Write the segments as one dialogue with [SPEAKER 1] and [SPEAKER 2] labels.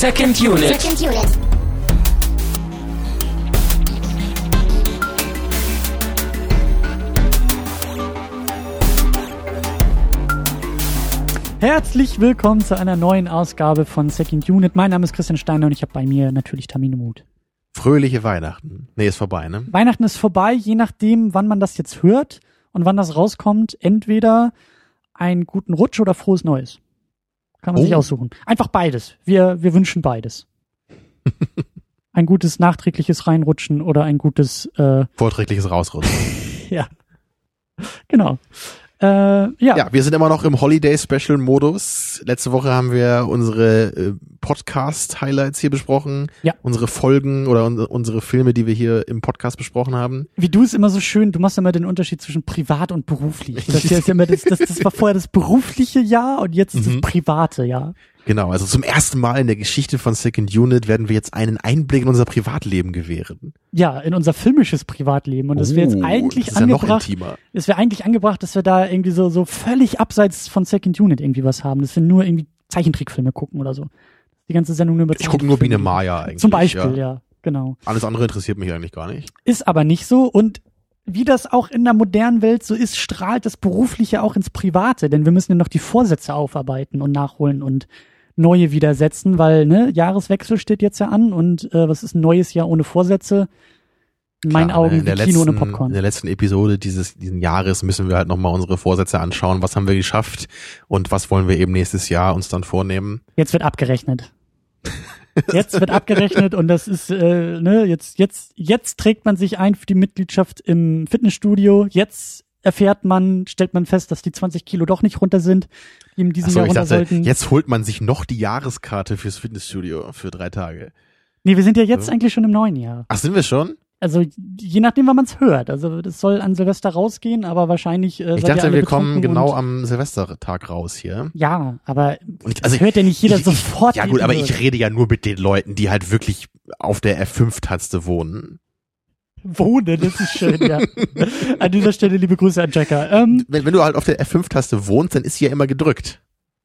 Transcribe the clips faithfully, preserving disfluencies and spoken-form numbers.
[SPEAKER 1] Second Unit. Second Unit.
[SPEAKER 2] Herzlich willkommen zu einer neuen Ausgabe von Second Unit. Mein Name ist Christian Steiner und ich habe bei mir natürlich Tamino Mut.
[SPEAKER 3] Fröhliche Weihnachten. Nee, ist vorbei, ne?
[SPEAKER 2] Weihnachten ist vorbei, je nachdem, wann man das jetzt hört und wann das rauskommt. Entweder einen guten Rutsch oder frohes Neues. Kann man oh. sich aussuchen. Einfach beides. Wir, wir wünschen beides. Ein gutes nachträgliches Reinrutschen oder ein gutes äh,
[SPEAKER 3] vorträgliches Rausrutschen.
[SPEAKER 2] Ja. Genau. Äh, ja.
[SPEAKER 3] ja, wir sind immer noch im Holiday-Special-Modus. Letzte Woche haben wir unsere äh, Podcast-Highlights hier besprochen.
[SPEAKER 2] Ja.
[SPEAKER 3] Unsere Folgen oder un- unsere Filme, die wir hier im Podcast besprochen haben.
[SPEAKER 2] Wie du es immer so schön, du machst immer den Unterschied zwischen privat und beruflich. Das, ist ja immer das, das, das war vorher das berufliche Jahr und jetzt mhm. das private Jahr.
[SPEAKER 3] Genau, also zum ersten Mal in der Geschichte von Second Unit werden wir jetzt einen Einblick in unser Privatleben gewähren.
[SPEAKER 2] Ja, in unser filmisches Privatleben. Und es wäre jetzt eigentlich
[SPEAKER 3] das ist
[SPEAKER 2] angebracht,
[SPEAKER 3] ja noch intimer.
[SPEAKER 2] Es wäre eigentlich angebracht, dass wir da irgendwie so, so völlig abseits von Second Unit irgendwie was haben. Dass wir nur irgendwie Zeichentrickfilme gucken oder so. Die ganze Sendung nur über
[SPEAKER 3] Ich gucke nur Biene Maya eigentlich.
[SPEAKER 2] Zum Beispiel, ja.
[SPEAKER 3] ja,
[SPEAKER 2] genau.
[SPEAKER 3] Alles andere interessiert mich eigentlich gar nicht.
[SPEAKER 2] Ist aber nicht so und wie das auch in der modernen Welt so ist, strahlt das Berufliche auch ins Private, denn wir müssen ja noch die Vorsätze aufarbeiten und nachholen und neue widersetzen, weil ne Jahreswechsel steht jetzt ja an und äh, was ist ein neues Jahr ohne Vorsätze? In meinen
[SPEAKER 3] Klar,
[SPEAKER 2] Augen
[SPEAKER 3] in der
[SPEAKER 2] wie Kino
[SPEAKER 3] letzten,
[SPEAKER 2] ohne Popcorn.
[SPEAKER 3] In der letzten Episode dieses diesen Jahres müssen wir halt nochmal unsere Vorsätze anschauen. Was haben wir geschafft und was wollen wir eben nächstes Jahr uns dann vornehmen?
[SPEAKER 2] Jetzt wird abgerechnet. Jetzt wird abgerechnet und das ist äh, ne jetzt jetzt jetzt trägt man sich ein für die Mitgliedschaft im Fitnessstudio. Jetzt erfährt man, stellt man fest, dass die zwanzig Kilo doch nicht runter sind, die in diesem
[SPEAKER 3] Ach so,
[SPEAKER 2] Jahr
[SPEAKER 3] ich
[SPEAKER 2] runter
[SPEAKER 3] dachte,
[SPEAKER 2] sollten.
[SPEAKER 3] Jetzt holt man sich noch die Jahreskarte fürs Fitnessstudio für drei Tage.
[SPEAKER 2] Nee, wir sind ja jetzt
[SPEAKER 3] so.
[SPEAKER 2] eigentlich schon im neuen Jahr.
[SPEAKER 3] Ach, sind wir schon?
[SPEAKER 2] Also je nachdem, wann man es hört. Also das soll an Silvester rausgehen, aber wahrscheinlich äh,
[SPEAKER 3] Ich
[SPEAKER 2] seid ihr
[SPEAKER 3] dachte,
[SPEAKER 2] alle
[SPEAKER 3] wir kommen genau
[SPEAKER 2] und,
[SPEAKER 3] am Silvestertag raus hier.
[SPEAKER 2] Ja, aber
[SPEAKER 3] und,
[SPEAKER 2] also, das hört ja nicht jeder
[SPEAKER 3] ich,
[SPEAKER 2] sofort.
[SPEAKER 3] Ja gut, aber ich rede ja nur mit den Leuten, die halt wirklich auf der F fünf Taste wohnen.
[SPEAKER 2] Wohnen, das ist schön, ja. An dieser Stelle liebe Grüße an Jacker. Ähm,
[SPEAKER 3] wenn, wenn du halt auf der F fünf Taste wohnst, dann ist sie ja immer gedrückt.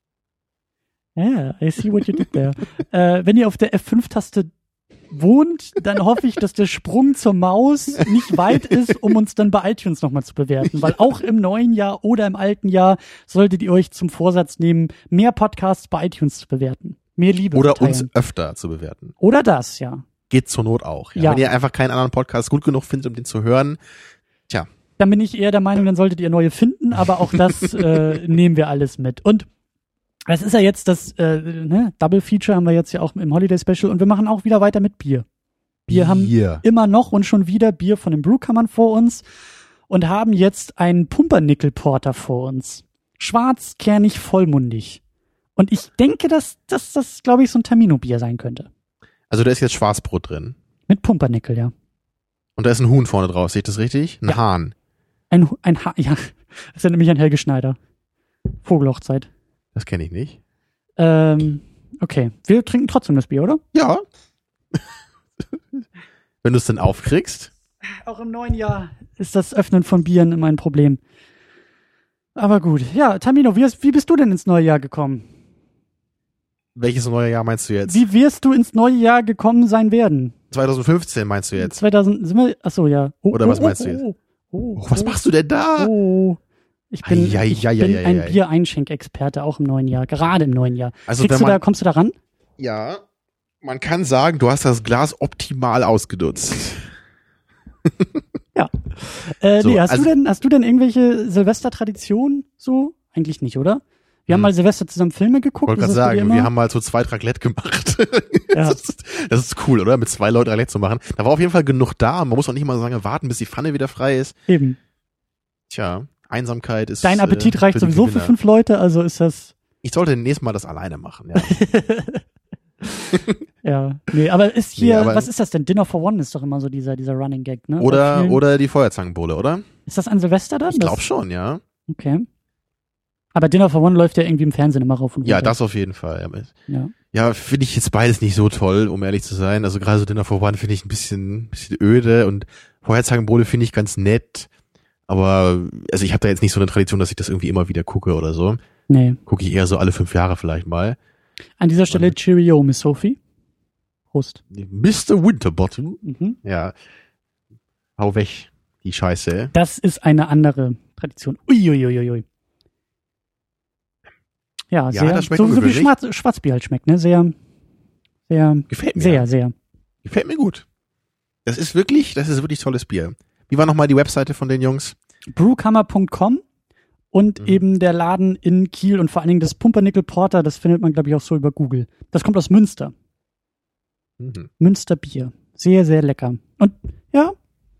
[SPEAKER 2] Ja, yeah, I see what you did there. äh, wenn ihr auf der F fünf Taste wohnt, dann hoffe ich, dass der Sprung zur Maus nicht weit ist, um uns dann bei iTunes nochmal zu bewerten. Weil auch im neuen Jahr oder im alten Jahr solltet ihr euch zum Vorsatz nehmen, mehr Podcasts bei iTunes zu bewerten. Mehr Liebe
[SPEAKER 3] Oder
[SPEAKER 2] verteilen.
[SPEAKER 3] uns öfter zu bewerten.
[SPEAKER 2] Oder das, ja.
[SPEAKER 3] Geht zur Not auch. Ja.
[SPEAKER 2] Ja.
[SPEAKER 3] Wenn ihr einfach keinen anderen Podcast gut genug findet, um den zu hören, tja.
[SPEAKER 2] Dann bin ich eher der Meinung, dann solltet ihr neue finden, aber auch das äh, nehmen wir alles mit. Und das ist ja jetzt das äh, ne, Double Feature haben wir jetzt ja auch im Holiday Special und wir machen auch wieder weiter mit Bier. Wir
[SPEAKER 3] Bier.
[SPEAKER 2] haben immer noch und schon wieder Bier von den Brewkammern vor uns und haben jetzt einen Pumpernickel Porter vor uns. Schwarz, kernig, vollmundig. Und ich denke, dass, dass das, glaube ich, so ein Tamino-Bier sein könnte.
[SPEAKER 3] Also da ist jetzt Schwarzbrot drin.
[SPEAKER 2] Mit Pumpernickel, ja.
[SPEAKER 3] Und da ist ein Huhn vorne drauf, sehe ich das richtig? Ein
[SPEAKER 2] ja.
[SPEAKER 3] Hahn.
[SPEAKER 2] Ein, ein Hahn, ja. Das ist ja nämlich ein Helge Schneider. Vogelhochzeit.
[SPEAKER 3] Das kenne ich nicht.
[SPEAKER 2] Ähm, okay. Wir trinken trotzdem das Bier, oder?
[SPEAKER 3] Ja. Wenn du es denn aufkriegst.
[SPEAKER 2] Auch im neuen Jahr ist das Öffnen von Bieren immer ein Problem. Aber gut. Ja, Tamino, wie, wie bist du denn ins neue Jahr gekommen?
[SPEAKER 3] Welches neue Jahr meinst du jetzt?
[SPEAKER 2] Wie wirst du ins neue Jahr gekommen sein werden?
[SPEAKER 3] zwanzig fünfzehn meinst du jetzt?
[SPEAKER 2] zweitausend, sind wir, achso, ja. Oh,
[SPEAKER 3] Oder
[SPEAKER 2] oh,
[SPEAKER 3] was meinst
[SPEAKER 2] oh,
[SPEAKER 3] du jetzt?
[SPEAKER 2] Oh, oh,
[SPEAKER 3] oh, was machst du denn da?
[SPEAKER 2] Oh, ich bin,
[SPEAKER 3] Ei, ei,
[SPEAKER 2] ich
[SPEAKER 3] ei,
[SPEAKER 2] bin
[SPEAKER 3] ei,
[SPEAKER 2] ein
[SPEAKER 3] ei.
[SPEAKER 2] Bier-Einschenkexperte, auch im neuen Jahr, gerade im neuen Jahr.
[SPEAKER 3] Also
[SPEAKER 2] Kriegst
[SPEAKER 3] wenn
[SPEAKER 2] du
[SPEAKER 3] man,
[SPEAKER 2] da, kommst du da ran?
[SPEAKER 3] Ja, man kann sagen, du hast das Glas optimal ausgenutzt.
[SPEAKER 2] Ja. Äh,
[SPEAKER 3] So,
[SPEAKER 2] nee, hast
[SPEAKER 3] also-
[SPEAKER 2] du denn, hast du denn irgendwelche Silvester-Traditionen so? Eigentlich nicht, oder? Wir haben
[SPEAKER 3] Hm.
[SPEAKER 2] mal Silvester zusammen Filme geguckt.
[SPEAKER 3] Ich wollte
[SPEAKER 2] ist
[SPEAKER 3] gerade
[SPEAKER 2] das bei dir
[SPEAKER 3] sagen,
[SPEAKER 2] immer?
[SPEAKER 3] wir haben mal zu zweit Raclette gemacht.
[SPEAKER 2] Ja.
[SPEAKER 3] das, ist, das ist cool, oder? Mit zwei Leuten Raclette zu machen. Da war auf jeden Fall genug da. Man muss auch nicht mal so lange warten, bis die Pfanne wieder frei ist.
[SPEAKER 2] Eben.
[SPEAKER 3] Tja, Einsamkeit ist.
[SPEAKER 2] Dein Appetit
[SPEAKER 3] äh,
[SPEAKER 2] reicht
[SPEAKER 3] für die
[SPEAKER 2] sowieso für
[SPEAKER 3] Gewinner.
[SPEAKER 2] fünf Leute, also ist das.
[SPEAKER 3] Ich sollte nächstes Mal das alleine machen, ja.
[SPEAKER 2] Ja. Nee, aber ist hier,
[SPEAKER 3] Nee, aber-
[SPEAKER 2] was ist das denn? Dinner for One ist doch immer so dieser, dieser Running Gag, ne? Bei
[SPEAKER 3] Oder,
[SPEAKER 2] vielen.
[SPEAKER 3] oder die Feuerzangenbowle, oder?
[SPEAKER 2] Ist das an Silvester dann?
[SPEAKER 3] Ich glaube
[SPEAKER 2] Das-
[SPEAKER 3] schon, ja.
[SPEAKER 2] Okay. Aber Dinner for One läuft ja irgendwie im Fernsehen immer rauf und runter.
[SPEAKER 3] Ja, das auf jeden Fall.
[SPEAKER 2] Ja.
[SPEAKER 3] Ja, finde ich jetzt beides nicht so toll, um ehrlich zu sein. Also gerade so Dinner for One finde ich ein bisschen, bisschen öde und Feuerzangenbowle finde ich ganz nett. Aber, also ich habe da jetzt nicht so eine Tradition, dass ich das irgendwie immer wieder gucke oder so.
[SPEAKER 2] Nee.
[SPEAKER 3] Gucke ich eher so alle fünf Jahre vielleicht mal.
[SPEAKER 2] An dieser Stelle
[SPEAKER 3] Und-
[SPEAKER 2] Cheerio, Miss Sophie. Host.
[SPEAKER 3] Mister Winterbottom.
[SPEAKER 2] Mhm.
[SPEAKER 3] Ja. Hau weg, die Scheiße.
[SPEAKER 2] Das ist eine andere Tradition. Uiuiuiui. Ja,
[SPEAKER 3] Ja,
[SPEAKER 2] sehr,
[SPEAKER 3] das schmeckt
[SPEAKER 2] so, so wie
[SPEAKER 3] ungewöhnlich.
[SPEAKER 2] Schwarz, Schwarzbier halt schmeckt, ne? Sehr, sehr,
[SPEAKER 3] Gefällt mir.
[SPEAKER 2] sehr, sehr.
[SPEAKER 3] Gefällt mir gut. Das ist wirklich, das ist wirklich tolles Bier. Wie war nochmal die Webseite von den Jungs?
[SPEAKER 2] brewkammer punkt com und
[SPEAKER 3] Mhm.
[SPEAKER 2] eben der Laden in Kiel und vor allen Dingen das Pumpernickel Porter, das findet man, glaube ich, auch so über Google. Das kommt aus Münster.
[SPEAKER 3] Mhm.
[SPEAKER 2] Münster Bier. Sehr, sehr lecker. Und ja,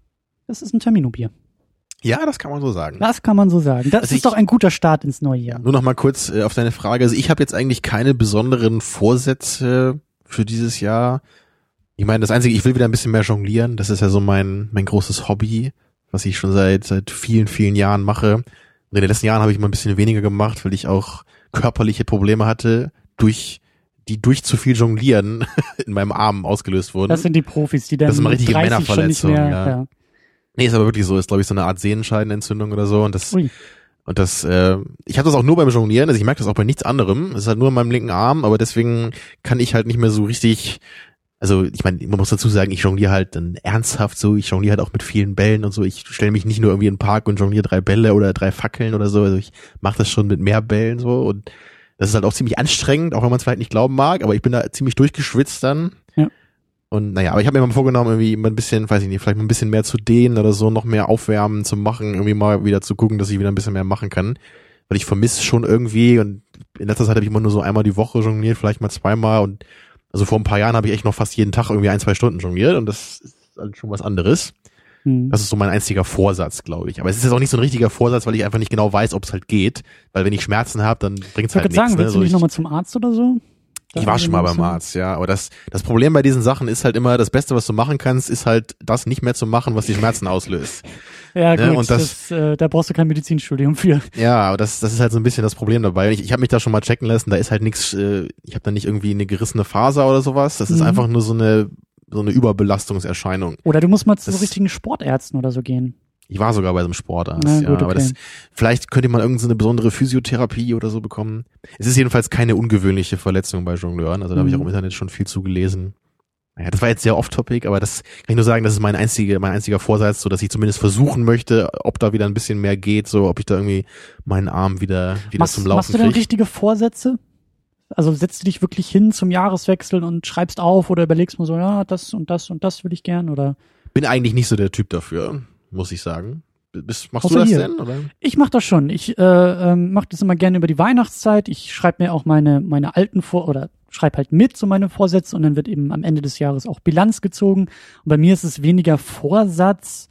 [SPEAKER 2] das ist ein Termino-Bier.
[SPEAKER 3] Ja, das kann man so sagen.
[SPEAKER 2] Das kann man so sagen. Das
[SPEAKER 3] Also
[SPEAKER 2] ist
[SPEAKER 3] ich-
[SPEAKER 2] doch ein guter Start ins neue Jahr.
[SPEAKER 3] Nur noch mal kurz äh, auf deine Frage. Also ich habe jetzt eigentlich keine besonderen Vorsätze für dieses Jahr. Ich meine, das Einzige, ich will wieder ein bisschen mehr jonglieren. Das ist ja so mein mein großes Hobby, was ich schon seit seit vielen, vielen Jahren mache. Und in den letzten Jahren habe ich mal ein bisschen weniger gemacht, weil ich auch körperliche Probleme hatte, durch die durch zu viel Jonglieren in meinem Arm ausgelöst wurden.
[SPEAKER 2] Das sind die Profis, die dann
[SPEAKER 3] Das ist mal richtige
[SPEAKER 2] dreißig schon nicht
[SPEAKER 3] Männerverletzung,
[SPEAKER 2] mehr,
[SPEAKER 3] ja.
[SPEAKER 2] ja.
[SPEAKER 3] Nee, ist aber wirklich so, ist glaube ich so eine Art Sehenscheidenentzündung oder so und das
[SPEAKER 2] Ui.
[SPEAKER 3] und das äh, ich habe das auch nur beim Jonglieren, also ich merke das auch bei nichts anderem. Es ist halt nur in meinem linken Arm, aber deswegen kann ich halt nicht mehr so richtig, also ich meine, man muss dazu sagen, ich jongliere halt dann ernsthaft so, ich jongliere halt auch mit vielen Bällen und so. Ich stelle mich nicht nur irgendwie in den Park und jongliere drei Bälle oder drei Fackeln oder so, also ich mache das schon mit mehr Bällen so und das ist halt auch ziemlich anstrengend, auch wenn man es vielleicht nicht glauben mag, aber ich bin da ziemlich durchgeschwitzt dann.
[SPEAKER 2] Ja.
[SPEAKER 3] Und naja, aber ich habe mir mal vorgenommen, irgendwie mal ein bisschen, weiß ich nicht, vielleicht mal ein bisschen mehr zu dehnen oder so, noch mehr aufwärmen zu machen, irgendwie mal wieder zu gucken, dass ich wieder ein bisschen mehr machen kann. Weil ich vermisse schon irgendwie und in letzter Zeit habe ich immer nur so einmal die Woche jongliert, vielleicht mal zweimal und also vor ein paar Jahren habe ich echt noch fast jeden Tag irgendwie ein, zwei Stunden jongliert und das ist halt schon was anderes.
[SPEAKER 2] Hm.
[SPEAKER 3] Das ist so mein einziger Vorsatz, glaube ich. Aber es ist jetzt auch nicht so ein richtiger Vorsatz, weil ich einfach nicht genau weiß, ob es halt geht. Weil wenn ich Schmerzen habe, dann bringt's
[SPEAKER 2] Ich
[SPEAKER 3] halt
[SPEAKER 2] wollte
[SPEAKER 3] nichts.
[SPEAKER 2] sagen,
[SPEAKER 3] Ne?
[SPEAKER 2] willst
[SPEAKER 3] So,
[SPEAKER 2] du nicht
[SPEAKER 3] ich
[SPEAKER 2] nochmal zum Arzt oder so?
[SPEAKER 3] ich war schon mal beim Arzt, ja. Aber das, das Problem bei diesen Sachen ist halt immer, das Beste, was du machen kannst, ist halt das nicht mehr zu machen, was die Schmerzen auslöst.
[SPEAKER 2] Ja, gut,
[SPEAKER 3] Ne, und das-
[SPEAKER 2] das, äh, da brauchst du kein Medizinstudium für.
[SPEAKER 3] Ja, aber das, das ist halt so ein bisschen das Problem dabei. Ich, ich habe mich da schon mal checken lassen, da ist halt nichts, äh, ich habe da nicht irgendwie eine gerissene Faser oder sowas. Das ist
[SPEAKER 2] Mhm.
[SPEAKER 3] einfach nur so eine, so eine Überbelastungserscheinung.
[SPEAKER 2] Oder du musst mal zu
[SPEAKER 3] Das-
[SPEAKER 2] so richtigen Sportärzten oder so gehen.
[SPEAKER 3] Ich war sogar bei so einem Sportarzt,
[SPEAKER 2] Na
[SPEAKER 3] ja,
[SPEAKER 2] gut,
[SPEAKER 3] aber
[SPEAKER 2] okay.
[SPEAKER 3] das, vielleicht könnte man irgendeine besondere Physiotherapie oder so bekommen. Es ist jedenfalls keine ungewöhnliche Verletzung bei Jongleuren, also da habe ich auch im
[SPEAKER 2] Mhm.
[SPEAKER 3] Internet schon viel zugelesen. Naja, das war jetzt sehr off-topic, aber das kann ich nur sagen, das ist mein einziger, mein einziger Vorsatz, so dass ich zumindest versuchen möchte, ob da wieder ein bisschen mehr geht, so ob ich da irgendwie meinen Arm wieder, wieder
[SPEAKER 2] Machst,
[SPEAKER 3] zum
[SPEAKER 2] machst
[SPEAKER 3] Laufen
[SPEAKER 2] du denn
[SPEAKER 3] kriege.
[SPEAKER 2] richtige Vorsätze? Also setzt du dich wirklich hin zum Jahreswechsel und schreibst auf oder überlegst mal so, ja, das und das und das will ich gern oder?
[SPEAKER 3] Bin eigentlich nicht so der Typ dafür, muss ich sagen. Bist, machst
[SPEAKER 2] Außer
[SPEAKER 3] du das
[SPEAKER 2] hier.
[SPEAKER 3] denn, oder?
[SPEAKER 2] Ich mach das schon. Ich äh, ähm, mache das immer gerne über die Weihnachtszeit. Ich schreibe mir auch meine meine alten Vor- oder schreibe halt mit so meine Vorsätze und dann wird eben am Ende des Jahres auch Bilanz gezogen. Und bei mir ist es weniger Vorsatz,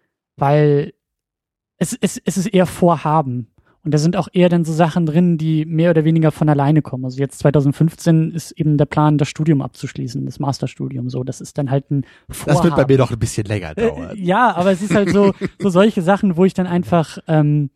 [SPEAKER 2] weil es, es, es ist eher Vorhaben. Und da sind auch eher dann so Sachen drin, die mehr oder weniger von alleine kommen. Also jetzt zwanzig fünfzehn ist eben der Plan, das Studium abzuschließen, das Masterstudium. So, das ist dann halt ein Vorhaben.
[SPEAKER 3] Das wird bei mir doch ein bisschen länger dauern.
[SPEAKER 2] Äh, ja, aber es ist halt so, so solche Sachen, wo ich dann einfach, ähm,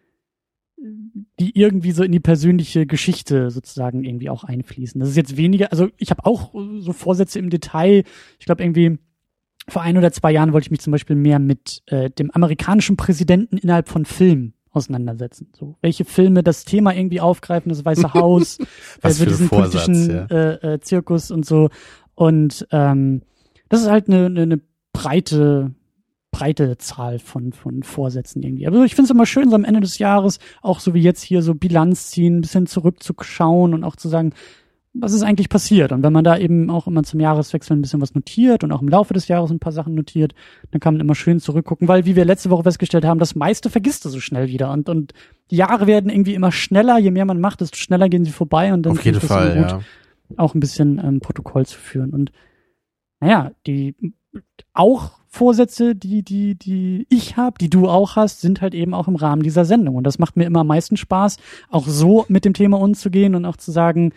[SPEAKER 2] die irgendwie so in die persönliche Geschichte sozusagen irgendwie auch einfließen. Das ist jetzt weniger, also ich habe auch so Vorsätze im Detail. Ich glaube irgendwie, vor ein oder zwei Jahren wollte ich mich zum Beispiel mehr mit äh, dem amerikanischen Präsidenten innerhalb von Filmen auseinandersetzen. So, welche Filme das Thema irgendwie aufgreifen, das Weiße Haus,
[SPEAKER 3] Was
[SPEAKER 2] äh,
[SPEAKER 3] für ein
[SPEAKER 2] diesen
[SPEAKER 3] Vorsatz,
[SPEAKER 2] politischen
[SPEAKER 3] ja.
[SPEAKER 2] äh, äh, Zirkus und so. Und ähm, das ist halt eine, eine, eine breite, breite Zahl von, von Vorsätzen irgendwie. Aber ich finde es immer schön, so am Ende des Jahres, auch so wie jetzt hier so Bilanz ziehen, ein bisschen zurückzuschauen und auch zu sagen, was ist eigentlich passiert? Und wenn man da eben auch immer zum Jahreswechsel ein bisschen was notiert und auch im Laufe des Jahres ein paar Sachen notiert, dann kann man immer schön zurückgucken, weil, wie wir letzte Woche festgestellt haben, das meiste vergisst du so schnell wieder. Und, und die Jahre werden irgendwie immer schneller, je mehr man macht, desto schneller gehen sie vorbei. Und dann
[SPEAKER 3] Auf jeden
[SPEAKER 2] finde ich das immer
[SPEAKER 3] Fall,
[SPEAKER 2] gut,
[SPEAKER 3] ja.
[SPEAKER 2] auch ein bisschen ähm, Protokoll zu führen. Und naja, die auch Vorsätze, die, die, die ich habe, die du auch hast, sind halt eben auch im Rahmen dieser Sendung. Und das macht mir immer am meisten Spaß, auch so mit dem Thema umzugehen und auch zu sagen,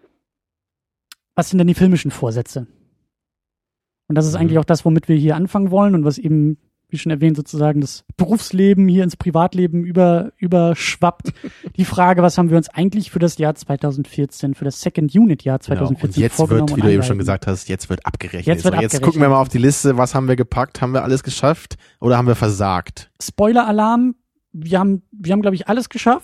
[SPEAKER 2] was sind denn die filmischen Vorsätze? Und das ist
[SPEAKER 3] Mhm.
[SPEAKER 2] eigentlich auch das, womit wir hier anfangen wollen und was eben, wie schon erwähnt, sozusagen das Berufsleben hier ins Privatleben über, überschwappt. Die Frage, was haben wir uns eigentlich für das Jahr zwanzig vierzehn, für das Second Unit Jahr
[SPEAKER 3] Genau.
[SPEAKER 2] zwanzig vierzehn
[SPEAKER 3] Und jetzt
[SPEAKER 2] vorgenommen
[SPEAKER 3] wird, wie
[SPEAKER 2] und
[SPEAKER 3] du eben schon
[SPEAKER 2] eingehalten?
[SPEAKER 3] gesagt hast, jetzt wird abgerechnet.
[SPEAKER 2] Jetzt wird
[SPEAKER 3] so, jetzt
[SPEAKER 2] abgerechnet.
[SPEAKER 3] gucken wir mal auf die Liste, was haben wir gepackt? Haben wir alles geschafft oder haben wir versagt?
[SPEAKER 2] Spoiler-Alarm, wir haben, wir haben, glaube ich, alles geschafft.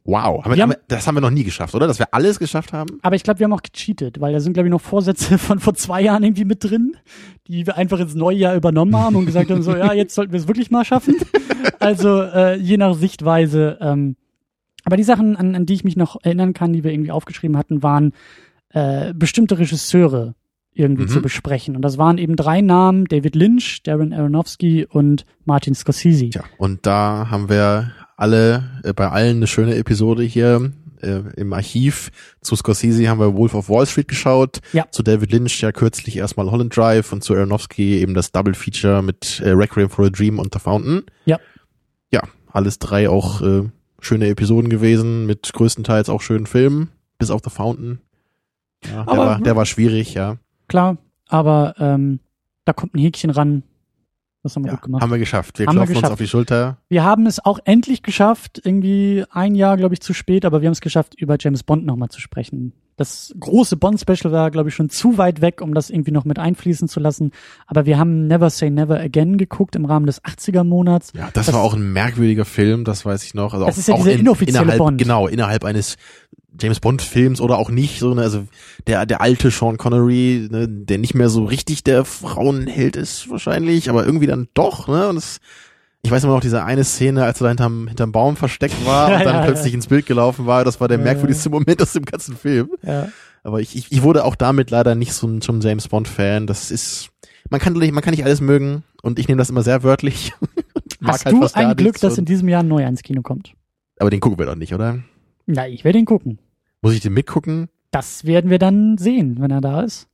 [SPEAKER 3] Wow, haben wir,
[SPEAKER 2] Wir
[SPEAKER 3] haben
[SPEAKER 2] haben-
[SPEAKER 3] wir, das haben wir noch nie geschafft, oder? Dass wir alles geschafft haben?
[SPEAKER 2] Aber ich glaube, wir haben auch gecheatet, weil da sind, glaube ich, noch Vorsätze von vor zwei Jahren irgendwie mit drin, die wir einfach ins neue Jahr übernommen haben und gesagt haben, so, ja, jetzt sollten wir es wirklich mal schaffen. Also äh, je nach Sichtweise. Ähm, aber die Sachen, an, an die ich mich noch erinnern kann, die wir irgendwie aufgeschrieben hatten, waren äh, bestimmte Regisseure irgendwie
[SPEAKER 3] Mhm.
[SPEAKER 2] zu besprechen. Und das waren eben drei Namen, David Lynch, Darren Aronofsky und Martin Scorsese.
[SPEAKER 3] Tja, und da haben wir alle, äh, bei allen eine schöne Episode hier äh, im Archiv. Zu Scorsese haben wir Wolf of Wall Street geschaut.
[SPEAKER 2] Ja.
[SPEAKER 3] Zu David Lynch ja kürzlich erstmal Holland Drive und zu Aronofsky eben das Double Feature mit äh, Requiem for a Dream und The Fountain.
[SPEAKER 2] Ja.
[SPEAKER 3] Ja, alles drei auch äh, schöne Episoden gewesen, mit größtenteils auch schönen Filmen, bis auf The Fountain. Ja, der,
[SPEAKER 2] Aber-
[SPEAKER 3] war, der war schwierig, ja.
[SPEAKER 2] Klar, aber ähm, da kommt ein Häkchen ran. Das haben wir
[SPEAKER 3] ja
[SPEAKER 2] gut gemacht.
[SPEAKER 3] haben wir geschafft. Wir
[SPEAKER 2] Haben wir
[SPEAKER 3] klopfen uns
[SPEAKER 2] geschafft.
[SPEAKER 3] auf die Schulter.
[SPEAKER 2] Wir haben es auch endlich geschafft, irgendwie ein Jahr, glaube ich, zu spät, aber wir haben es geschafft, über James Bond nochmal zu sprechen. Das große Bond-Special war, glaube ich, schon zu weit weg, um das irgendwie noch mit einfließen zu lassen. Aber wir haben Never Say Never Again geguckt im Rahmen des achtziger-Monats.
[SPEAKER 3] Ja, das,
[SPEAKER 2] Das-
[SPEAKER 3] war auch ein merkwürdiger Film, das weiß ich noch. Also
[SPEAKER 2] Das
[SPEAKER 3] auch,
[SPEAKER 2] ist ja
[SPEAKER 3] auch
[SPEAKER 2] dieser
[SPEAKER 3] in,
[SPEAKER 2] inoffizielle
[SPEAKER 3] innerhalb,
[SPEAKER 2] Bond.
[SPEAKER 3] Genau, innerhalb eines James Bond Films oder auch nicht, so, ne, also der, der alte Sean Connery, ne, der nicht mehr so richtig der Frauenheld ist wahrscheinlich, aber irgendwie dann doch, ne, und es, ich weiß immer noch diese eine Szene, als er da hinterm, hinterm Baum versteckt war
[SPEAKER 2] Ja,
[SPEAKER 3] und dann
[SPEAKER 2] ja,
[SPEAKER 3] plötzlich
[SPEAKER 2] ja.
[SPEAKER 3] ins Bild gelaufen war, das war der
[SPEAKER 2] Ja,
[SPEAKER 3] merkwürdigste Moment aus dem ganzen Film.
[SPEAKER 2] Ja.
[SPEAKER 3] Aber ich, ich, ich wurde auch damit leider nicht so ein, zum James Bond Fan, das ist, man kann, man kann nicht alles mögen und ich nehme das immer sehr wörtlich. und mag
[SPEAKER 2] Hast
[SPEAKER 3] halt
[SPEAKER 2] du
[SPEAKER 3] fast gar
[SPEAKER 2] ein Glück,
[SPEAKER 3] nichts
[SPEAKER 2] dass
[SPEAKER 3] und-
[SPEAKER 2] in diesem Jahr ein neuer ins Kino kommt?
[SPEAKER 3] Aber den gucken wir doch nicht, oder?
[SPEAKER 2] Na, ich werde ihn gucken.
[SPEAKER 3] Muss ich den mitgucken?
[SPEAKER 2] Das werden wir dann sehen, wenn er da ist.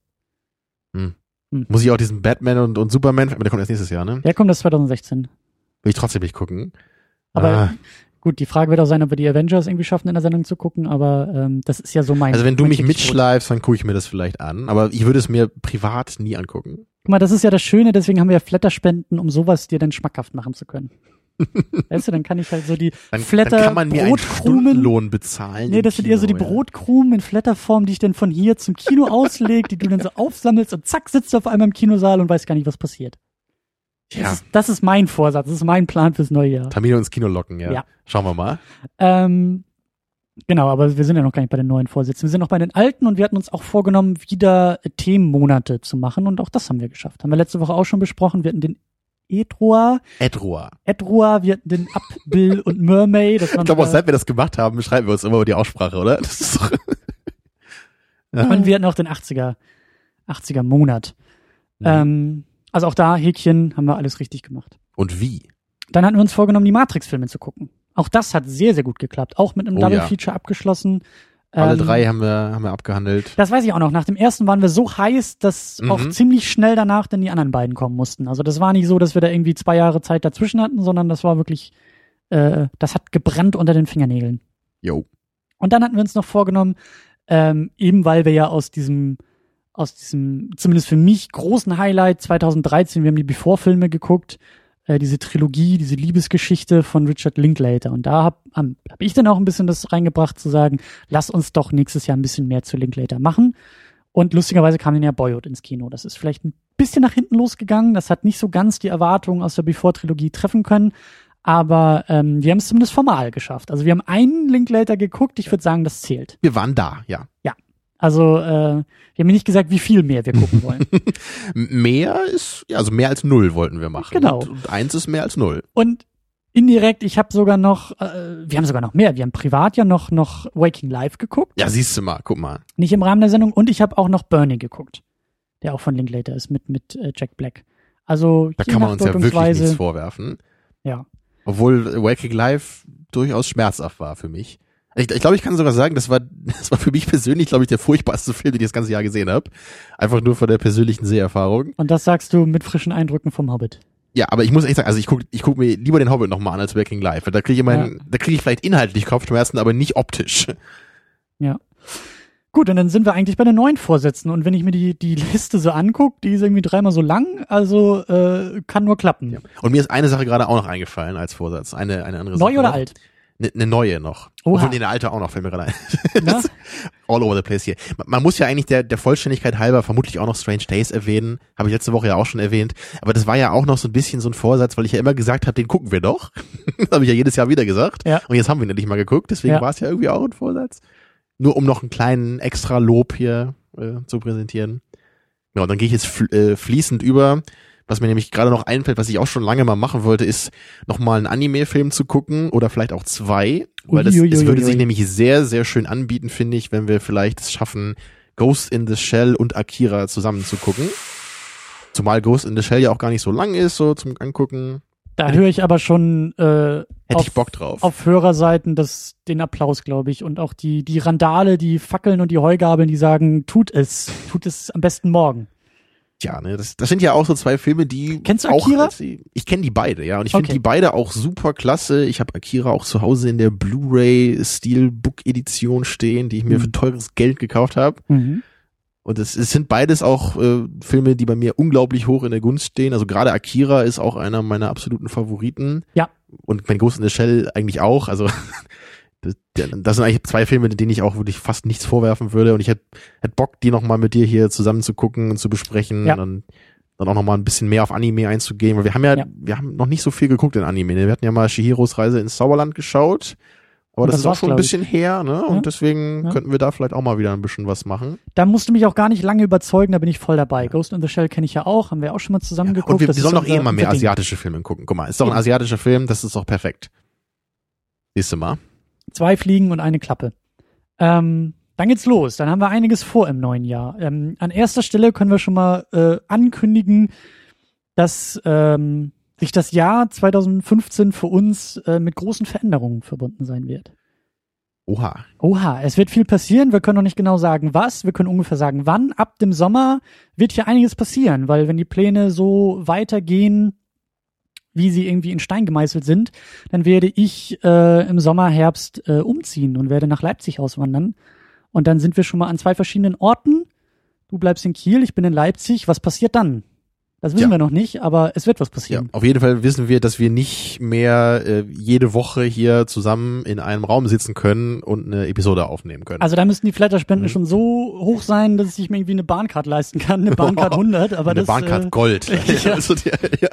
[SPEAKER 3] Muss ich auch diesen Batman und, und Superman, aber der kommt erst nächstes Jahr, ne?
[SPEAKER 2] Der kommt das zwanzig sechzehn.
[SPEAKER 3] Will ich trotzdem nicht gucken.
[SPEAKER 2] Aber
[SPEAKER 3] Ah,
[SPEAKER 2] gut, die Frage wird auch sein, ob wir die Avengers irgendwie schaffen, in der Sendung zu gucken, aber ähm, das ist ja so mein...
[SPEAKER 3] also wenn du
[SPEAKER 2] mein
[SPEAKER 3] mich
[SPEAKER 2] täglich Brot.
[SPEAKER 3] mitschleifst, dann gucke ich mir das vielleicht an. Aber ich würde es mir privat nie angucken.
[SPEAKER 2] Guck mal, das ist ja das Schöne, deswegen haben wir ja Flatterspenden, um sowas dir dann schmackhaft machen zu können. Weißt du, dann kann ich halt so die
[SPEAKER 3] Dann,
[SPEAKER 2] Flatter
[SPEAKER 3] dann kann man mir einen
[SPEAKER 2] Brotkrumen...
[SPEAKER 3] Stundenlohn bezahlen.
[SPEAKER 2] Nee,
[SPEAKER 3] im
[SPEAKER 2] das sind eher so die
[SPEAKER 3] Kino, ja.
[SPEAKER 2] Brotkrumen in Flatterform, die ich dann von hier zum Kino auslege, die du dann so aufsammelst und zack, sitzt du auf einmal im Kinosaal und weißt gar nicht, was passiert. Das,
[SPEAKER 3] Ja,
[SPEAKER 2] ist, das ist mein Vorsatz, das ist mein Plan fürs neue Jahr.
[SPEAKER 3] Tamino ins Kino locken, ja.
[SPEAKER 2] Ja.
[SPEAKER 3] Schauen wir mal.
[SPEAKER 2] Ähm, genau, aber wir sind ja noch gar nicht bei den neuen Vorsätzen. Wir sind noch bei den alten und wir hatten uns auch vorgenommen, wieder Themenmonate zu machen und auch das haben wir geschafft. Haben wir letzte Woche auch schon besprochen. Wir hatten den Edroa,
[SPEAKER 3] Edroa.
[SPEAKER 2] Edroa, wir hatten den Up, Bill und Mermaid. Das waren
[SPEAKER 3] Ich glaube, auch
[SPEAKER 2] äh,
[SPEAKER 3] seit wir das gemacht haben, schreiben wir uns immer über die Aussprache, oder? Das ist doch
[SPEAKER 2] und wir hatten auch den achtziger, achtziger Monat. Ähm, also auch da, Häkchen, haben wir alles richtig gemacht.
[SPEAKER 3] Und wie?
[SPEAKER 2] Dann hatten wir uns vorgenommen, die Matrix-Filme zu gucken. Auch das hat sehr, sehr gut geklappt. Auch mit einem
[SPEAKER 3] Oh
[SPEAKER 2] Double
[SPEAKER 3] ja.
[SPEAKER 2] Feature abgeschlossen.
[SPEAKER 3] Alle
[SPEAKER 2] Ähm,
[SPEAKER 3] drei haben wir, haben wir abgehandelt.
[SPEAKER 2] Das weiß ich auch noch. Nach dem ersten waren wir so heiß, dass
[SPEAKER 3] Mhm.
[SPEAKER 2] auch ziemlich schnell danach dann die anderen beiden kommen mussten. Also das war nicht so, dass wir da irgendwie zwei Jahre Zeit dazwischen hatten, sondern das war wirklich, äh, das hat gebrannt unter den Fingernägeln.
[SPEAKER 3] Jo.
[SPEAKER 2] Und dann hatten wir uns noch vorgenommen, ähm, eben weil wir ja aus diesem, aus diesem, zumindest für mich, großen Highlight zwanzig dreizehn, wir haben die Before-Filme geguckt, äh, diese Trilogie, diese Liebesgeschichte von Richard Linklater. Und da habe hab hab ich dann auch ein bisschen das reingebracht, zu sagen, lass uns doch nächstes Jahr ein bisschen mehr zu Linklater machen. Und lustigerweise kam dann ja Boyhood ins Kino. Das ist vielleicht ein bisschen nach hinten losgegangen. Das hat nicht so ganz die Erwartungen aus der Before-Trilogie treffen können. Aber ähm, wir haben es zumindest formal geschafft. Also wir haben einen Linklater geguckt. Ich würde sagen, das zählt.
[SPEAKER 3] Wir waren da, ja.
[SPEAKER 2] Also äh, wir haben nicht gesagt, wie viel mehr wir gucken wollen.
[SPEAKER 3] M- Mehr ist, ja, also mehr als null wollten wir machen.
[SPEAKER 2] Genau.
[SPEAKER 3] Und, und eins ist mehr als null.
[SPEAKER 2] Und indirekt, ich habe sogar noch, äh, wir haben sogar noch mehr. Wir haben privat ja noch noch Waking Life geguckt.
[SPEAKER 3] Ja, siehst du mal, guck mal.
[SPEAKER 2] Nicht im Rahmen der Sendung. Und ich habe auch noch Bernie geguckt, der auch von Linklater ist, mit mit äh, Jack Black. Also
[SPEAKER 3] Da
[SPEAKER 2] je
[SPEAKER 3] kann man
[SPEAKER 2] nach
[SPEAKER 3] uns ja wirklich
[SPEAKER 2] Deutungsweise-
[SPEAKER 3] nichts vorwerfen.
[SPEAKER 2] Ja.
[SPEAKER 3] Obwohl Waking Life durchaus schmerzhaft war für mich. Ich, ich glaube, ich kann sogar sagen, das war, das war für mich persönlich, glaube ich, der furchtbarste Film, den ich das ganze Jahr gesehen habe. Einfach nur von der persönlichen Seherfahrung.
[SPEAKER 2] Und das sagst du mit frischen Eindrücken vom Hobbit.
[SPEAKER 3] Ja, aber ich muss echt sagen, also ich guck, ich guck mir lieber den Hobbit nochmal an als Waking Life. Weil da kriege ich immer,
[SPEAKER 2] Ja.
[SPEAKER 3] da kriege ich vielleicht inhaltlich Kopfschmerzen, aber nicht optisch.
[SPEAKER 2] Ja. Gut, und dann sind wir eigentlich bei den neuen Vorsätzen. Und wenn ich mir die, die Liste so angucke, die ist irgendwie dreimal so lang, also äh, kann nur klappen.
[SPEAKER 3] Ja. Und mir ist eine Sache gerade auch noch eingefallen als Vorsatz. Eine, eine andere
[SPEAKER 2] Neu
[SPEAKER 3] Sache.
[SPEAKER 2] oder
[SPEAKER 3] noch.
[SPEAKER 2] alt?
[SPEAKER 3] Eine ne neue noch.
[SPEAKER 2] Oha.
[SPEAKER 3] Und eine alte auch noch, fällt mir gerade ein. All over the place hier. Man, man muss ja eigentlich der, der Vollständigkeit halber vermutlich auch noch Strange Days erwähnen. Habe ich letzte Woche ja auch schon erwähnt. Aber das war ja auch noch so ein bisschen so ein Vorsatz, weil ich ja immer gesagt habe, den gucken wir doch. Das habe ich ja jedes Jahr wieder gesagt.
[SPEAKER 2] Ja.
[SPEAKER 3] Und jetzt haben wir ihn endlich mal geguckt. Deswegen
[SPEAKER 2] ja.
[SPEAKER 3] war es ja irgendwie auch ein Vorsatz. Nur um noch einen kleinen extra Lob hier äh, zu präsentieren. Ja, und dann gehe ich jetzt fl- äh, fließend über. Was mir nämlich gerade noch einfällt, was ich auch schon lange mal machen wollte, ist nochmal einen Anime-Film zu gucken oder vielleicht auch zwei, weil das, es würde sich nämlich sehr, sehr schön anbieten, finde ich, wenn wir vielleicht es schaffen, Ghost in the Shell und Akira zusammen zu gucken. Zumal Ghost in the Shell ja auch gar nicht so lang ist, so zum Angucken.
[SPEAKER 2] Da höre ich aber schon äh,
[SPEAKER 3] Hätte
[SPEAKER 2] auf,
[SPEAKER 3] ich Bock drauf.
[SPEAKER 2] auf Hörerseiten das, den Applaus, glaube ich. Und auch die, die Randale, die Fackeln und die Heugabeln, die sagen, tut es, tut es am besten morgen.
[SPEAKER 3] Ja, ne, das, das sind ja auch so zwei Filme, die
[SPEAKER 2] Kennst du
[SPEAKER 3] auch,
[SPEAKER 2] Akira?
[SPEAKER 3] als sie, ich kenne die beide, ja, und ich finde
[SPEAKER 2] Okay.
[SPEAKER 3] die beide auch super klasse. Ich habe Akira auch zu Hause in der Blu-ray Steelbook Edition stehen, die ich mir
[SPEAKER 2] Mhm.
[SPEAKER 3] für teures Geld gekauft habe.
[SPEAKER 2] Mhm.
[SPEAKER 3] Und es, es sind beides auch äh, Filme, die bei mir unglaublich hoch in der Gunst stehen. Also gerade Akira ist auch einer meiner absoluten Favoriten.
[SPEAKER 2] Ja.
[SPEAKER 3] Und mein Ghost in the Shell eigentlich auch. Also das, das sind eigentlich zwei Filme, denen ich auch wirklich fast nichts vorwerfen würde. Und ich hätte hätt Bock, die nochmal mit dir hier zusammen zu gucken und zu besprechen.
[SPEAKER 2] Ja.
[SPEAKER 3] Und dann, dann auch nochmal ein bisschen mehr auf Anime einzugehen. Weil wir haben ja,
[SPEAKER 2] Ja.
[SPEAKER 3] wir haben noch nicht so viel geguckt in Anime. Wir hatten ja mal Chihiros Reise ins Zauberland geschaut. Aber
[SPEAKER 2] Und
[SPEAKER 3] das,
[SPEAKER 2] das
[SPEAKER 3] ist auch
[SPEAKER 2] war's,
[SPEAKER 3] schon ein
[SPEAKER 2] glaub ich.
[SPEAKER 3] bisschen her, ne? Und
[SPEAKER 2] Ja.
[SPEAKER 3] deswegen
[SPEAKER 2] Ja.
[SPEAKER 3] könnten wir da vielleicht auch mal wieder ein bisschen was machen.
[SPEAKER 2] Da musst du mich auch gar nicht lange überzeugen, da bin ich voll dabei. Ghost in the Shell kenne ich ja auch, haben wir auch schon mal zusammen
[SPEAKER 3] Ja,
[SPEAKER 2] geguckt.
[SPEAKER 3] und wir,
[SPEAKER 2] Das
[SPEAKER 3] wir
[SPEAKER 2] ist
[SPEAKER 3] sollen doch
[SPEAKER 2] unser-
[SPEAKER 3] eh immer mehr
[SPEAKER 2] unser Ding.
[SPEAKER 3] asiatische Filme gucken. Guck mal, ist doch ein
[SPEAKER 2] Ja.
[SPEAKER 3] asiatischer Film, das ist doch perfekt. Siehst du mal.
[SPEAKER 2] Zwei Fliegen und eine Klappe. Ähm, dann geht's los. Dann haben wir einiges vor im neuen Jahr. Ähm, an erster Stelle können wir schon mal äh, ankündigen, dass ähm, sich das Jahr zwanzig fünfzehn für uns äh, mit großen Veränderungen verbunden sein wird.
[SPEAKER 3] Oha.
[SPEAKER 2] Oha, es wird viel passieren. Wir können noch nicht genau sagen, was. Wir können ungefähr sagen, wann. Ab dem Sommer wird hier einiges passieren, weil wenn die Pläne so weitergehen, wie sie irgendwie in Stein gemeißelt sind, dann werde ich äh, im Sommer, Herbst äh, umziehen und werde nach Leipzig auswandern. Und dann sind wir schon mal an zwei verschiedenen Orten. Du bleibst in Kiel, ich bin in Leipzig. Was passiert dann? Das wissen
[SPEAKER 3] Ja.
[SPEAKER 2] wir noch nicht, aber es wird was
[SPEAKER 3] Ja,
[SPEAKER 2] passieren.
[SPEAKER 3] auf jeden Fall wissen wir, dass wir nicht mehr äh, jede Woche hier zusammen in einem Raum sitzen können und eine Episode aufnehmen können.
[SPEAKER 2] Also da müssten die Flatterspenden
[SPEAKER 3] Mhm.
[SPEAKER 2] schon so hoch sein, dass ich mir irgendwie eine Bahncard leisten kann, eine Bahncard hundert. Aber
[SPEAKER 3] eine
[SPEAKER 2] das,
[SPEAKER 3] Bahncard
[SPEAKER 2] äh,
[SPEAKER 3] Gold.
[SPEAKER 2] ja.
[SPEAKER 3] Also die, ja.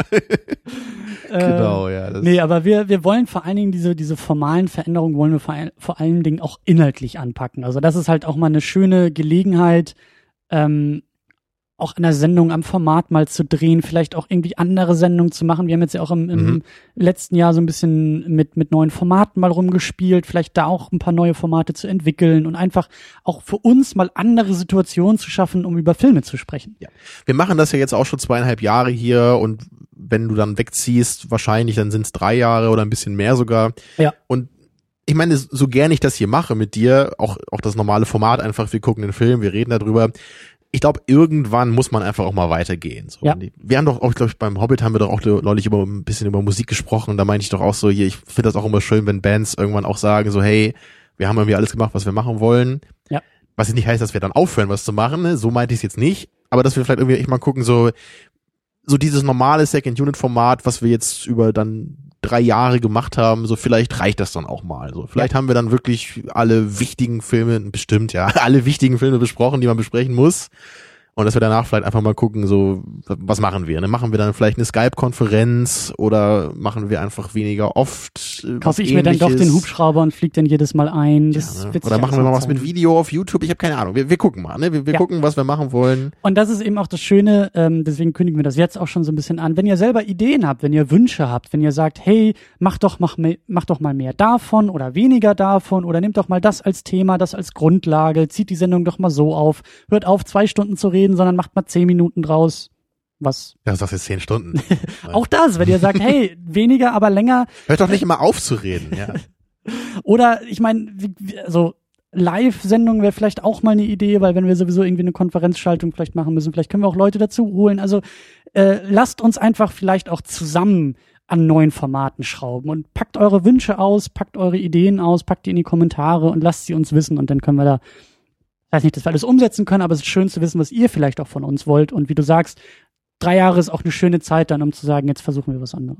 [SPEAKER 3] Genau, ja. Das
[SPEAKER 2] Nee, aber wir, wir wollen vor allen Dingen diese, diese formalen Veränderungen wollen wir vor, all- vor allen Dingen auch inhaltlich anpacken. Also das ist halt auch mal eine schöne Gelegenheit, ähm, auch in der Sendung am Format mal zu drehen, vielleicht auch irgendwie andere Sendungen zu machen. Wir haben jetzt ja auch im, im
[SPEAKER 3] Mhm.
[SPEAKER 2] letzten Jahr so ein bisschen mit, mit neuen Formaten mal rumgespielt, vielleicht da auch ein paar neue Formate zu entwickeln und einfach auch für uns mal andere Situationen zu schaffen, um über Filme zu sprechen.
[SPEAKER 3] Wir machen das ja jetzt auch schon zweieinhalb Jahre hier und wenn du dann wegziehst, wahrscheinlich, dann sind es drei Jahre oder ein bisschen mehr sogar.
[SPEAKER 2] Ja.
[SPEAKER 3] Und ich meine, so gern ich das hier mache mit dir, auch, auch das normale Format einfach, wir gucken den Film, wir reden darüber. Ich glaube, irgendwann muss man einfach auch mal weitergehen. So.
[SPEAKER 2] Ja.
[SPEAKER 3] Und wir haben doch auch, ich glaube, beim Hobbit haben wir doch auch neulich über ein bisschen über Musik gesprochen und da meinte ich doch auch so, hier, ich finde das auch immer schön, wenn Bands irgendwann auch sagen, so, hey, wir haben irgendwie alles gemacht, was wir machen wollen.
[SPEAKER 2] Ja.
[SPEAKER 3] Was jetzt nicht heißt, dass wir dann aufhören, was zu machen, ne? So meinte ich es jetzt nicht. Aber dass wir vielleicht irgendwie echt mal gucken, so, so dieses normale Second-Unit-Format, was wir jetzt über dann drei Jahre gemacht haben, so vielleicht reicht das dann auch mal. So vielleicht haben wir dann wirklich alle wichtigen Filme, bestimmt ja, alle wichtigen Filme besprochen, die man besprechen muss. Und dass wir danach vielleicht einfach mal gucken, so, was machen wir? Ne? Machen wir dann vielleicht eine Skype-Konferenz oder machen wir einfach weniger oft? Äh,
[SPEAKER 2] Kaufe ich mir dann doch den Hubschrauber und fliege dann jedes Mal ein. Das
[SPEAKER 3] ja, ne?
[SPEAKER 2] wird sich
[SPEAKER 3] Oder machen
[SPEAKER 2] alles
[SPEAKER 3] wir mal
[SPEAKER 2] noch
[SPEAKER 3] was mit
[SPEAKER 2] zeigen.
[SPEAKER 3] Video auf YouTube? Ich habe keine Ahnung. Wir, wir gucken mal. Ne? Wir, wir
[SPEAKER 2] Ja.
[SPEAKER 3] gucken, was wir machen wollen.
[SPEAKER 2] Und das ist eben auch das Schöne, ähm, deswegen kündigen wir das jetzt auch schon so ein bisschen an. Wenn ihr selber Ideen habt, wenn ihr Wünsche habt, wenn ihr sagt, hey, mach doch, mach, me- mach doch mal mehr davon oder weniger davon oder nehmt doch mal das als Thema, das als Grundlage, zieht die Sendung doch mal so auf, hört auf, zwei Stunden zu reden, sondern macht mal zehn Minuten draus. Was?
[SPEAKER 3] Ja, das ist jetzt zehn Stunden.
[SPEAKER 2] Auch das, wenn ihr sagt, hey, weniger, aber länger.
[SPEAKER 3] Hört doch nicht immer auf zu reden. Ja.
[SPEAKER 2] Oder ich meine, also Live-Sendung wäre vielleicht auch mal eine Idee, weil wenn wir sowieso irgendwie eine Konferenzschaltung vielleicht machen müssen, vielleicht können wir auch Leute dazu holen. Also äh, lasst uns einfach vielleicht auch zusammen an neuen Formaten schrauben und packt eure Wünsche aus, packt eure Ideen aus, packt die in die Kommentare und lasst sie uns wissen und dann können wir da, ich weiß nicht, dass wir alles umsetzen können, aber es ist schön zu wissen, was ihr vielleicht auch von uns wollt und wie du sagst, drei Jahre ist auch eine schöne Zeit dann, um zu sagen, jetzt versuchen wir was anderes.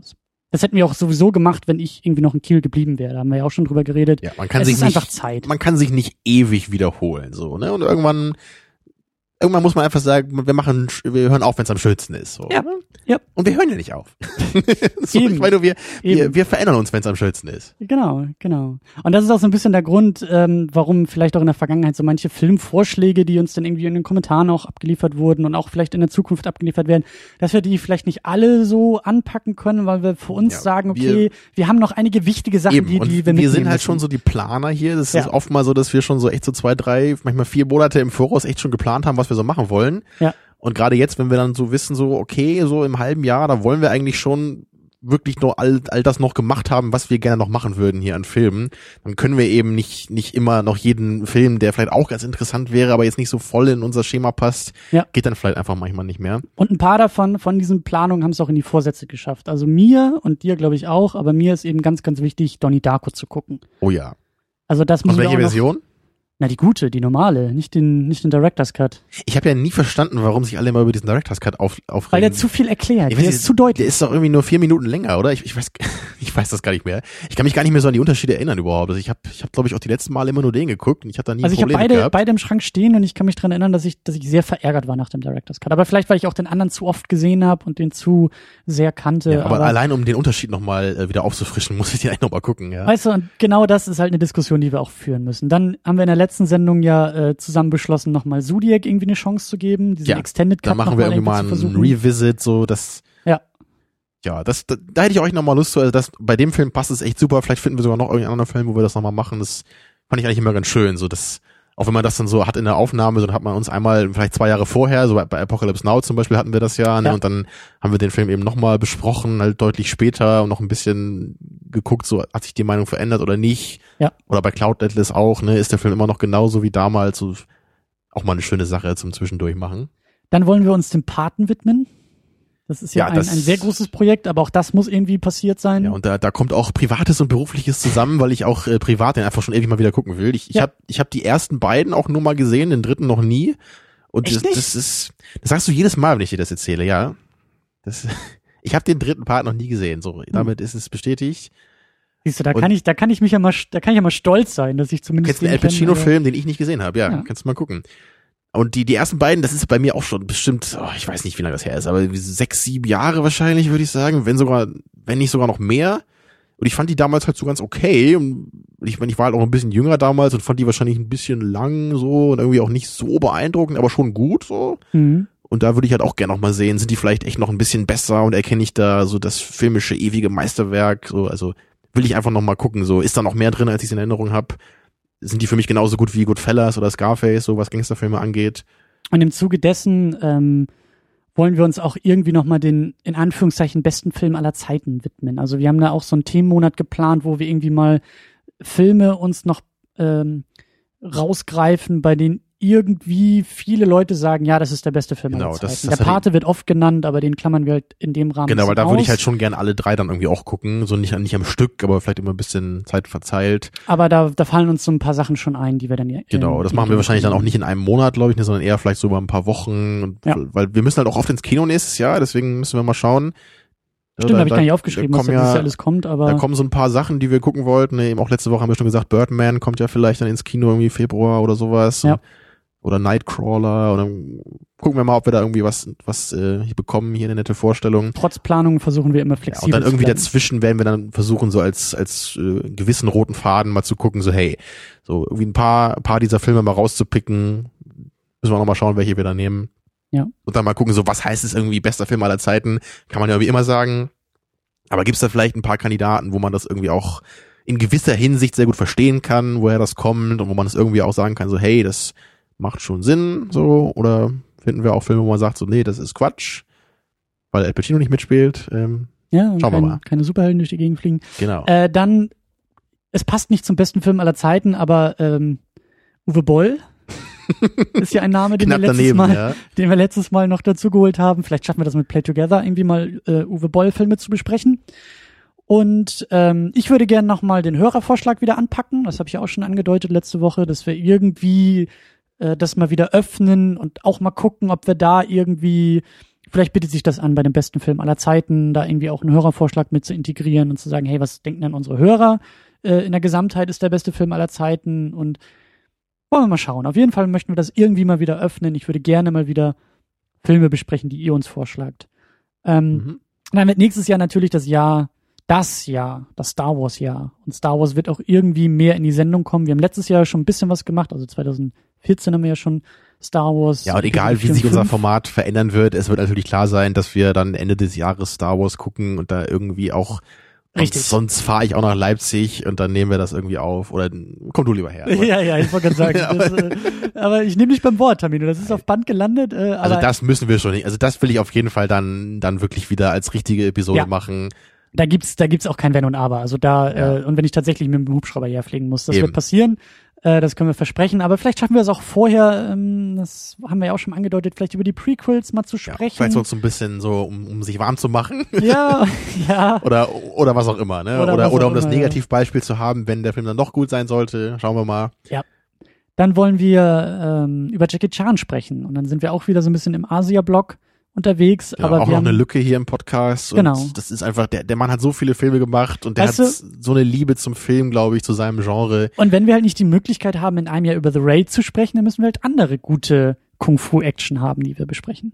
[SPEAKER 2] Das hätten wir auch sowieso gemacht, wenn ich irgendwie noch in Kiel geblieben wäre. Da haben wir ja auch schon drüber geredet.
[SPEAKER 3] Ja, man kann
[SPEAKER 2] es
[SPEAKER 3] sich
[SPEAKER 2] ist
[SPEAKER 3] nicht,
[SPEAKER 2] einfach Zeit.
[SPEAKER 3] Man kann sich nicht ewig wiederholen, so, ne? Und irgendwann, irgendwann muss man einfach sagen, wir machen, wir hören auf, wenn es am schönsten ist, so.
[SPEAKER 2] Ja, ja.
[SPEAKER 3] Und wir hören ja nicht auf. so,
[SPEAKER 2] Eben.
[SPEAKER 3] Ich meine, wir, wir,
[SPEAKER 2] Eben.
[SPEAKER 3] wir verändern uns, wenn es am schönsten ist.
[SPEAKER 2] Genau, genau. Und das ist auch so ein bisschen der Grund, ähm, warum vielleicht auch in der Vergangenheit so manche Filmvorschläge, die uns dann irgendwie in den Kommentaren auch abgeliefert wurden und auch vielleicht in der Zukunft abgeliefert werden, dass wir die vielleicht nicht alle so anpacken können, weil wir für uns
[SPEAKER 3] Ja,
[SPEAKER 2] sagen, okay,
[SPEAKER 3] wir,
[SPEAKER 2] wir haben noch einige wichtige Sachen,
[SPEAKER 3] Eben.
[SPEAKER 2] die,
[SPEAKER 3] Und
[SPEAKER 2] die wir
[SPEAKER 3] wir
[SPEAKER 2] mitnehmen
[SPEAKER 3] sind halt
[SPEAKER 2] müssen.
[SPEAKER 3] schon so die Planer hier. Das
[SPEAKER 2] Ja.
[SPEAKER 3] ist oft mal so, dass wir schon so echt so zwei, drei, manchmal vier Monate im Voraus echt schon geplant haben, was wir so machen wollen.
[SPEAKER 2] Ja.
[SPEAKER 3] Und gerade jetzt, wenn wir dann so wissen, so, okay, so im halben Jahr, da wollen wir eigentlich schon wirklich nur all, all das noch gemacht haben, was wir gerne noch machen würden hier an Filmen, dann können wir eben nicht, nicht immer noch jeden Film, der vielleicht auch ganz interessant wäre, aber jetzt nicht so voll in unser Schema passt,
[SPEAKER 2] Ja.
[SPEAKER 3] geht dann vielleicht einfach manchmal nicht mehr.
[SPEAKER 2] Und ein paar davon, von diesen Planungen, haben es auch in die Vorsätze geschafft. Also mir und dir, glaube ich, auch, aber mir ist eben ganz, ganz wichtig, Donnie Darko zu gucken.
[SPEAKER 3] Oh ja.
[SPEAKER 2] Also das
[SPEAKER 3] Aus
[SPEAKER 2] müssen wir
[SPEAKER 3] welcher
[SPEAKER 2] auch noch,
[SPEAKER 3] Version?
[SPEAKER 2] Na, die gute, die normale, nicht den, nicht den Director's Cut.
[SPEAKER 3] Ich habe ja nie verstanden, warum sich alle immer über diesen Director's Cut auf, aufregen.
[SPEAKER 2] Weil der zu viel erklärt,
[SPEAKER 3] Ich
[SPEAKER 2] der
[SPEAKER 3] weiß
[SPEAKER 2] ist
[SPEAKER 3] nicht,
[SPEAKER 2] zu deutlich.
[SPEAKER 3] Der ist doch irgendwie nur vier Minuten länger, oder? Ich, ich weiß, ich weiß das gar nicht mehr. Ich kann mich gar nicht mehr so an die Unterschiede erinnern überhaupt. Also ich habe, ich habe, glaube ich, auch die letzten Mal immer nur den geguckt und ich habe da nie
[SPEAKER 2] Also
[SPEAKER 3] ein
[SPEAKER 2] ich habe
[SPEAKER 3] Problem
[SPEAKER 2] beide,
[SPEAKER 3] gehabt.
[SPEAKER 2] beide im Schrank stehen und ich kann mich dran erinnern, dass ich, dass ich sehr verärgert war nach dem Director's Cut. Aber vielleicht, weil ich auch den anderen zu oft gesehen habe und den zu sehr kannte.
[SPEAKER 3] Ja, aber,
[SPEAKER 2] aber
[SPEAKER 3] allein um den Unterschied nochmal äh, wieder aufzufrischen, muss ich den eigentlich nochmal gucken, ja.
[SPEAKER 2] Weißt du, und genau das ist halt eine Diskussion, die wir auch führen müssen. Dann haben wir in der letzten Sendung ja äh, zusammen beschlossen, nochmal Zodiac irgendwie eine Chance zu geben, diesen
[SPEAKER 3] Ja,
[SPEAKER 2] Extended Cut
[SPEAKER 3] Dann machen
[SPEAKER 2] noch
[SPEAKER 3] wir
[SPEAKER 2] mal
[SPEAKER 3] irgendwie mal
[SPEAKER 2] irgendwie zu
[SPEAKER 3] ein
[SPEAKER 2] versuchen.
[SPEAKER 3] Revisit, so das.
[SPEAKER 2] Ja.
[SPEAKER 3] Ja, das, da, da hätte ich euch nochmal Lust zu. Also das, bei dem Film passt es echt super. Vielleicht finden wir sogar noch irgendeinen anderen Film, wo wir das nochmal machen. Das fand ich eigentlich immer ganz schön. So das, auch wenn man das dann so hat in der Aufnahme, so dann hat man uns einmal vielleicht zwei Jahre vorher, so bei, bei Apocalypse Now zum Beispiel hatten wir das ja, ne?
[SPEAKER 2] Ja.
[SPEAKER 3] Und dann haben wir den Film eben nochmal besprochen, halt deutlich später und noch ein bisschen geguckt, so hat sich die Meinung verändert oder nicht.
[SPEAKER 2] Ja.
[SPEAKER 3] Oder bei Cloud Atlas auch, ne? Ist der Film immer noch genauso wie damals? So, auch mal eine schöne Sache zum Zwischendurch machen.
[SPEAKER 2] Dann wollen wir uns dem Paten widmen. Das ist ja,
[SPEAKER 3] Ja,
[SPEAKER 2] ein,
[SPEAKER 3] das-
[SPEAKER 2] ein sehr großes Projekt, aber auch das muss irgendwie passiert sein.
[SPEAKER 3] Ja, und da, da kommt auch Privates und Berufliches zusammen, weil ich auch äh, privat den einfach schon ewig mal wieder gucken will. Ich, ich
[SPEAKER 2] Ja.
[SPEAKER 3] habe ich hab die ersten beiden auch nur mal gesehen, den dritten noch nie. Und
[SPEAKER 2] Echt
[SPEAKER 3] das,
[SPEAKER 2] nicht?
[SPEAKER 3] das ist, das sagst du jedes Mal, wenn ich dir das erzähle, ja. Das, ich habe den dritten Part noch nie gesehen. So, damit ist es bestätigt.
[SPEAKER 2] Siehst du, da
[SPEAKER 3] Und-
[SPEAKER 2] kann ich, da kann ich mich ja mal, da kann ich ja mal stolz sein, dass ich
[SPEAKER 3] Du
[SPEAKER 2] zumindest
[SPEAKER 3] kennst einen Al
[SPEAKER 2] den kenne, aber-
[SPEAKER 3] Pacino-Film, den ich nicht gesehen habe, ja,
[SPEAKER 2] Ja.
[SPEAKER 3] kannst du mal gucken. Und die, die ersten beiden, das ist bei mir auch schon bestimmt, oh, ich weiß nicht, wie lange das her ist, aber sechs, sieben Jahre wahrscheinlich, würde ich sagen, wenn sogar, wenn nicht sogar noch mehr. Und ich fand die damals halt so ganz okay. Und ich meine, ich war halt auch ein bisschen jünger damals und fand die wahrscheinlich ein bisschen lang so und irgendwie auch nicht so beeindruckend, aber schon gut so.
[SPEAKER 2] Mhm.
[SPEAKER 3] Und da würde ich halt auch gerne noch mal sehen, sind die vielleicht echt noch ein bisschen besser und erkenne ich da so das filmische, ewige Meisterwerk, so, also will ich einfach noch mal gucken, so, ist da noch mehr drin, als ich es in Erinnerung habe? Sind die für mich genauso gut wie Goodfellas oder Scarface, so was Gangsterfilme angeht?
[SPEAKER 2] Und im Zuge dessen ähm, wollen wir uns auch irgendwie nochmal den, in Anführungszeichen, besten Film aller Zeiten widmen. Also wir haben da auch so einen Themenmonat geplant, wo wir irgendwie mal Filme uns noch ähm, rausgreifen, bei denen irgendwie viele Leute sagen, ja, das ist der beste Film
[SPEAKER 3] Genau,
[SPEAKER 2] aller
[SPEAKER 3] das-
[SPEAKER 2] Zeiten.
[SPEAKER 3] das
[SPEAKER 2] der
[SPEAKER 3] hatte
[SPEAKER 2] Pate wird oft genannt, aber den klammern wir halt in dem Rahmen
[SPEAKER 3] Genau, weil da
[SPEAKER 2] aus.
[SPEAKER 3] würde ich halt schon gern alle drei dann irgendwie auch gucken, so nicht, nicht am Stück, aber vielleicht immer ein bisschen Zeit verzeilt.
[SPEAKER 2] Aber da, da fallen uns so ein paar Sachen schon ein, die wir dann...
[SPEAKER 3] Genau, das machen wir wahrscheinlich dann auch nicht in einem Monat, glaube ich, ne, sondern eher vielleicht so über ein paar Wochen, und,
[SPEAKER 2] Ja.
[SPEAKER 3] weil wir müssen halt auch oft ins Kino nächstes Jahr, deswegen müssen wir mal schauen.
[SPEAKER 2] Stimmt,
[SPEAKER 3] da,
[SPEAKER 2] habe ich
[SPEAKER 3] da,
[SPEAKER 2] gar nicht aufgeschrieben,
[SPEAKER 3] da
[SPEAKER 2] was da
[SPEAKER 3] kommen
[SPEAKER 2] dieses
[SPEAKER 3] ja,
[SPEAKER 2] Jahr alles kommt, aber...
[SPEAKER 3] Da kommen so ein paar Sachen, die wir gucken wollten. Ne, eben auch letzte Woche haben wir schon gesagt, Birdman kommt ja vielleicht dann ins Kino irgendwie Februar oder sowas.
[SPEAKER 2] Ja.
[SPEAKER 3] Oder Nightcrawler. Und dann gucken wir mal, ob wir da irgendwie was, was äh, hier bekommen, hier eine nette Vorstellung.
[SPEAKER 2] Trotz Planung versuchen wir immer
[SPEAKER 3] Ja,
[SPEAKER 2] flexibel
[SPEAKER 3] und dann irgendwie
[SPEAKER 2] zu bleiben.
[SPEAKER 3] dazwischen werden wir dann versuchen, so als als äh, gewissen roten Faden mal zu gucken, so hey, so irgendwie ein paar ein paar dieser Filme mal rauszupicken. Müssen wir noch mal schauen, welche wir da nehmen.
[SPEAKER 2] Ja.
[SPEAKER 3] Und dann mal gucken, so was heißt es irgendwie bester Film aller Zeiten? Kann man ja wie immer sagen. Aber gibt's da vielleicht ein paar Kandidaten, wo man das irgendwie auch in gewisser Hinsicht sehr gut verstehen kann, woher das kommt und wo man das irgendwie auch sagen kann, so hey, das macht schon Sinn, so, oder finden wir auch Filme, wo man sagt, so nee, das ist Quatsch, weil Al Pacino nicht mitspielt. Ähm,
[SPEAKER 2] Ja, und
[SPEAKER 3] Schauen wir
[SPEAKER 2] kein,
[SPEAKER 3] mal.
[SPEAKER 2] keine Superhelden durch die Gegend fliegen.
[SPEAKER 3] genau.
[SPEAKER 2] Äh, dann, es passt nicht zum besten Film aller Zeiten, aber ähm, Uwe Boll ist ja ein Name, den wir,
[SPEAKER 3] Knapp
[SPEAKER 2] letztes
[SPEAKER 3] daneben,
[SPEAKER 2] Mal,
[SPEAKER 3] ja.
[SPEAKER 2] den wir letztes Mal noch dazu geholt haben. Vielleicht schaffen wir das mit Play Together, irgendwie mal äh, Uwe Boll-Filme zu besprechen. Und ähm, ich würde gerne nochmal den Hörervorschlag wieder anpacken. Das habe ich ja auch schon angedeutet letzte Woche, dass wir irgendwie äh, das mal wieder öffnen und auch mal gucken, ob wir da irgendwie vielleicht bietet sich das an, bei dem besten Film aller Zeiten, da irgendwie auch einen Hörervorschlag mit zu integrieren und zu sagen, hey, was denken denn unsere Hörer? Äh, in der Gesamtheit ist der beste Film aller Zeiten und wollen wir mal schauen. Auf jeden Fall möchten wir das irgendwie mal wieder öffnen. Ich würde gerne mal wieder Filme besprechen, die ihr uns vorschlagt. Ähm,
[SPEAKER 3] Mhm.
[SPEAKER 2] Dann wird nächstes Jahr natürlich das Jahr, das Jahr, das Star Wars Jahr. Und Star Wars wird auch irgendwie mehr in die Sendung kommen. Wir haben letztes Jahr schon ein bisschen was gemacht, also zwanzig vierzehn haben wir ja schon Star Wars.
[SPEAKER 3] Ja, und egal wie sich unser Format verändern wird, es wird natürlich klar sein, dass wir dann Ende des Jahres Star Wars gucken und da irgendwie auch
[SPEAKER 2] Richtig.
[SPEAKER 3] Sonst, sonst fahre ich auch nach Leipzig und dann nehmen wir das irgendwie auf. Oder komm du lieber her. Aber,
[SPEAKER 2] Ja, ja, ich wollte gerade sagen. Das, äh, aber ich nehme dich beim Wort, Tamino. Das ist auf Band gelandet. Äh, aber
[SPEAKER 3] also das müssen wir schon nicht. Also das will ich auf jeden Fall dann dann wirklich wieder als richtige Episode
[SPEAKER 2] Ja.
[SPEAKER 3] machen.
[SPEAKER 2] Da gibt's, da gibt's auch kein Wenn und Aber. Also da,
[SPEAKER 3] Ja.
[SPEAKER 2] äh, und wenn ich tatsächlich mit dem Hubschrauber herfliegen muss, das
[SPEAKER 3] Eben.
[SPEAKER 2] wird passieren. Äh, das können wir versprechen. Aber vielleicht schaffen wir es auch vorher, ähm, das haben wir ja auch schon angedeutet, vielleicht über die Prequels mal zu
[SPEAKER 3] Ja,
[SPEAKER 2] sprechen.
[SPEAKER 3] vielleicht so, so ein bisschen so, um, um sich warm zu machen.
[SPEAKER 2] Ja, ja.
[SPEAKER 3] Oder oder was auch immer, ne?
[SPEAKER 2] Oder
[SPEAKER 3] Oder
[SPEAKER 2] was
[SPEAKER 3] oder,
[SPEAKER 2] auch
[SPEAKER 3] um das
[SPEAKER 2] immer, ja.
[SPEAKER 3] Negativbeispiel zu haben, wenn der Film dann doch gut sein sollte. Schauen wir mal.
[SPEAKER 2] Dann wollen wir ähm, über Jackie Chan sprechen. Und dann sind wir auch wieder so ein bisschen im Asia-Block unterwegs.
[SPEAKER 3] Ja,
[SPEAKER 2] aber
[SPEAKER 3] auch
[SPEAKER 2] wir
[SPEAKER 3] noch
[SPEAKER 2] haben,
[SPEAKER 3] eine Lücke hier im Podcast.
[SPEAKER 2] Genau.
[SPEAKER 3] Und das ist einfach, der, der Mann hat so viele Filme gemacht und der
[SPEAKER 2] Weißt
[SPEAKER 3] hat
[SPEAKER 2] du-
[SPEAKER 3] so eine Liebe zum Film, glaube ich, zu seinem Genre.
[SPEAKER 2] Und wenn wir halt nicht die Möglichkeit haben, in einem Jahr über The Raid zu sprechen, dann müssen wir halt andere gute Kung-Fu-Action haben, die wir besprechen.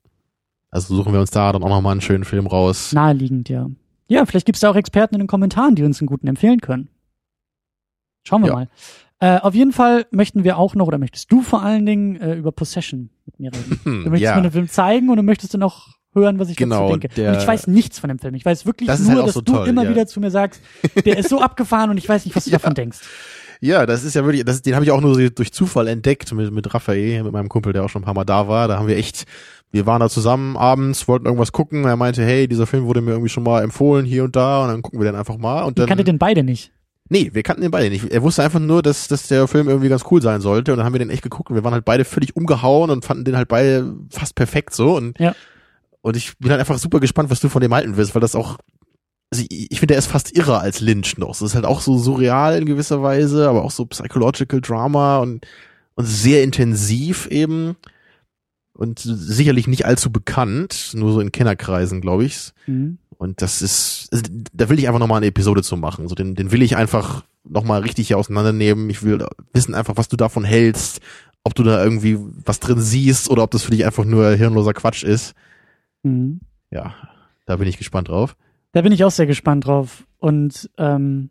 [SPEAKER 3] Also suchen wir uns da dann auch nochmal einen schönen Film raus.
[SPEAKER 2] Naheliegend, ja. Ja, vielleicht gibt's da auch Experten in den Kommentaren, die uns einen guten empfehlen können. Schauen wir
[SPEAKER 3] Ja.
[SPEAKER 2] mal. Äh, auf jeden Fall möchten wir auch noch, oder möchtest du vor allen Dingen äh, über Possession mit mir reden.
[SPEAKER 3] Hm,
[SPEAKER 2] Du möchtest
[SPEAKER 3] ja.
[SPEAKER 2] mir den Film zeigen und du möchtest dann auch hören, was ich
[SPEAKER 3] Genau,
[SPEAKER 2] dazu denke.
[SPEAKER 3] der-
[SPEAKER 2] Und ich weiß nichts von dem Film. Ich weiß wirklich
[SPEAKER 3] Das ist
[SPEAKER 2] nur,
[SPEAKER 3] halt auch
[SPEAKER 2] dass
[SPEAKER 3] so
[SPEAKER 2] du
[SPEAKER 3] toll,
[SPEAKER 2] immer
[SPEAKER 3] ja.
[SPEAKER 2] wieder zu mir sagst, der ist so abgefahren und ich weiß nicht, was du
[SPEAKER 3] Ja.
[SPEAKER 2] davon denkst.
[SPEAKER 3] Ja, das ist ja wirklich, das, den habe ich auch nur so durch Zufall entdeckt mit, mit Raphael, mit meinem Kumpel, der auch schon ein paar Mal da war. Da haben wir echt, wir waren da zusammen abends, wollten irgendwas gucken. Er meinte, hey, dieser Film wurde mir irgendwie schon mal empfohlen hier und da und dann gucken wir den einfach mal. Und
[SPEAKER 2] Ich
[SPEAKER 3] dann,
[SPEAKER 2] kannte den beide nicht.
[SPEAKER 3] nee, wir kannten den beide nicht. Er wusste einfach nur, dass, dass der Film irgendwie ganz cool sein sollte und dann haben wir den echt geguckt und wir waren halt beide völlig umgehauen und fanden den halt beide fast perfekt so und,
[SPEAKER 2] Ja.
[SPEAKER 3] und ich bin halt einfach super gespannt, was du von dem halten wirst, weil das auch, also ich, ich finde, er ist fast irrer als Lynch noch. Es ist halt auch so surreal in gewisser Weise, aber auch so psychological Drama und, und sehr intensiv eben und sicherlich nicht allzu bekannt, nur so in Kennerkreisen, glaube ich.
[SPEAKER 2] Mhm.
[SPEAKER 3] Und das ist, also, da will ich einfach nochmal eine Episode zu machen. So, den, den will ich einfach nochmal richtig hier auseinandernehmen. Ich will wissen einfach, was du davon hältst, ob du da irgendwie was drin siehst oder ob das für dich einfach nur hirnloser Quatsch ist.
[SPEAKER 2] Mhm.
[SPEAKER 3] Ja, da bin ich gespannt drauf.
[SPEAKER 2] Da bin ich auch sehr gespannt drauf. Und ähm,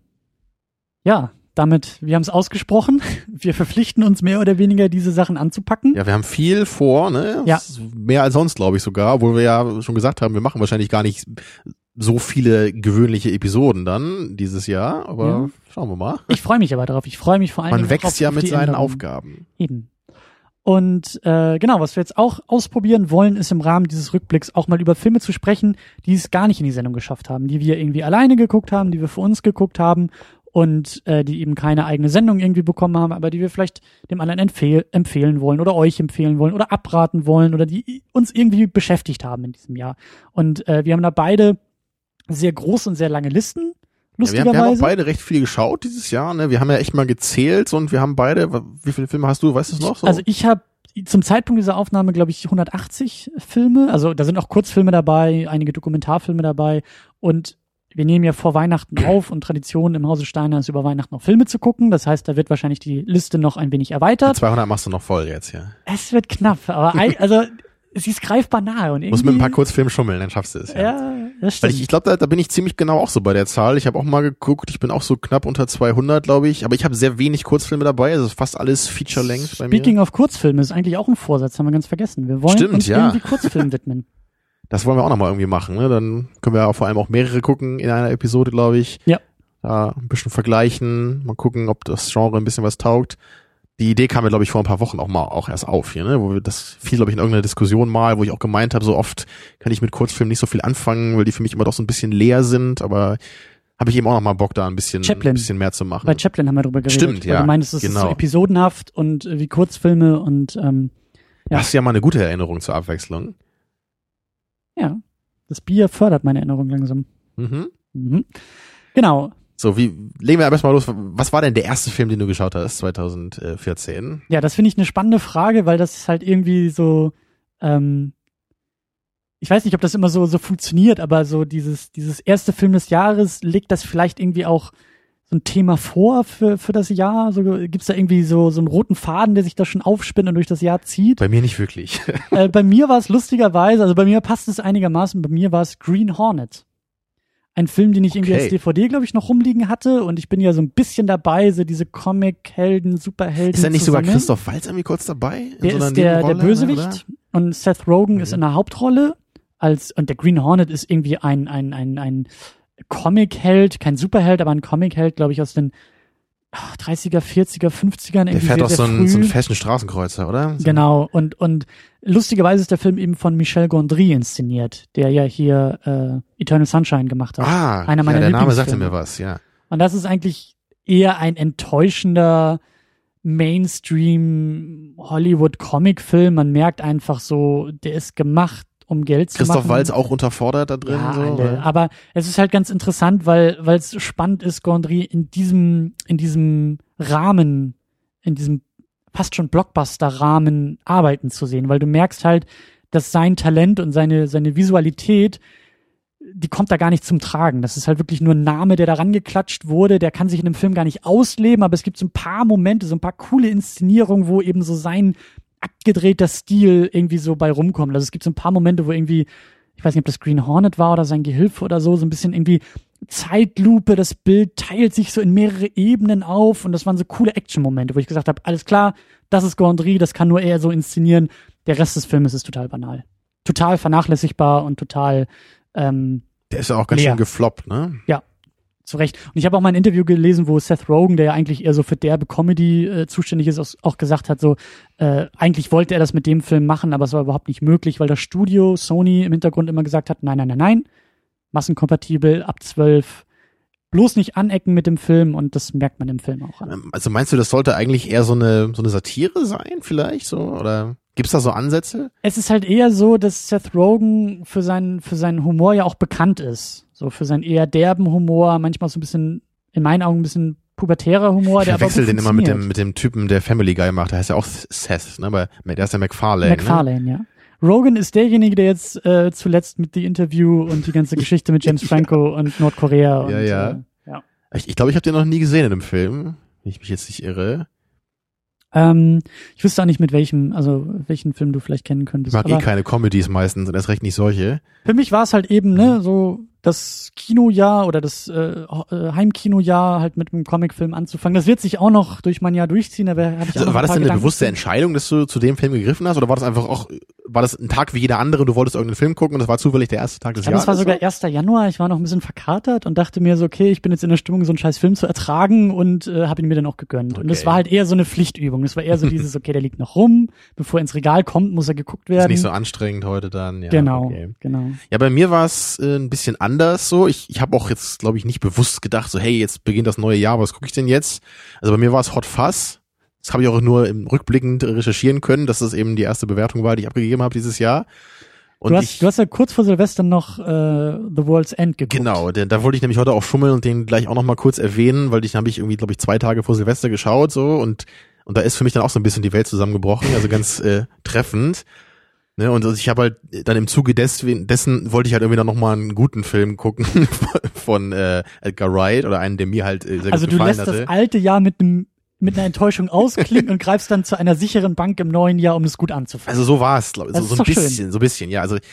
[SPEAKER 2] ja, damit, wir haben es ausgesprochen. Wir verpflichten uns mehr oder weniger, diese Sachen anzupacken.
[SPEAKER 3] Ja, wir haben viel vor, ne?
[SPEAKER 2] Ja.
[SPEAKER 3] Mehr als sonst, glaube ich sogar, obwohl wir ja schon gesagt haben, wir machen wahrscheinlich gar nicht so viele gewöhnliche Episoden dann dieses Jahr, aber
[SPEAKER 2] Ja.
[SPEAKER 3] schauen wir mal.
[SPEAKER 2] Ich freue mich aber darauf. Ich freue mich vor allem.
[SPEAKER 3] Man
[SPEAKER 2] auf,
[SPEAKER 3] wächst ja
[SPEAKER 2] auf
[SPEAKER 3] mit
[SPEAKER 2] die
[SPEAKER 3] seinen
[SPEAKER 2] Änderungen.
[SPEAKER 3] Aufgaben.
[SPEAKER 2] Eben. Und äh, genau, was wir jetzt auch ausprobieren wollen, ist im Rahmen dieses Rückblicks auch mal über Filme zu sprechen, die es gar nicht in die Sendung geschafft haben, die wir irgendwie alleine geguckt haben, die wir für uns geguckt haben und äh, die eben keine eigene Sendung irgendwie bekommen haben, aber die wir vielleicht dem anderen empfehl empfehlen wollen oder euch empfehlen wollen oder abraten wollen oder die uns irgendwie beschäftigt haben in diesem Jahr. Und äh, wir haben da beide sehr große und sehr lange Listen.
[SPEAKER 3] Ja, wir, haben,
[SPEAKER 2] Lustigerweise.
[SPEAKER 3] wir haben auch beide recht viel geschaut dieses Jahr, ne? Wir haben ja echt mal gezählt und wir haben beide, wie viele Filme hast du, weißt du es noch so?
[SPEAKER 2] Also ich habe zum Zeitpunkt dieser Aufnahme, glaube ich, hundertachtzig Filme. Also da sind auch Kurzfilme dabei, einige Dokumentarfilme dabei. Und wir nehmen ja vor Weihnachten auf und Tradition im Hause Steiner ist, über Weihnachten noch Filme zu gucken. Das heißt, da wird wahrscheinlich die Liste noch ein wenig erweitert.
[SPEAKER 3] zweihundert machst du noch voll jetzt, ja.
[SPEAKER 2] Es wird knapp, aber ein, also sie ist greifbar nahe. Und irgendwie,
[SPEAKER 3] Muss mit ein paar Kurzfilmen schummeln, dann schaffst du es, ja.
[SPEAKER 2] Ja, das
[SPEAKER 3] Weil
[SPEAKER 2] stimmt.
[SPEAKER 3] ich, ich glaube, da, da bin ich ziemlich genau auch so bei der Zahl. Ich habe auch mal geguckt, ich bin auch so knapp unter zweihundert, glaube ich. Aber ich habe sehr wenig Kurzfilme dabei, also fast alles Feature-Length bei mir.
[SPEAKER 2] Speaking of Kurzfilme ist eigentlich auch ein Vorsatz, haben wir ganz vergessen. Wir wollen
[SPEAKER 3] Stimmt,
[SPEAKER 2] uns
[SPEAKER 3] ja.
[SPEAKER 2] irgendwie Kurzfilmen widmen.
[SPEAKER 3] Das wollen wir auch nochmal irgendwie machen, ne? Dann können wir auch vor allem auch mehrere gucken in einer Episode, glaube ich.
[SPEAKER 2] Ja.
[SPEAKER 3] Da ein bisschen vergleichen, mal gucken, ob das Genre ein bisschen was taugt. Die Idee kam mir, glaube ich, vor ein paar Wochen auch mal auch erst auf hier, ne? Wo wir das fiel, glaube ich, in irgendeiner Diskussion mal, wo ich auch gemeint habe, so oft kann ich mit Kurzfilmen nicht so viel anfangen, weil die für mich immer doch so ein bisschen leer sind, aber habe ich eben auch noch mal Bock, da ein bisschen,
[SPEAKER 2] Chaplin.
[SPEAKER 3] ein bisschen mehr zu machen.
[SPEAKER 2] Bei Chaplin haben wir drüber geredet.
[SPEAKER 3] Stimmt,
[SPEAKER 2] weil
[SPEAKER 3] ja,
[SPEAKER 2] Du meinst, es ist
[SPEAKER 3] genau.
[SPEAKER 2] so episodenhaft und äh, wie Kurzfilme und ähm, ja.
[SPEAKER 3] Das ist ja mal eine gute Erinnerung zur Abwechslung.
[SPEAKER 2] ja, das Bier fördert meine Erinnerung langsam.
[SPEAKER 3] Mhm.
[SPEAKER 2] Mhm. Genau.
[SPEAKER 3] So, wie, legen wir erstmal los. Was war denn der erste Film, den du geschaut hast, zwanzig vierzehn?
[SPEAKER 2] Ja, das finde ich eine spannende Frage, weil das ist halt irgendwie so, ähm, ich weiß nicht, ob das immer so so funktioniert, aber so dieses dieses erste Film des Jahres legt das vielleicht irgendwie auch so ein Thema vor für für das Jahr. So gibt's da irgendwie so so einen roten Faden, der sich da schon aufspinnt und durch das Jahr zieht.
[SPEAKER 3] Bei mir nicht wirklich.
[SPEAKER 2] äh, bei mir war es lustigerweise, also bei mir passt es einigermaßen. Bei mir war es Green Hornet. Ein Film, den ich irgendwie
[SPEAKER 3] Okay.
[SPEAKER 2] als D V D, glaube ich, noch rumliegen hatte. Und ich bin ja so ein bisschen dabei, so diese Comic-Helden, Superhelden
[SPEAKER 3] Ist da nicht
[SPEAKER 2] zu
[SPEAKER 3] sogar
[SPEAKER 2] sammeln.
[SPEAKER 3] Christoph Waltz irgendwie kurz dabei? In
[SPEAKER 2] Der
[SPEAKER 3] so einer
[SPEAKER 2] ist der, der
[SPEAKER 3] Nebenrolle,
[SPEAKER 2] Bösewicht. Und Seth Rogen
[SPEAKER 3] Mhm.
[SPEAKER 2] ist in der Hauptrolle. Als, und der Green Hornet ist irgendwie ein, ein, ein, ein Comic-Held, kein Superheld, aber ein Comic-Held, glaube ich, aus den ach, dreißiger, vierziger, fünfzigern.
[SPEAKER 3] Der
[SPEAKER 2] irgendwie
[SPEAKER 3] fährt
[SPEAKER 2] sehr,
[SPEAKER 3] auch so
[SPEAKER 2] sehr
[SPEAKER 3] einen,
[SPEAKER 2] früh.
[SPEAKER 3] so einen festen Straßenkreuzer, oder? So.
[SPEAKER 2] Genau, und, und lustigerweise ist der Film eben von Michel Gondry inszeniert, der ja hier äh, Eternal Sunshine gemacht hat.
[SPEAKER 3] Ah,
[SPEAKER 2] Einer meiner
[SPEAKER 3] ja, der Name sagte
[SPEAKER 2] Lieblingsfilme.
[SPEAKER 3] mir was, ja.
[SPEAKER 2] Und das ist eigentlich eher ein enttäuschender Mainstream-Hollywood-Comic-Film. Man merkt einfach so, der ist gemacht, um Geld zu
[SPEAKER 3] Christoph
[SPEAKER 2] machen.
[SPEAKER 3] Waltz auch unterfordert da drin.
[SPEAKER 2] Ja,
[SPEAKER 3] so,
[SPEAKER 2] alle.
[SPEAKER 3] oder?
[SPEAKER 2] Aber es ist halt ganz interessant, weil weil es spannend ist, Gondry in diesem in diesem Rahmen, in diesem fast schon Blockbuster-Rahmen arbeiten zu sehen, weil du merkst halt, dass sein Talent und seine seine Visualität, die kommt da gar nicht zum Tragen. Das ist halt wirklich nur ein Name, der da rangeklatscht wurde. Der kann sich in dem Film gar nicht ausleben, aber es gibt so ein paar Momente, so ein paar coole Inszenierungen, wo eben so sein abgedrehter Stil irgendwie so bei rumkommt. Also es gibt so ein paar Momente, wo irgendwie, ich weiß nicht, ob das Green Hornet war oder sein Gehilfe oder so, so ein bisschen irgendwie Zeitlupe, das Bild teilt sich so in mehrere Ebenen auf und das waren so coole Action-Momente, wo ich gesagt habe, alles klar, das ist Gondry, das kann nur er so inszenieren. Der Rest des Filmes ist total banal. Total vernachlässigbar und total ähm,
[SPEAKER 3] Der ist ja auch ganz
[SPEAKER 2] leer.
[SPEAKER 3] schön gefloppt, ne?
[SPEAKER 2] zu Recht. Und ich habe auch mal ein Interview gelesen, wo Seth Rogen, der ja eigentlich eher so für derbe Comedy äh, zuständig ist, auch, auch gesagt hat, so äh, eigentlich wollte er das mit dem Film machen, aber es war überhaupt nicht möglich, weil das Studio Sony im Hintergrund immer gesagt hat, nein, nein, nein, nein, massenkompatibel, ab zwölf, bloß nicht anecken mit dem Film und das merkt man im Film auch an.
[SPEAKER 3] Also meinst du, das sollte eigentlich eher so eine so eine Satire sein, vielleicht so? Oder gibt's da so Ansätze?
[SPEAKER 2] Es ist halt eher so, dass Seth Rogen für seinen für seinen Humor ja auch bekannt ist. So für seinen eher derben Humor, manchmal so ein bisschen, in meinen Augen ein bisschen pubertärer Humor.
[SPEAKER 3] Ich
[SPEAKER 2] der aber
[SPEAKER 3] verwechsel
[SPEAKER 2] gut
[SPEAKER 3] den immer mit dem
[SPEAKER 2] funktioniert.
[SPEAKER 3] mit dem Typen, der Family Guy macht. Der heißt ja auch Seth, ne? Aber der ist ja MacFarlane.
[SPEAKER 2] MacFarlane,
[SPEAKER 3] Ne?
[SPEAKER 2] ja. Rogan ist derjenige, der jetzt äh, zuletzt mit The Interview und die ganze Geschichte mit James Franco und Nordkorea und
[SPEAKER 3] Ja, ja.
[SPEAKER 2] Äh, ja.
[SPEAKER 3] Ich, ich glaube, ich habe den noch nie gesehen in einem Film, wenn ich mich jetzt nicht irre.
[SPEAKER 2] Ähm, ich wüsste auch nicht, mit welchem, also welchen Film du vielleicht kennen
[SPEAKER 3] Ich
[SPEAKER 2] könntest.
[SPEAKER 3] mag eh
[SPEAKER 2] Aber
[SPEAKER 3] keine Comedies meistens und erst recht nicht solche.
[SPEAKER 2] für mich war es halt eben, ne, so das Kinojahr oder das äh, Heimkinojahr halt mit einem Comicfilm anzufangen. Das wird sich auch noch durch mein Jahr durchziehen, aber habe ich auch
[SPEAKER 3] Also,
[SPEAKER 2] noch
[SPEAKER 3] war
[SPEAKER 2] ein
[SPEAKER 3] das
[SPEAKER 2] paar
[SPEAKER 3] denn eine
[SPEAKER 2] Gedanken
[SPEAKER 3] bewusste
[SPEAKER 2] zu.
[SPEAKER 3] Entscheidung, dass du zu dem Film gegriffen hast? Oder war das einfach auch, war das ein Tag wie jeder andere, du wolltest irgendeinen Film gucken und das war zufällig der erste Tag des
[SPEAKER 2] Ja, das
[SPEAKER 3] Jahres?
[SPEAKER 2] war sogar
[SPEAKER 3] so?
[SPEAKER 2] erster Januar, ich war noch ein bisschen verkatert und dachte mir so, okay, ich bin jetzt in der Stimmung, so einen scheiß Film zu ertragen und äh, habe ihn mir dann auch gegönnt. Und
[SPEAKER 3] Okay.
[SPEAKER 2] es war halt eher so eine Pflichtübung. Es war eher so dieses, okay, der liegt noch rum, bevor er ins Regal kommt, muss er geguckt
[SPEAKER 3] Ist
[SPEAKER 2] werden.
[SPEAKER 3] nicht so anstrengend heute dann. Ja,
[SPEAKER 2] genau,
[SPEAKER 3] Okay.
[SPEAKER 2] genau.
[SPEAKER 3] Ja, bei mir war es äh, ein bisschen anders so. Ich, ich habe auch jetzt, glaube ich, nicht bewusst gedacht, so hey, jetzt beginnt das neue Jahr, was gucke ich denn jetzt? Also bei mir war es Hot Fuzz. Das habe ich auch nur im rückblickend recherchieren können, dass das eben die erste Bewertung war, die ich abgegeben habe dieses Jahr. Und
[SPEAKER 2] Du hast,
[SPEAKER 3] ich,
[SPEAKER 2] du hast ja kurz vor Silvester noch äh, The World's End geguckt.
[SPEAKER 3] genau, den, da wollte ich nämlich heute auch schummeln und den gleich auch noch mal kurz erwähnen, weil den habe ich irgendwie, glaube ich, zwei Tage vor Silvester geschaut so und und da ist für mich dann auch so ein bisschen die Welt zusammengebrochen, also ganz äh, treffend. Ne, und ich habe halt dann im Zuge dessen, dessen wollte ich halt irgendwie dann noch mal einen guten Film gucken von äh, Edgar Wright oder einen, der mir halt äh, sehr
[SPEAKER 2] Also
[SPEAKER 3] gut
[SPEAKER 2] du
[SPEAKER 3] gefallen
[SPEAKER 2] lässt
[SPEAKER 3] hatte.
[SPEAKER 2] das alte Jahr mit einem mit einer Enttäuschung ausklingen und greifst dann zu einer sicheren Bank im neuen Jahr, um es gut anzufangen.
[SPEAKER 3] Also so war es, glaube ich, so,
[SPEAKER 2] Das
[SPEAKER 3] so
[SPEAKER 2] ist
[SPEAKER 3] ein
[SPEAKER 2] doch schön.
[SPEAKER 3] bisschen, so ein bisschen, ja. Also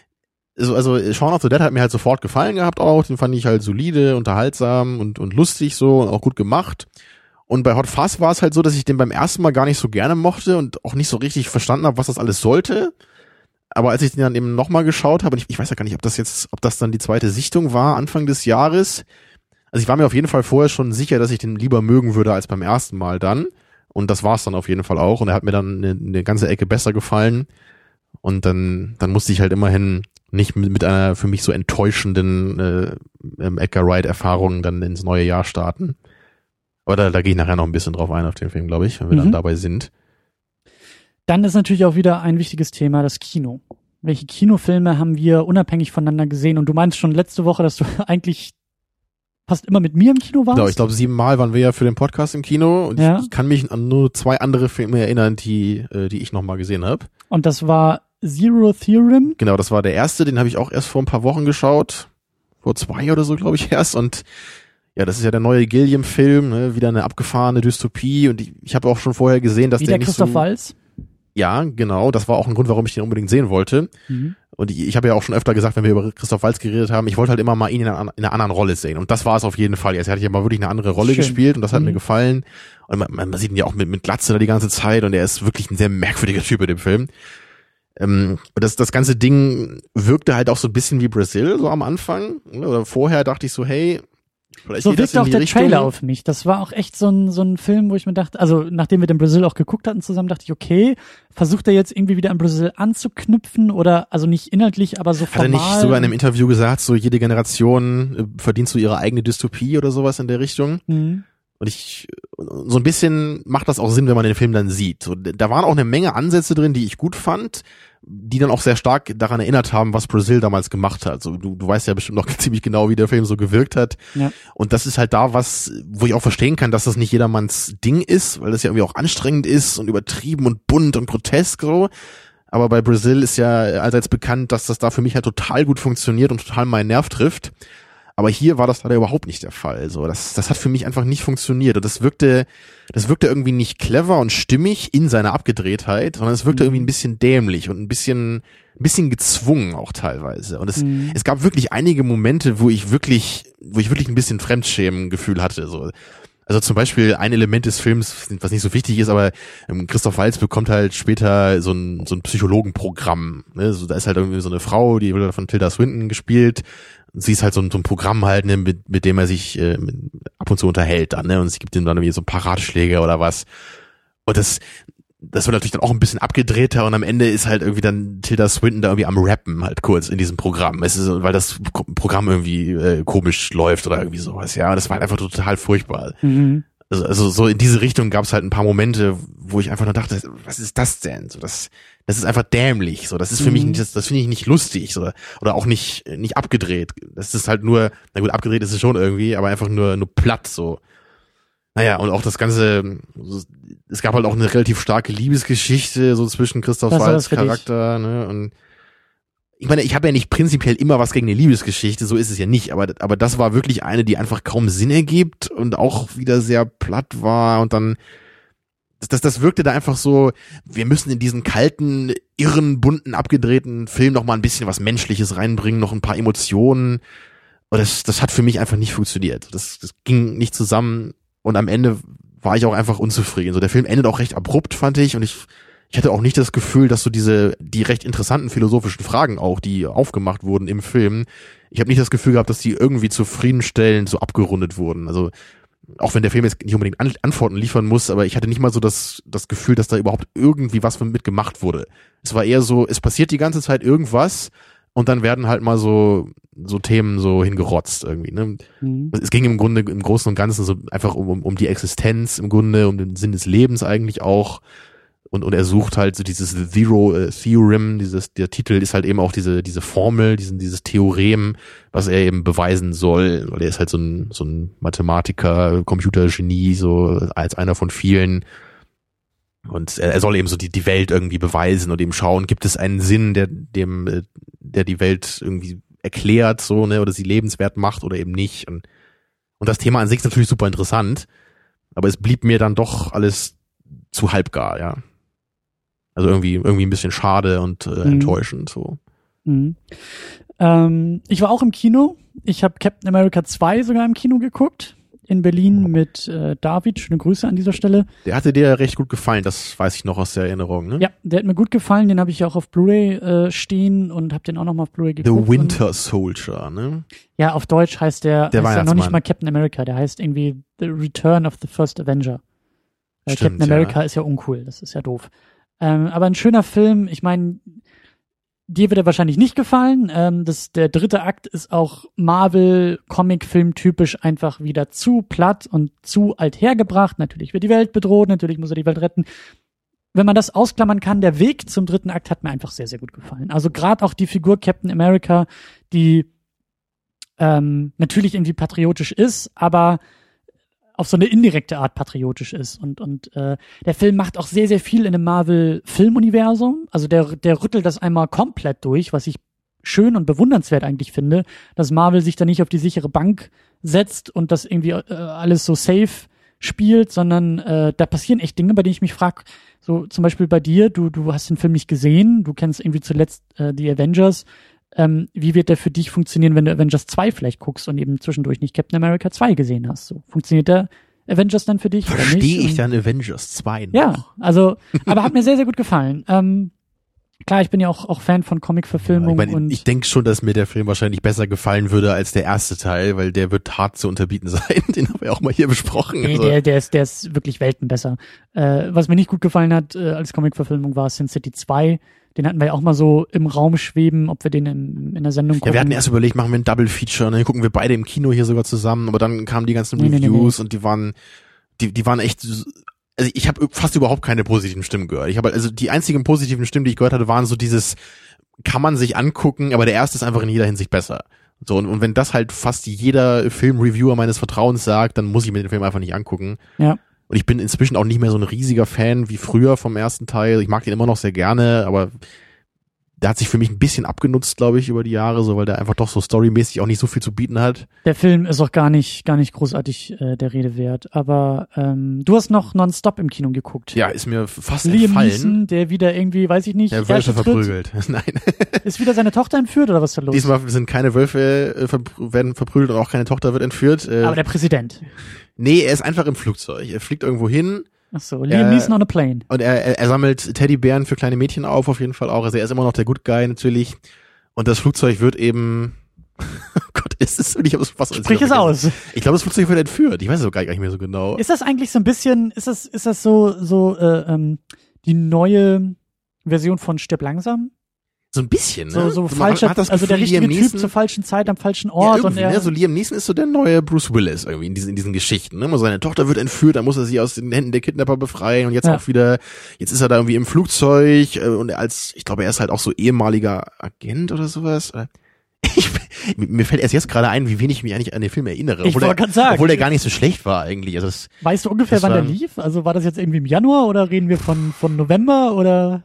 [SPEAKER 3] so, also Shaun of the Dead hat mir halt sofort gefallen gehabt auch. Den fand ich halt solide, unterhaltsam und und lustig so und auch gut gemacht. Und bei Hot Fuzz war es halt so, dass ich den beim ersten Mal gar nicht so gerne mochte und auch nicht so richtig verstanden habe, was das alles sollte. Aber als ich den dann eben nochmal geschaut habe, und ich, ich weiß ja gar nicht, ob das jetzt, ob das dann die zweite Sichtung war, Anfang des Jahres. Also ich war mir auf jeden Fall vorher schon sicher, dass ich den lieber mögen würde als beim ersten Mal dann. Und das war es dann auf jeden Fall auch. Und er hat mir dann eine, eine ganze Ecke besser gefallen. Und dann, dann musste ich halt immerhin nicht mit, mit einer für mich so enttäuschenden äh, ähm, Edgar Wright-Erfahrung dann ins neue Jahr starten. Aber da, da gehe ich nachher noch ein bisschen drauf ein auf den Film, glaube ich, wenn wir
[SPEAKER 2] Mhm.
[SPEAKER 3] dann dabei sind.
[SPEAKER 2] Dann ist natürlich auch wieder ein wichtiges Thema, das Kino. Welche Kinofilme haben wir unabhängig voneinander gesehen? Und du meinst schon letzte Woche, dass du eigentlich fast immer mit mir im Kino warst?
[SPEAKER 3] Genau, ich glaube, siebenmal waren wir ja für den Podcast im Kino und
[SPEAKER 2] Ja.
[SPEAKER 3] ich, ich kann mich an nur zwei andere Filme erinnern, die, äh, die ich nochmal gesehen habe.
[SPEAKER 2] Und das war Zero Theorem.
[SPEAKER 3] Genau, das war der erste, den habe ich auch erst vor ein paar Wochen geschaut. Vor zwei oder so, glaube ich, erst. Und ja, das ist ja der neue Gilliam-Film, ne? Wieder eine abgefahrene Dystopie. Und ich, ich habe auch schon vorher gesehen, dass
[SPEAKER 2] Wie
[SPEAKER 3] der
[SPEAKER 2] der
[SPEAKER 3] nicht
[SPEAKER 2] Christoph
[SPEAKER 3] so...
[SPEAKER 2] Waltz.
[SPEAKER 3] Ja, genau. Das war auch ein Grund, warum ich den unbedingt sehen wollte.
[SPEAKER 2] Mhm.
[SPEAKER 3] Und ich, ich habe ja auch schon öfter gesagt, wenn wir über Christoph Waltz geredet haben, ich wollte halt immer mal ihn in einer, in einer anderen Rolle sehen. Und das war es auf jeden Fall. Jetzt hatte ich ja mal wirklich eine andere Rolle
[SPEAKER 2] Schön.
[SPEAKER 3] gespielt und das hat
[SPEAKER 2] Mhm.
[SPEAKER 3] mir gefallen. Und man, man sieht ihn ja auch mit, mit Glatze da die ganze Zeit und er ist wirklich ein sehr merkwürdiger Typ in dem Film. Ähm, das, das ganze Ding wirkte halt auch so ein bisschen wie Brazil, so am Anfang. Oder vorher dachte ich so, hey, vielleicht
[SPEAKER 2] So
[SPEAKER 3] geht das
[SPEAKER 2] wirkte
[SPEAKER 3] in
[SPEAKER 2] auch
[SPEAKER 3] die
[SPEAKER 2] der
[SPEAKER 3] Richtung.
[SPEAKER 2] Trailer auf mich. Das war auch echt so ein, so ein Film, wo ich mir dachte, also nachdem wir den Brazil auch geguckt hatten zusammen, dachte ich, okay, versucht er jetzt irgendwie wieder an Brazil anzuknüpfen oder, also nicht inhaltlich, aber so
[SPEAKER 3] Hat er
[SPEAKER 2] formal.
[SPEAKER 3] nicht sogar in einem Interview gesagt, so jede Generation äh, verdient so ihre eigene Dystopie oder sowas in der Richtung?
[SPEAKER 2] Mhm.
[SPEAKER 3] Und ich, so ein bisschen macht das auch Sinn, wenn man den Film dann sieht. So, da waren auch eine Menge Ansätze drin, die ich gut fand, die dann auch sehr stark daran erinnert haben, was Brazil damals gemacht hat. So, du, du weißt ja bestimmt noch ziemlich genau, wie der Film so gewirkt hat.
[SPEAKER 2] Ja.
[SPEAKER 3] Und das ist halt da was, wo ich auch verstehen kann, dass das nicht jedermanns Ding ist, weil das ja irgendwie auch anstrengend ist und übertrieben und bunt und grotesk so. Aber bei Brazil ist ja allseits bekannt, dass das da für mich halt total gut funktioniert und total meinen Nerv trifft. Aber hier war das leider überhaupt nicht der Fall. So, das, das hat für mich einfach nicht funktioniert. Und das wirkte, das wirkte irgendwie nicht clever und stimmig in seiner Abgedrehtheit, sondern es wirkte irgendwie ein bisschen dämlich und ein bisschen, ein bisschen gezwungen auch teilweise. Und es,
[SPEAKER 2] Mhm.
[SPEAKER 3] es gab wirklich einige Momente, wo ich wirklich, wo ich wirklich ein bisschen Fremdschämen-Gefühl hatte. So. Also zum Beispiel ein Element des Films, was nicht so wichtig ist, aber ähm, Christoph Waltz bekommt halt später so ein, so ein Psychologenprogramm. Ne? So, da ist halt irgendwie so eine Frau, die wurde von Tilda Swinton gespielt. Sie ist halt so ein, so ein Programm halt, ne, mit, mit dem er sich äh, mit, ab und zu unterhält dann, ne? Und sie gibt ihm dann irgendwie so ein paar Ratschläge oder was. Und das, das wird natürlich dann auch ein bisschen abgedrehter und am Ende ist halt irgendwie dann Tilda Swinton da irgendwie am Rappen halt kurz in diesem Programm. Es ist, weil das Programm irgendwie äh, komisch läuft oder irgendwie sowas, ja. Das war halt einfach total furchtbar.
[SPEAKER 2] Mhm.
[SPEAKER 3] Also, also so in diese Richtung gab es halt ein paar Momente, wo ich einfach nur dachte, was ist das denn? So, das, das ist einfach dämlich. So, das ist für
[SPEAKER 2] Mhm.
[SPEAKER 3] mich nicht, das, das finde ich nicht lustig, so, oder auch nicht, nicht abgedreht. Das ist halt nur, na gut, abgedreht ist es schon irgendwie, aber einfach nur, nur platt, so. Naja, und auch das Ganze, es gab halt auch eine relativ starke Liebesgeschichte, so zwischen Christoph
[SPEAKER 2] Was war
[SPEAKER 3] Waltz
[SPEAKER 2] das für dich?
[SPEAKER 3] Charakter, ne, und ich meine, ich habe ja nicht prinzipiell immer was gegen eine Liebesgeschichte, so ist es ja nicht, aber aber das war wirklich eine, die einfach kaum Sinn ergibt und auch wieder sehr platt war und dann das das, das wirkte da einfach so, wir müssen in diesen kalten, irren, bunten, abgedrehten Film noch mal ein bisschen was Menschliches reinbringen, noch ein paar Emotionen und das das hat für mich einfach nicht funktioniert. Das das ging nicht zusammen und am Ende war ich auch einfach unzufrieden. So der Film endet auch recht abrupt, fand ich, und ich Ich hatte auch nicht das Gefühl, dass so diese, die recht interessanten philosophischen Fragen auch, die aufgemacht wurden im Film, ich habe nicht das Gefühl gehabt, dass die irgendwie zufriedenstellend so abgerundet wurden. Also, auch wenn der Film jetzt nicht unbedingt An- Antworten liefern muss, aber ich hatte nicht mal so das, das Gefühl, dass da überhaupt irgendwie was mit gemacht wurde. Es war eher so, es passiert die ganze Zeit irgendwas und dann werden halt mal so, so Themen so hingerotzt irgendwie, ne?
[SPEAKER 2] Mhm.
[SPEAKER 3] Es ging im Grunde, im Großen und Ganzen so einfach um, um, um die Existenz im Grunde, um den Sinn des Lebens eigentlich auch. Und, und er sucht halt so dieses Zero Theorem, dieses, der Titel ist halt eben auch diese, diese Formel, diesen, dieses Theorem, was er eben beweisen soll, weil er ist halt so ein, so ein Mathematiker, Computergenie, so als einer von vielen. Und er, er soll eben so die, die Welt irgendwie beweisen und eben schauen, gibt es einen Sinn, der, dem, der die Welt irgendwie erklärt, so, ne, oder sie lebenswert macht oder eben nicht. Und, und das Thema an sich ist natürlich super interessant, aber es blieb mir dann doch alles zu halbgar, ja. Also irgendwie irgendwie ein bisschen schade und äh,
[SPEAKER 2] Mhm.
[SPEAKER 3] enttäuschend so.
[SPEAKER 2] Mhm. Ähm, ich war auch im Kino. Ich habe Captain America zwei sogar im Kino geguckt. In Berlin mit äh, David. Schöne Grüße an dieser Stelle.
[SPEAKER 3] Der hatte dir ja recht gut gefallen, das weiß ich noch aus der Erinnerung, ne?
[SPEAKER 2] Ja, der hat mir gut gefallen. Den habe ich auch auf Blu-ray äh, stehen und habe den auch nochmal auf Blu-ray
[SPEAKER 3] The
[SPEAKER 2] geguckt.
[SPEAKER 3] Winter Soldier, ne?
[SPEAKER 2] Und, ja, auf Deutsch heißt der,
[SPEAKER 3] Der
[SPEAKER 2] heißt der noch nicht
[SPEAKER 3] Weihnachtsmann.
[SPEAKER 2] mal Captain America. Der heißt irgendwie The Return of the First Avenger. Weil
[SPEAKER 3] Stimmt,
[SPEAKER 2] Captain America
[SPEAKER 3] ja.
[SPEAKER 2] ist ja uncool. Das ist ja doof. Ähm, aber ein schöner Film. Ich meine, dir wird er wahrscheinlich nicht gefallen. Ähm, das, der dritte Akt ist auch Marvel-Comic-Film typisch einfach wieder zu platt und zu alt hergebracht. Natürlich wird die Welt bedroht, natürlich muss er die Welt retten. Wenn man das ausklammern kann, der Weg zum dritten Akt hat mir einfach sehr, sehr gut gefallen. Also gerade auch die Figur Captain America, die ähm, natürlich irgendwie patriotisch ist, aber auf so eine indirekte Art patriotisch ist. Und, und äh, der Film macht auch sehr, sehr viel in dem Marvel-Filmuniversum. Also der, der rüttelt das einmal komplett durch, was ich schön und bewundernswert eigentlich finde, dass Marvel sich da nicht auf die sichere Bank setzt und das irgendwie äh, alles so safe spielt, sondern äh, da passieren echt Dinge, bei denen ich mich frage, so zum Beispiel bei dir, du, du hast den Film nicht gesehen, du kennst irgendwie zuletzt äh, die Avengers. Ähm, wie wird der für dich funktionieren, wenn du Avengers zwei vielleicht guckst und eben zwischendurch nicht Captain America zwei gesehen hast? So, funktioniert der Avengers dann für dich oder nicht?
[SPEAKER 3] Verstehe ich dann Avengers zwei noch?
[SPEAKER 2] Ja, also, aber hat mir sehr, sehr gut gefallen. Ähm, klar, ich bin ja auch, auch Fan von Comic-Verfilmungen.
[SPEAKER 3] Ja, ich mein,
[SPEAKER 2] und
[SPEAKER 3] ich denke schon, dass mir der Film wahrscheinlich besser gefallen würde als der erste Teil, weil der wird hart zu unterbieten sein. Den haben wir auch mal hier besprochen.
[SPEAKER 2] Nee,
[SPEAKER 3] also.
[SPEAKER 2] der, der ist, der ist wirklich Welten besser. Äh, was mir nicht gut gefallen hat äh, als Comic-Verfilmung war Sin City zwei. Den hatten wir ja auch mal so im Raum schweben, ob wir den in, in der Sendung gucken.
[SPEAKER 3] Ja, wir hatten erst überlegt, machen wir ein Double Feature, und dann gucken wir beide im Kino hier sogar zusammen, aber dann kamen die ganzen
[SPEAKER 2] Nee, nee,
[SPEAKER 3] Reviews
[SPEAKER 2] nee, nee.
[SPEAKER 3] und die waren, die, die waren echt, also ich habe fast überhaupt keine positiven Stimmen gehört. Ich habe also die einzigen positiven Stimmen, die ich gehört hatte, waren so dieses, kann man sich angucken, aber der erste ist einfach in jeder Hinsicht besser. So, und, und wenn das halt fast jeder Filmreviewer meines Vertrauens sagt, dann muss ich mir den Film einfach nicht angucken.
[SPEAKER 2] Ja.
[SPEAKER 3] Und ich bin inzwischen auch nicht mehr so ein riesiger Fan wie früher vom ersten Teil. Ich mag den immer noch sehr gerne, aber der hat sich für mich ein bisschen abgenutzt, glaube ich, über die Jahre, so, weil der einfach doch so storymäßig auch nicht so viel zu bieten hat.
[SPEAKER 2] Der Film ist auch gar nicht, gar nicht großartig äh, der Rede wert. Aber ähm, du hast noch Nonstop im Kino geguckt.
[SPEAKER 3] Ja, ist mir fast
[SPEAKER 2] Liam
[SPEAKER 3] entfallen.
[SPEAKER 2] Neeson, der wieder irgendwie, weiß ich nicht,
[SPEAKER 3] Der Wölfe verprügelt. Nein.
[SPEAKER 2] Ist wieder seine Tochter entführt oder was ist da los?
[SPEAKER 3] Diesmal sind keine Wölfe äh, verpr- werden verprügelt und auch keine Tochter wird entführt. Äh,
[SPEAKER 2] Aber der Präsident.
[SPEAKER 3] nee, er ist einfach im Flugzeug. Er fliegt irgendwo hin.
[SPEAKER 2] Ach so, Liam
[SPEAKER 3] Äh,
[SPEAKER 2] Neeson on a plane.
[SPEAKER 3] Und er, er, er sammelt Teddybären für kleine Mädchen auf, auf jeden Fall auch. Also er ist immer noch der Good Guy natürlich. Und das Flugzeug wird eben, oh Gott, ist es, ich habe es fast
[SPEAKER 2] Sprich es aus.
[SPEAKER 3] Ich glaube, das Flugzeug wird entführt. Ich weiß es auch gar nicht mehr so genau.
[SPEAKER 2] Ist das eigentlich so ein bisschen, ist das, ist das so, so, äh, ähm, die neue Version von Stirb langsam?
[SPEAKER 3] So ein bisschen, ne?
[SPEAKER 2] So, so
[SPEAKER 3] Man
[SPEAKER 2] falscher,
[SPEAKER 3] hat das
[SPEAKER 2] also der
[SPEAKER 3] Gefühl,
[SPEAKER 2] richtige
[SPEAKER 3] Liam
[SPEAKER 2] Typ
[SPEAKER 3] Neeson-
[SPEAKER 2] zur falschen Zeit am falschen
[SPEAKER 3] Ja,
[SPEAKER 2] Ort und
[SPEAKER 3] irgendwie,
[SPEAKER 2] er,
[SPEAKER 3] ne? So Liam Neeson ist so der neue Bruce Willis irgendwie in diesen, in diesen Geschichten. Ne? Seine Tochter wird entführt, dann muss er sie aus den Händen der Kidnapper befreien und jetzt
[SPEAKER 2] Ja.
[SPEAKER 3] auch wieder, jetzt ist er da irgendwie im Flugzeug äh, und als, ich glaube, er ist halt auch so ehemaliger Agent oder sowas. Oder? Ich, mir fällt erst jetzt gerade ein, wie wenig ich mich eigentlich an den Film erinnere.
[SPEAKER 2] Ich
[SPEAKER 3] Obwohl
[SPEAKER 2] wollte
[SPEAKER 3] er,
[SPEAKER 2] gerade sagen.
[SPEAKER 3] obwohl er gar nicht so schlecht war eigentlich. Also es,
[SPEAKER 2] weißt du ungefähr,
[SPEAKER 3] das
[SPEAKER 2] wann
[SPEAKER 3] war-
[SPEAKER 2] der lief? Also war das jetzt irgendwie im Januar oder reden wir von, von November oder?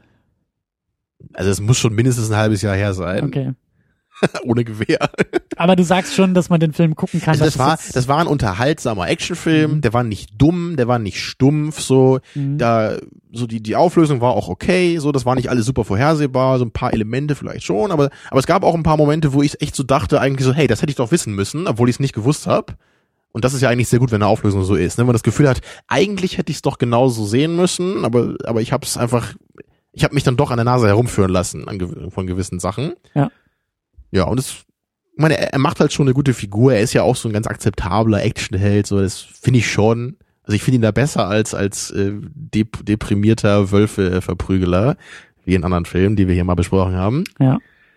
[SPEAKER 3] also es muss schon mindestens ein halbes Jahr her sein.
[SPEAKER 2] Okay.
[SPEAKER 3] Ohne Gewehr.
[SPEAKER 2] Aber du sagst schon, dass man den Film gucken kann.
[SPEAKER 3] Also
[SPEAKER 2] dass
[SPEAKER 3] das war,
[SPEAKER 2] es jetzt-
[SPEAKER 3] das war ein unterhaltsamer Actionfilm,
[SPEAKER 2] Mhm.
[SPEAKER 3] der war nicht dumm, der war nicht stumpf, so,
[SPEAKER 2] Mhm.
[SPEAKER 3] da, so die, die Auflösung war auch okay, so, das war nicht alles super vorhersehbar, so ein paar Elemente vielleicht schon, aber, aber es gab auch ein paar Momente, wo ich echt so dachte, eigentlich so, hey, das hätte ich doch wissen müssen, obwohl ich es nicht gewusst habe. Und das ist ja eigentlich sehr gut, wenn eine Auflösung so ist, ne? Wenn man das Gefühl hat, eigentlich hätte ich es doch genauso sehen müssen, aber, aber ich habe es einfach, ich habe mich dann doch an der Nase herumführen lassen an, gew- von gewissen Sachen.
[SPEAKER 2] Ja.
[SPEAKER 3] Ja, und es, ich meine, er, er macht halt schon eine gute Figur. Er ist ja auch so ein ganz akzeptabler Actionheld. So, das finde ich schon. Also ich finde ihn da besser als als äh, dep- deprimierter Wölfe-Verprügeler, wie in anderen Filmen, die wir hier mal besprochen haben.
[SPEAKER 2] Ja.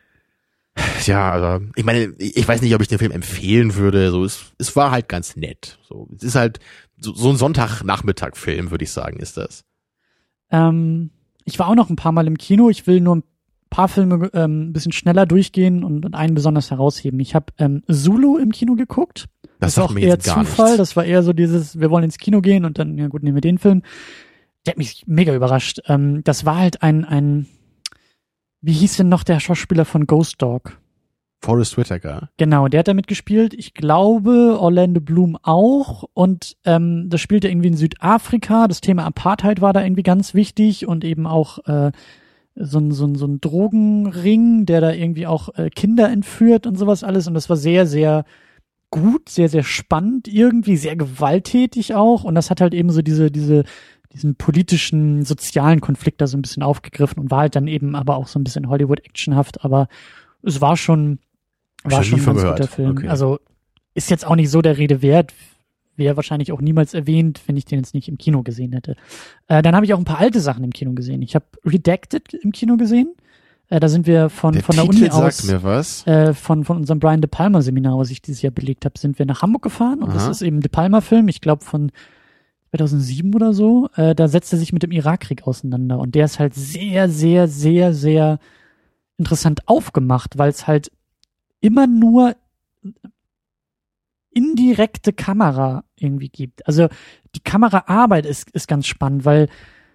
[SPEAKER 3] Ja, also ich meine, ich weiß nicht, ob ich den Film empfehlen würde. So, es, es war halt ganz nett. So, es ist halt so, so ein Sonntagnachmittag-Film, würde ich sagen, ist das.
[SPEAKER 2] Ähm, ich war auch noch ein paar Mal im Kino. Ich will nur ein paar Filme ähm, ein bisschen schneller durchgehen und, und einen besonders herausheben. Ich habe ähm, Zulu im Kino geguckt.
[SPEAKER 3] Das
[SPEAKER 2] war
[SPEAKER 3] sagt
[SPEAKER 2] auch
[SPEAKER 3] mir
[SPEAKER 2] eher
[SPEAKER 3] jetzt gar
[SPEAKER 2] Zufall.
[SPEAKER 3] nichts.
[SPEAKER 2] Das war eher so dieses, wir wollen ins Kino gehen und dann, ja gut, nehmen wir den Film. Der hat mich mega überrascht. Ähm, das war halt ein, ein, wie hieß denn noch der Schauspieler von Ghost Dog?
[SPEAKER 3] Forrest Whitaker.
[SPEAKER 2] Genau, der hat da mitgespielt. Ich glaube, Orlando Bloom auch. Und ähm, das spielte irgendwie in Südafrika. Das Thema Apartheid war da irgendwie ganz wichtig und eben auch äh, so ein, so ein, so ein Drogenring, der da irgendwie auch äh, Kinder entführt und sowas alles. Und das war sehr, sehr gut, sehr, sehr spannend irgendwie, sehr gewalttätig auch. Und das hat halt eben so diese, diese, diesen politischen, sozialen Konflikt da so ein bisschen aufgegriffen und war halt dann eben aber auch so ein bisschen Hollywood-actionhaft. Aber es war schon, war
[SPEAKER 3] Schon nie
[SPEAKER 2] schon ein
[SPEAKER 3] von
[SPEAKER 2] ganz guter
[SPEAKER 3] gehört.
[SPEAKER 2] Film.
[SPEAKER 3] Okay.
[SPEAKER 2] Also ist jetzt auch nicht so der Rede wert. Wäre wahrscheinlich auch niemals erwähnt, wenn ich den jetzt nicht im Kino gesehen hätte. Äh, dann habe ich auch ein paar alte Sachen im Kino gesehen. Ich habe Redacted im Kino gesehen. Äh, da sind wir von,
[SPEAKER 3] Der
[SPEAKER 2] von der
[SPEAKER 3] Titel
[SPEAKER 2] Uni aus,
[SPEAKER 3] sagt mir was.
[SPEAKER 2] äh, von, von unserem Brian De Palma Seminar, was ich dieses Jahr belegt habe, sind wir nach Hamburg gefahren. Und das
[SPEAKER 3] Aha.
[SPEAKER 2] ist eben De Palma Film, ich glaube von zweitausendsieben oder so. Äh, da setzt er sich mit dem Irakkrieg auseinander. Und der ist halt sehr, sehr, sehr, sehr interessant aufgemacht, weil es halt immer nur indirekte Kamera irgendwie gibt. Also die Kameraarbeit ist, ist ganz spannend, weil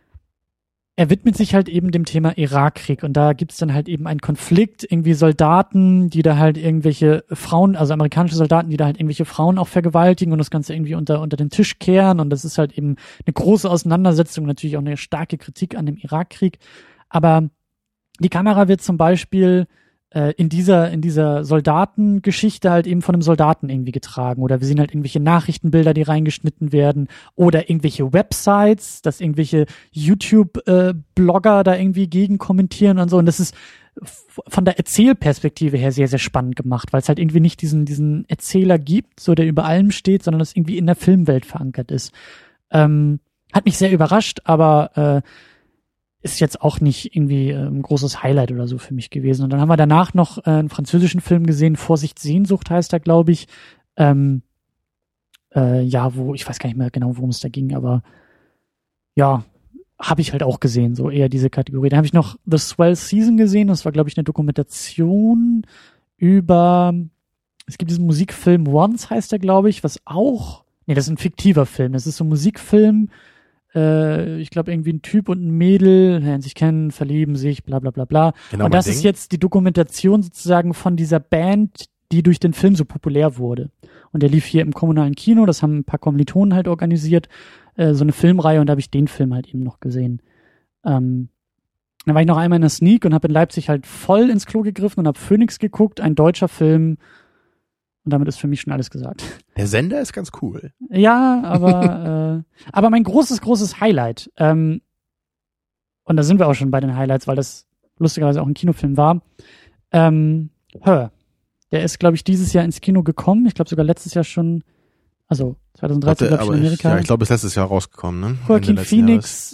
[SPEAKER 2] er widmet sich halt eben dem Thema Irakkrieg und da gibt's dann halt eben einen Konflikt, irgendwie Soldaten, die da halt irgendwelche Frauen, also amerikanische Soldaten, die da halt irgendwelche Frauen auch vergewaltigen und das Ganze irgendwie unter unter den Tisch kehren und das ist halt eben eine große Auseinandersetzung, natürlich auch eine starke Kritik an dem Irakkrieg, aber die Kamera wird zum Beispiel äh, in dieser in dieser Soldatengeschichte halt eben von einem Soldaten irgendwie getragen oder wir sehen halt irgendwelche Nachrichtenbilder, die reingeschnitten werden oder irgendwelche Websites, dass irgendwelche YouTube-Blogger äh, da irgendwie gegen kommentieren und so und das ist f- von der Erzählperspektive her sehr, sehr spannend gemacht, weil es halt irgendwie nicht diesen diesen Erzähler gibt, so der über allem steht, sondern das irgendwie in der Filmwelt verankert ist. Ähm, hat mich sehr überrascht, aber äh, ist jetzt auch nicht irgendwie äh, ein großes Highlight oder so für mich gewesen. Und dann haben wir danach noch äh, einen französischen Film gesehen, Vorsicht, Sehnsucht heißt er, glaube ich. Ähm, äh, ja, wo, ich weiß gar nicht mehr genau, worum es da ging, aber ja, habe ich halt auch gesehen, so eher diese Kategorie. Dann habe ich noch The Swell Season gesehen, das war, glaube ich, eine Dokumentation über, es gibt diesen Musikfilm Once heißt er, glaube ich, was auch, nee, das ist ein fiktiver Film, das ist so ein Musikfilm, Äh, ich glaube irgendwie ein Typ und ein Mädel lernen sich kennen, verlieben sich, bla bla bla bla.
[SPEAKER 3] Genau,
[SPEAKER 2] und das
[SPEAKER 3] mein
[SPEAKER 2] ist
[SPEAKER 3] Ding.
[SPEAKER 2] jetzt die Dokumentation sozusagen von dieser Band, die durch den Film so populär wurde. Und der lief hier im kommunalen Kino, das haben ein paar Kommilitonen halt organisiert, äh, so eine Filmreihe und da habe ich den Film halt eben noch gesehen. Ähm, dann war ich noch einmal in der Sneak und habe in Leipzig halt voll ins Klo gegriffen und habe Phoenix geguckt, ein deutscher Film. Und damit ist für mich schon alles gesagt.
[SPEAKER 3] Der Sender ist ganz cool.
[SPEAKER 2] Ja, aber äh, aber mein großes, großes Highlight, ähm, und da sind wir auch schon bei den Highlights, weil das lustigerweise auch ein Kinofilm war, ähm, Her. Der ist, glaube ich, dieses Jahr ins Kino gekommen. Ich glaube sogar letztes Jahr schon, also zwanzig dreizehn, glaube ich, in Amerika.
[SPEAKER 3] Ich, ja, ich glaube, ist letztes Jahr rausgekommen, ne?
[SPEAKER 2] Joaquin Phoenix,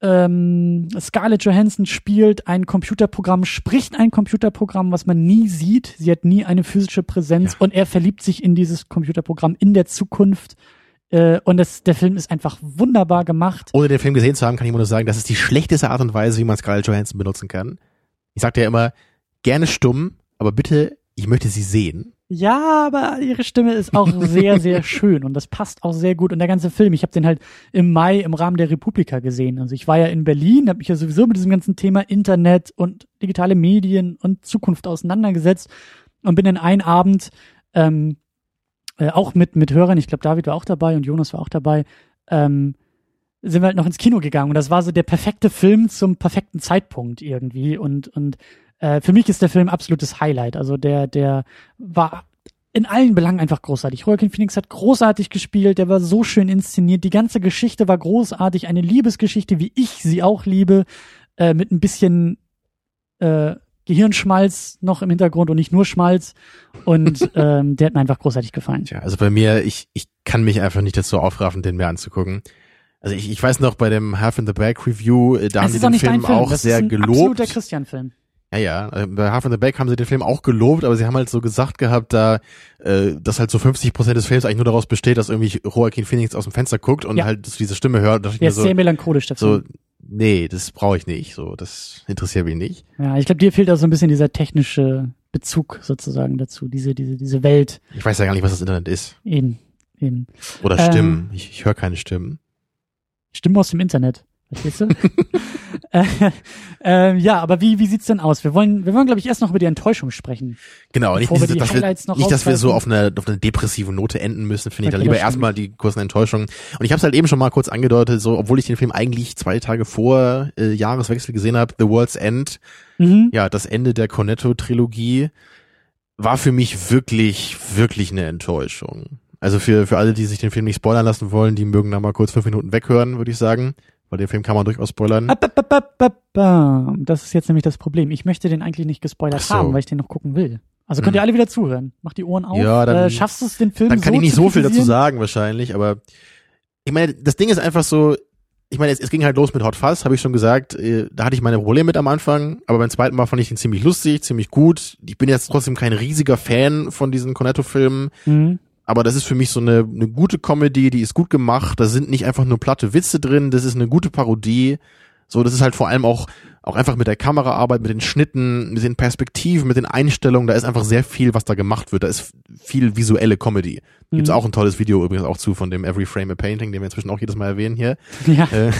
[SPEAKER 2] ähm, Scarlett Johansson spielt ein Computerprogramm, spricht ein Computerprogramm, was man nie sieht. Sie hat nie eine physische Präsenz
[SPEAKER 3] Ja.
[SPEAKER 2] und er verliebt sich in dieses Computerprogramm in der Zukunft. Äh, und das, der Film ist einfach wunderbar gemacht.
[SPEAKER 3] Ohne den Film gesehen zu haben, kann ich nur sagen, das ist die schlechteste Art und Weise, wie man Scarlett Johansson benutzen kann. Ich sagte ja immer, gerne stumm, aber bitte, ich möchte sie sehen.
[SPEAKER 2] Ja, aber ihre Stimme ist auch sehr, sehr schön und das passt auch sehr gut. Und der ganze Film, ich habe den halt im Mai im Rahmen der Republika gesehen. Also ich war ja in Berlin, habe mich ja sowieso mit diesem ganzen Thema Internet und digitale Medien und Zukunft auseinandergesetzt und bin dann einen Abend ähm, äh, auch mit mit Hörern, ich glaube David war auch dabei und Jonas war auch dabei, ähm, sind wir halt noch ins Kino gegangen und das war so der perfekte Film zum perfekten Zeitpunkt irgendwie und und Äh, für mich ist der Film absolutes Highlight. Also der, der war in allen Belangen einfach großartig. Joaquin Phoenix hat großartig gespielt, der war so schön inszeniert. Die ganze Geschichte war großartig, eine Liebesgeschichte, wie ich sie auch liebe, äh, mit ein bisschen äh, Gehirnschmalz noch im Hintergrund und nicht nur Schmalz. Und ähm, der hat mir einfach großartig gefallen.
[SPEAKER 3] Tja, also bei mir, ich, ich kann mich einfach nicht dazu aufraffen, den mir anzugucken. Also ich, ich weiß noch, bei dem Half in the Bag Review, äh, da haben sie den Film, Film auch
[SPEAKER 2] das
[SPEAKER 3] sehr
[SPEAKER 2] ist ein
[SPEAKER 3] gelobt.
[SPEAKER 2] Absoluter Christian-Film.
[SPEAKER 3] Ja, ja, bei Half in the Bag haben sie den Film auch gelobt, aber sie haben halt so gesagt gehabt, da, äh, dass halt so fünfzig Prozent des Films eigentlich nur daraus besteht, dass irgendwie Joaquin Phoenix aus dem Fenster guckt und
[SPEAKER 2] ja.
[SPEAKER 3] halt so diese Stimme hört.
[SPEAKER 2] Der ist
[SPEAKER 3] so,
[SPEAKER 2] sehr melancholisch, der Film.
[SPEAKER 3] So, nee, das brauche ich nicht, so, das interessiert mich nicht.
[SPEAKER 2] Ja, ich glaube, dir fehlt auch so ein bisschen dieser technische Bezug sozusagen dazu, diese, diese, diese Welt.
[SPEAKER 3] Ich weiß ja gar nicht, was das Internet ist.
[SPEAKER 2] Eben, eben.
[SPEAKER 3] Oder
[SPEAKER 2] Ähm,
[SPEAKER 3] Stimmen, ich, ich höre keine Stimmen.
[SPEAKER 2] Stimmen aus dem Internet. Verstehst du? äh, äh, ja, aber wie wie sieht's denn aus? Wir wollen wir wollen glaube ich erst noch über die Enttäuschung sprechen.
[SPEAKER 3] Genau, nicht,
[SPEAKER 2] Bevor wir
[SPEAKER 3] diese,
[SPEAKER 2] die
[SPEAKER 3] dass, wir,
[SPEAKER 2] Highlights noch
[SPEAKER 3] nicht dass wir so
[SPEAKER 2] rausgreifen.
[SPEAKER 3] auf eine auf eine depressive Note enden müssen, finde ich.
[SPEAKER 2] Okay,
[SPEAKER 3] Dann lieber
[SPEAKER 2] das stimmt.
[SPEAKER 3] erstmal die kurzen Enttäuschungen. Und ich habe es halt eben schon mal kurz angedeutet, so obwohl ich den Film eigentlich zwei Tage vor äh, Jahreswechsel gesehen habe, The World's End,
[SPEAKER 2] Mhm.
[SPEAKER 3] ja, das Ende der Cornetto-Trilogie, war für mich wirklich, wirklich eine Enttäuschung. Also für für alle, die sich den Film nicht spoilern lassen wollen, die mögen da mal kurz fünf Minuten weghören, würde ich sagen. Weil den Film kann man durchaus spoilern.
[SPEAKER 2] Ab, ab, ab, ab, ab, ab. Das ist jetzt nämlich das Problem. Ich möchte den eigentlich nicht gespoilert
[SPEAKER 3] Ach so.
[SPEAKER 2] haben, weil ich den noch gucken will. Also könnt ihr
[SPEAKER 3] Hm.
[SPEAKER 2] alle wieder zuhören. Macht die Ohren auf.
[SPEAKER 3] Ja, dann-
[SPEAKER 2] äh, schaffst du es, den Film
[SPEAKER 3] Dann kann
[SPEAKER 2] so
[SPEAKER 3] ich nicht
[SPEAKER 2] zu
[SPEAKER 3] so viel dazu
[SPEAKER 2] kritisieren?
[SPEAKER 3] sagen wahrscheinlich, aber ich meine, das Ding ist einfach so, ich meine, es, es ging halt los mit Hot Fuzz, habe ich schon gesagt, äh, da hatte ich meine Probleme mit am Anfang, aber beim zweiten Mal fand ich ihn ziemlich lustig, ziemlich gut. Ich bin jetzt trotzdem kein riesiger Fan von diesen Cornetto-Filmen,
[SPEAKER 2] Mhm.
[SPEAKER 3] aber das ist für mich so eine, eine gute Comedy, die ist gut gemacht, da sind nicht einfach nur platte Witze drin, das ist eine gute Parodie. So, das ist halt vor allem auch auch einfach mit der Kameraarbeit, mit den Schnitten, mit den Perspektiven, mit den Einstellungen, da ist einfach sehr viel, was da gemacht wird. Da ist viel visuelle Comedy. Mhm. Gibt's auch ein tolles Video übrigens auch zu von dem Every Frame a Painting, den wir inzwischen auch jedes Mal erwähnen hier.
[SPEAKER 2] Ja.
[SPEAKER 3] Äh,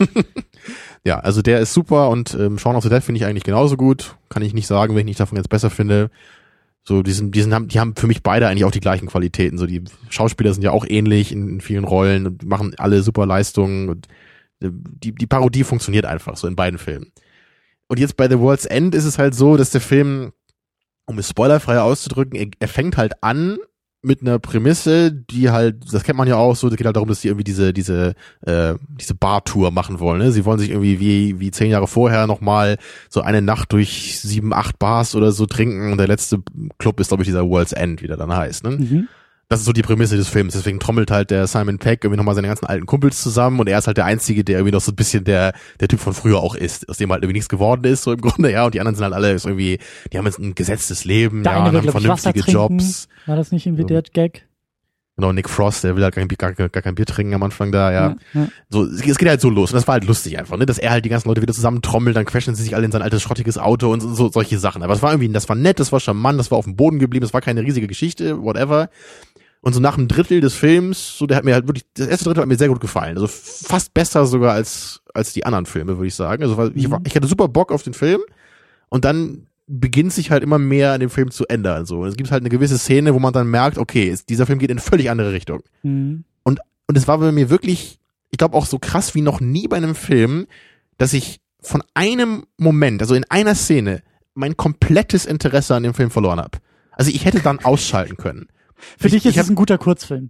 [SPEAKER 3] ja, also der ist super und ähm, Shaun of the Dead finde ich eigentlich genauso gut. Kann ich nicht sagen, wenn ich nicht davon jetzt besser finde. So, die sind, die sind, haben, die haben für mich beide eigentlich auch die gleichen Qualitäten. So, die Schauspieler sind ja auch ähnlich in, in vielen Rollen und machen alle super Leistungen und die, die Parodie funktioniert einfach so in beiden Filmen. Und jetzt bei The World's End ist es halt so, dass der Film, um es spoilerfrei auszudrücken, er, er fängt halt an mit einer Prämisse, die halt, das kennt man ja auch so, es geht halt darum, dass sie irgendwie diese diese äh, diese Bar-Tour machen wollen. Ne? Sie wollen sich irgendwie wie wie zehn Jahre vorher nochmal so eine Nacht durch sieben, acht Bars oder so trinken und der letzte Club ist, glaube ich, dieser World's End, wie der dann heißt. Ne? Mhm. Das ist so die Prämisse des Films. Deswegen trommelt halt der Simon Pegg irgendwie nochmal seine ganzen alten Kumpels zusammen und er ist halt der Einzige, der irgendwie noch so ein bisschen der der Typ von früher auch ist, aus dem halt irgendwie nichts geworden ist, so im Grunde, ja, und die anderen sind halt alle ist irgendwie, die haben jetzt ein gesetztes Leben,
[SPEAKER 2] der
[SPEAKER 3] ja, und haben vernünftige Jobs.
[SPEAKER 2] War das nicht irgendwie so. Der Gag?
[SPEAKER 3] Genau, Nick Frost, der will halt gar, gar, gar kein Bier trinken am Anfang da, ja.
[SPEAKER 2] ja, ja.
[SPEAKER 3] So, es geht halt so los und das war halt lustig einfach, ne, dass er halt die ganzen Leute wieder zusammen trommelt, dann quetschen sie sich alle in sein altes schrottiges Auto und so, so solche Sachen. Aber es war irgendwie, das war nett, das war charmant, das war auf dem Boden geblieben, das war keine riesige Geschichte, whatever. Und so nach einem Drittel des Films, so der hat mir halt wirklich, das erste Drittel hat mir sehr gut gefallen. Also fast besser sogar als als die anderen Filme, würde ich sagen. Also weil ich, ich hatte super Bock auf den Film und dann beginnt sich halt immer mehr an dem Film zu ändern. So, es gibt halt eine gewisse Szene, wo man dann merkt, okay, es, dieser Film geht in eine völlig andere Richtung. Mhm. Und und es war bei mir wirklich, ich glaube auch so krass wie noch nie bei einem Film, dass ich von einem Moment, also in einer Szene, mein komplettes Interesse an dem Film verloren habe. Also ich hätte dann ausschalten können.
[SPEAKER 2] Für
[SPEAKER 3] ich,
[SPEAKER 2] dich ist
[SPEAKER 3] ich hab,
[SPEAKER 2] es ein guter Kurzfilm.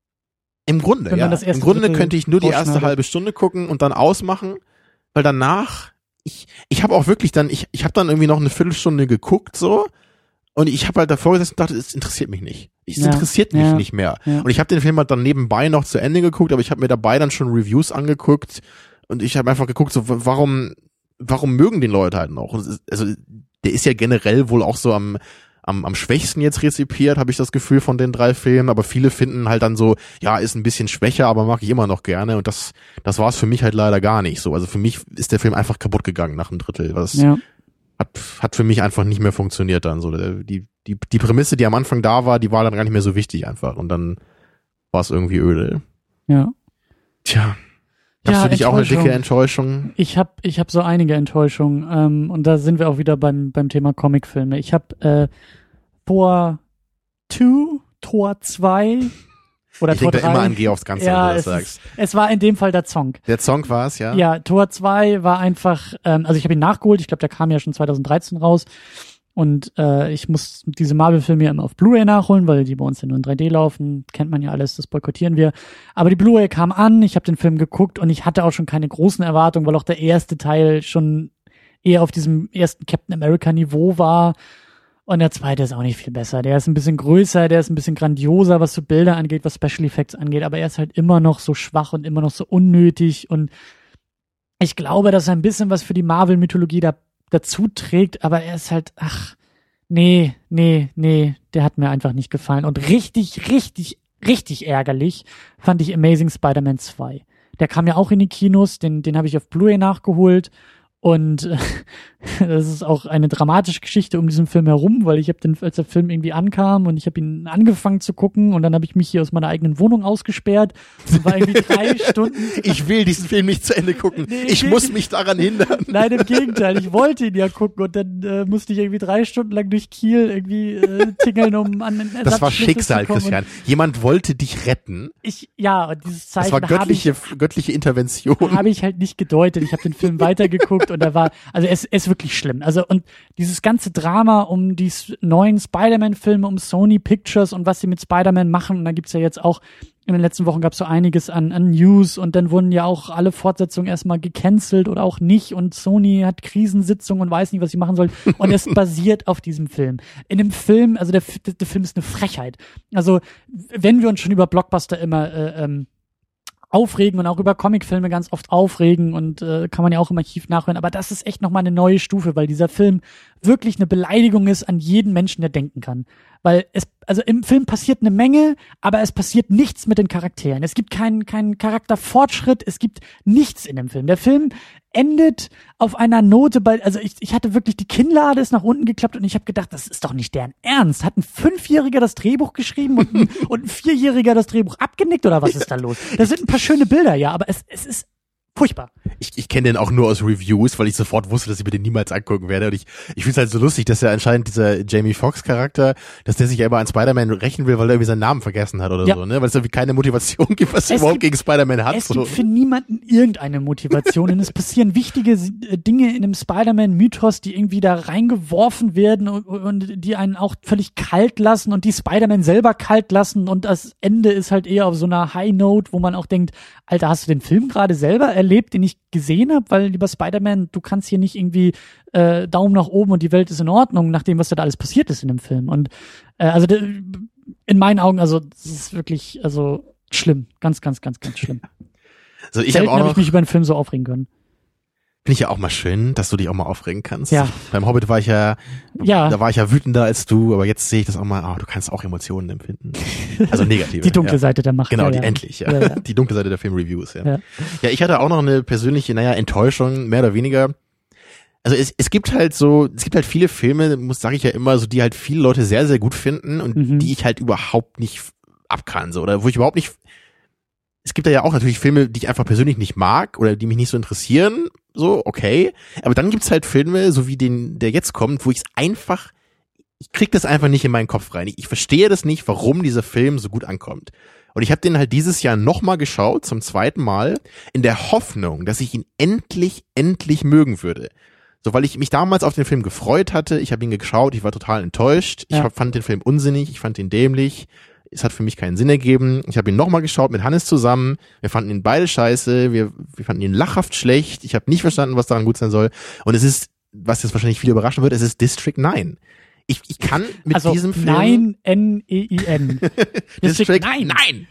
[SPEAKER 3] Im Grunde, ja. Im Grunde Drittel könnte ich nur die erste halbe Stunde gucken und dann ausmachen, weil danach, ich ich habe auch wirklich dann, ich ich habe dann irgendwie noch eine Viertelstunde geguckt so und ich habe halt davor gesessen und dachte, es interessiert mich nicht. Es ja, interessiert mich ja, nicht mehr. Ja. Und ich habe den Film halt dann nebenbei noch zu Ende geguckt, aber ich habe mir dabei dann schon Reviews angeguckt und ich habe einfach geguckt, so warum warum mögen den Leute halt noch? Also der ist ja generell wohl auch so am Am, am schwächsten jetzt rezipiert, habe ich das Gefühl von den drei Filmen, aber viele finden halt dann so, ja, ist ein bisschen schwächer, aber mag ich immer noch gerne und das das war es für mich halt leider gar nicht so. Also für mich ist der Film einfach kaputt gegangen nach einem Drittel. Das ja. hat hat für mich einfach nicht mehr funktioniert dann so. Die die die Prämisse, die am Anfang da war, die war dann gar nicht mehr so wichtig einfach und dann war es irgendwie öde.
[SPEAKER 2] Ja.
[SPEAKER 3] Tja. Hast ja, du dich auch eine dicke Enttäuschung?
[SPEAKER 2] Ich habe ich hab so einige Enttäuschungen ähm, und da sind wir auch wieder beim beim Thema Comicfilme. Ich habe äh, Tor zwei, Tor zwei oder
[SPEAKER 3] ich
[SPEAKER 2] Tor
[SPEAKER 3] drei. Ich denke da immer an Geh aufs Ganze,
[SPEAKER 2] ja,
[SPEAKER 3] wenn du das
[SPEAKER 2] es
[SPEAKER 3] sagst.
[SPEAKER 2] Ist, es war in dem Fall der Song.
[SPEAKER 3] Der Song war es, ja?
[SPEAKER 2] Ja, Tor zwei war einfach, ähm, also ich habe ihn nachgeholt, ich glaube, der kam ja schon zwanzig dreizehn raus. Und äh, ich muss diese Marvel-Filme ja immer auf Blu-ray nachholen, weil die bei uns ja nur in drei D laufen. Kennt man ja alles, das boykottieren wir. Aber die Blu-ray kam an, ich habe den Film geguckt und ich hatte auch schon keine großen Erwartungen, weil auch der erste Teil schon eher auf diesem ersten Captain America-Niveau war. Und der zweite ist auch nicht viel besser. Der ist ein bisschen größer, der ist ein bisschen grandioser, was so Bilder angeht, was Special Effects angeht. Aber er ist halt immer noch so schwach und immer noch so unnötig. Und ich glaube, dass er ein bisschen was für die Marvel-Mythologie da dazu trägt, aber er ist halt, ach, nee, nee, nee, der hat mir einfach nicht gefallen. Und richtig, richtig, richtig ärgerlich fand ich Amazing Spider-Man zwei. Der kam ja auch in die Kinos, den, den habe ich auf Blu-ray nachgeholt. Und äh, das ist auch eine dramatische Geschichte um diesen Film herum, weil ich habe den, als der Film irgendwie ankam und ich habe ihn angefangen zu gucken und dann habe ich mich hier aus meiner eigenen Wohnung ausgesperrt. Das war irgendwie drei Stunden.
[SPEAKER 3] Ich will diesen Film nicht zu Ende gucken. Nee, ich muss mich daran hindern.
[SPEAKER 2] Nein, im Gegenteil. Ich wollte ihn ja gucken und dann äh, musste ich irgendwie drei Stunden lang durch Kiel irgendwie äh, tingeln, um an den Ersatzschlüssel
[SPEAKER 3] Das war Schicksal, Christian. Jemand wollte dich retten.
[SPEAKER 2] Ich, ja, und dieses Zeichen
[SPEAKER 3] Das war göttliche,
[SPEAKER 2] ich,
[SPEAKER 3] göttliche Intervention.
[SPEAKER 2] Habe ich halt nicht gedeutet. Ich habe den Film weitergeguckt und da war, also es ist wirklich schlimm. Also und dieses ganze Drama um die neuen Spider-Man-Filme, um Sony Pictures und was sie mit Spider-Man machen, und da gibt's ja jetzt auch, in den letzten Wochen gab's so einiges an, an News und dann wurden ja auch alle Fortsetzungen erstmal gecancelt oder auch nicht und Sony hat Krisensitzungen und weiß nicht, was sie machen soll und es basiert auf diesem Film. In dem Film, also der, der Film ist eine Frechheit. Also wenn wir uns schon über Blockbuster immer äh, ähm, aufregen und auch über Comicfilme ganz oft aufregen und äh, kann man ja auch im Archiv nachhören, aber das ist echt nochmal eine neue Stufe, weil dieser Film wirklich eine Beleidigung ist an jeden Menschen, der denken kann. Weil es, also im Film passiert eine Menge, aber es passiert nichts mit den Charakteren. Es gibt keinen, keinen Charakterfortschritt, es gibt nichts in dem Film. Der Film endet auf einer Note bei, also ich, ich hatte wirklich, die Kinnlade ist nach unten geklappt und ich habe gedacht, das ist doch nicht deren Ernst. Hat ein Fünfjähriger das Drehbuch geschrieben und ein, und ein Vierjähriger das Drehbuch abgenickt oder was ist da los? Da sind ein paar schöne Bilder, ja, aber es, es ist furchtbar.
[SPEAKER 3] Ich, ich kenne den auch nur aus Reviews, weil ich sofort wusste, dass ich mir den niemals angucken werde. Und ich, ich finde es halt so lustig, dass er anscheinend dieser Jamie Foxx Charakter, dass der sich ja immer an Spider-Man rächen will, weil er irgendwie seinen Namen vergessen hat oder ja. so, ne? Weil es irgendwie keine Motivation gibt, was er überhaupt
[SPEAKER 2] gibt,
[SPEAKER 3] gegen Spider-Man hat.
[SPEAKER 2] Es
[SPEAKER 3] so.
[SPEAKER 2] gibt für niemanden irgendeine Motivation und es passieren wichtige Dinge in dem Spider-Man-Mythos, die irgendwie da reingeworfen werden und, und die einen auch völlig kalt lassen und die Spider-Man selber kalt lassen und das Ende ist halt eher auf so einer High-Note, wo man auch denkt, Alter, hast du den Film gerade selber erlebt, den ich gesehen habe? Weil, lieber Spider-Man, du kannst hier nicht irgendwie äh, Daumen nach oben und die Welt ist in Ordnung, nach dem, was da alles passiert ist in dem Film. Und äh, also de, in meinen Augen, also das ist wirklich also schlimm. Ganz, ganz, ganz, ganz schlimm.
[SPEAKER 3] Also ich habe auch noch,
[SPEAKER 2] hab ich mich über einen Film so aufregen können.
[SPEAKER 3] Finde ich ja auch mal schön, dass du dich auch mal aufregen kannst.
[SPEAKER 2] Ja.
[SPEAKER 3] Beim Hobbit war ich ja,
[SPEAKER 2] ja,
[SPEAKER 3] da war ich ja wütender als du, aber jetzt sehe ich das auch mal, oh, du kannst auch Emotionen empfinden. Also negative.
[SPEAKER 2] Die dunkle
[SPEAKER 3] ja.
[SPEAKER 2] Seite der Macht.
[SPEAKER 3] Genau,
[SPEAKER 2] ja,
[SPEAKER 3] die
[SPEAKER 2] ja.
[SPEAKER 3] endlich, ja.
[SPEAKER 2] Ja, ja.
[SPEAKER 3] Die dunkle Seite der Filmreviews, ja.
[SPEAKER 2] ja.
[SPEAKER 3] Ja, ich hatte auch noch eine persönliche, naja, Enttäuschung, mehr oder weniger. Also es, es gibt halt so, es gibt halt viele Filme, muss sage ich ja immer, so die halt viele Leute sehr, sehr gut finden und
[SPEAKER 2] Mhm.
[SPEAKER 3] die ich halt überhaupt nicht ab kann, so, oder wo ich überhaupt nicht, es gibt da ja auch natürlich Filme, die ich einfach persönlich nicht mag oder die mich nicht so interessieren, so, okay. Aber dann gibt's halt Filme, so wie den, der jetzt kommt, wo ich es einfach, ich krieg das einfach nicht in meinen Kopf rein. Ich, ich verstehe das nicht, warum dieser Film so gut ankommt. Und ich habe den halt dieses Jahr nochmal geschaut, zum zweiten Mal, in der Hoffnung, dass ich ihn endlich, endlich mögen würde. So, weil ich mich damals auf den Film gefreut hatte, ich habe ihn geschaut, ich war total enttäuscht, ich
[SPEAKER 2] Ja.
[SPEAKER 3] hab, fand den Film unsinnig, ich fand ihn dämlich, es hat für mich keinen Sinn ergeben. Ich habe ihn nochmal geschaut mit Hannes zusammen, wir fanden ihn beide scheiße, wir, wir fanden ihn lachhaft schlecht, ich habe nicht verstanden, was daran gut sein soll. Und es ist, was jetzt wahrscheinlich viele überraschen wird, es ist District neun. Ich, ich kann mit
[SPEAKER 2] also
[SPEAKER 3] diesem Film...
[SPEAKER 2] Nein, N E I N.
[SPEAKER 3] District
[SPEAKER 2] Nein.
[SPEAKER 3] Nein.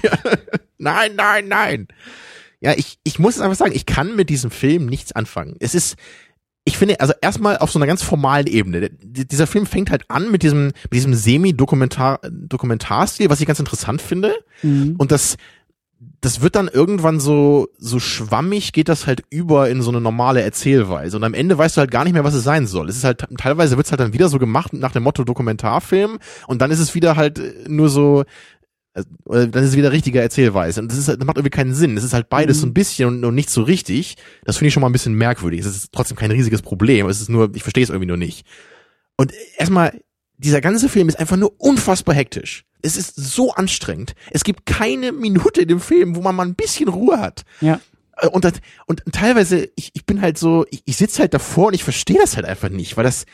[SPEAKER 3] nein, nein, nein. Ja, ich, ich muss es einfach sagen, ich kann mit diesem Film nichts anfangen. Es ist, ich finde, also erstmal auf so einer ganz formalen Ebene. Der, dieser Film fängt halt an mit diesem, mit diesem Semi-Dokumentar, Dokumentarstil, was ich ganz interessant finde.
[SPEAKER 2] Mhm.
[SPEAKER 3] Und das, das wird dann irgendwann so, so schwammig geht das halt über in so eine normale Erzählweise. Und am Ende weißt du halt gar nicht mehr, was es sein soll. Es ist halt, teilweise wird's halt dann wieder so gemacht nach dem Motto Dokumentarfilm. Und dann ist es wieder halt nur so, oder dann ist es wieder richtige Erzählweise. Und das ist halt, das macht irgendwie keinen Sinn. Es ist halt beides
[SPEAKER 2] Mhm.
[SPEAKER 3] so ein bisschen und, und nicht so richtig. Das finde ich schon mal ein bisschen merkwürdig. Es ist trotzdem kein riesiges Problem. Es ist nur, ich verstehe es irgendwie nur nicht. Und erstmal, dieser ganze Film ist einfach nur unfassbar hektisch. Es ist so anstrengend. Es gibt keine Minute in dem Film, wo man mal ein bisschen Ruhe hat.
[SPEAKER 2] Ja.
[SPEAKER 3] Und, das, und teilweise, ich, ich bin halt so, ich, ich sitze halt davor und ich verstehe das halt einfach nicht, weil das,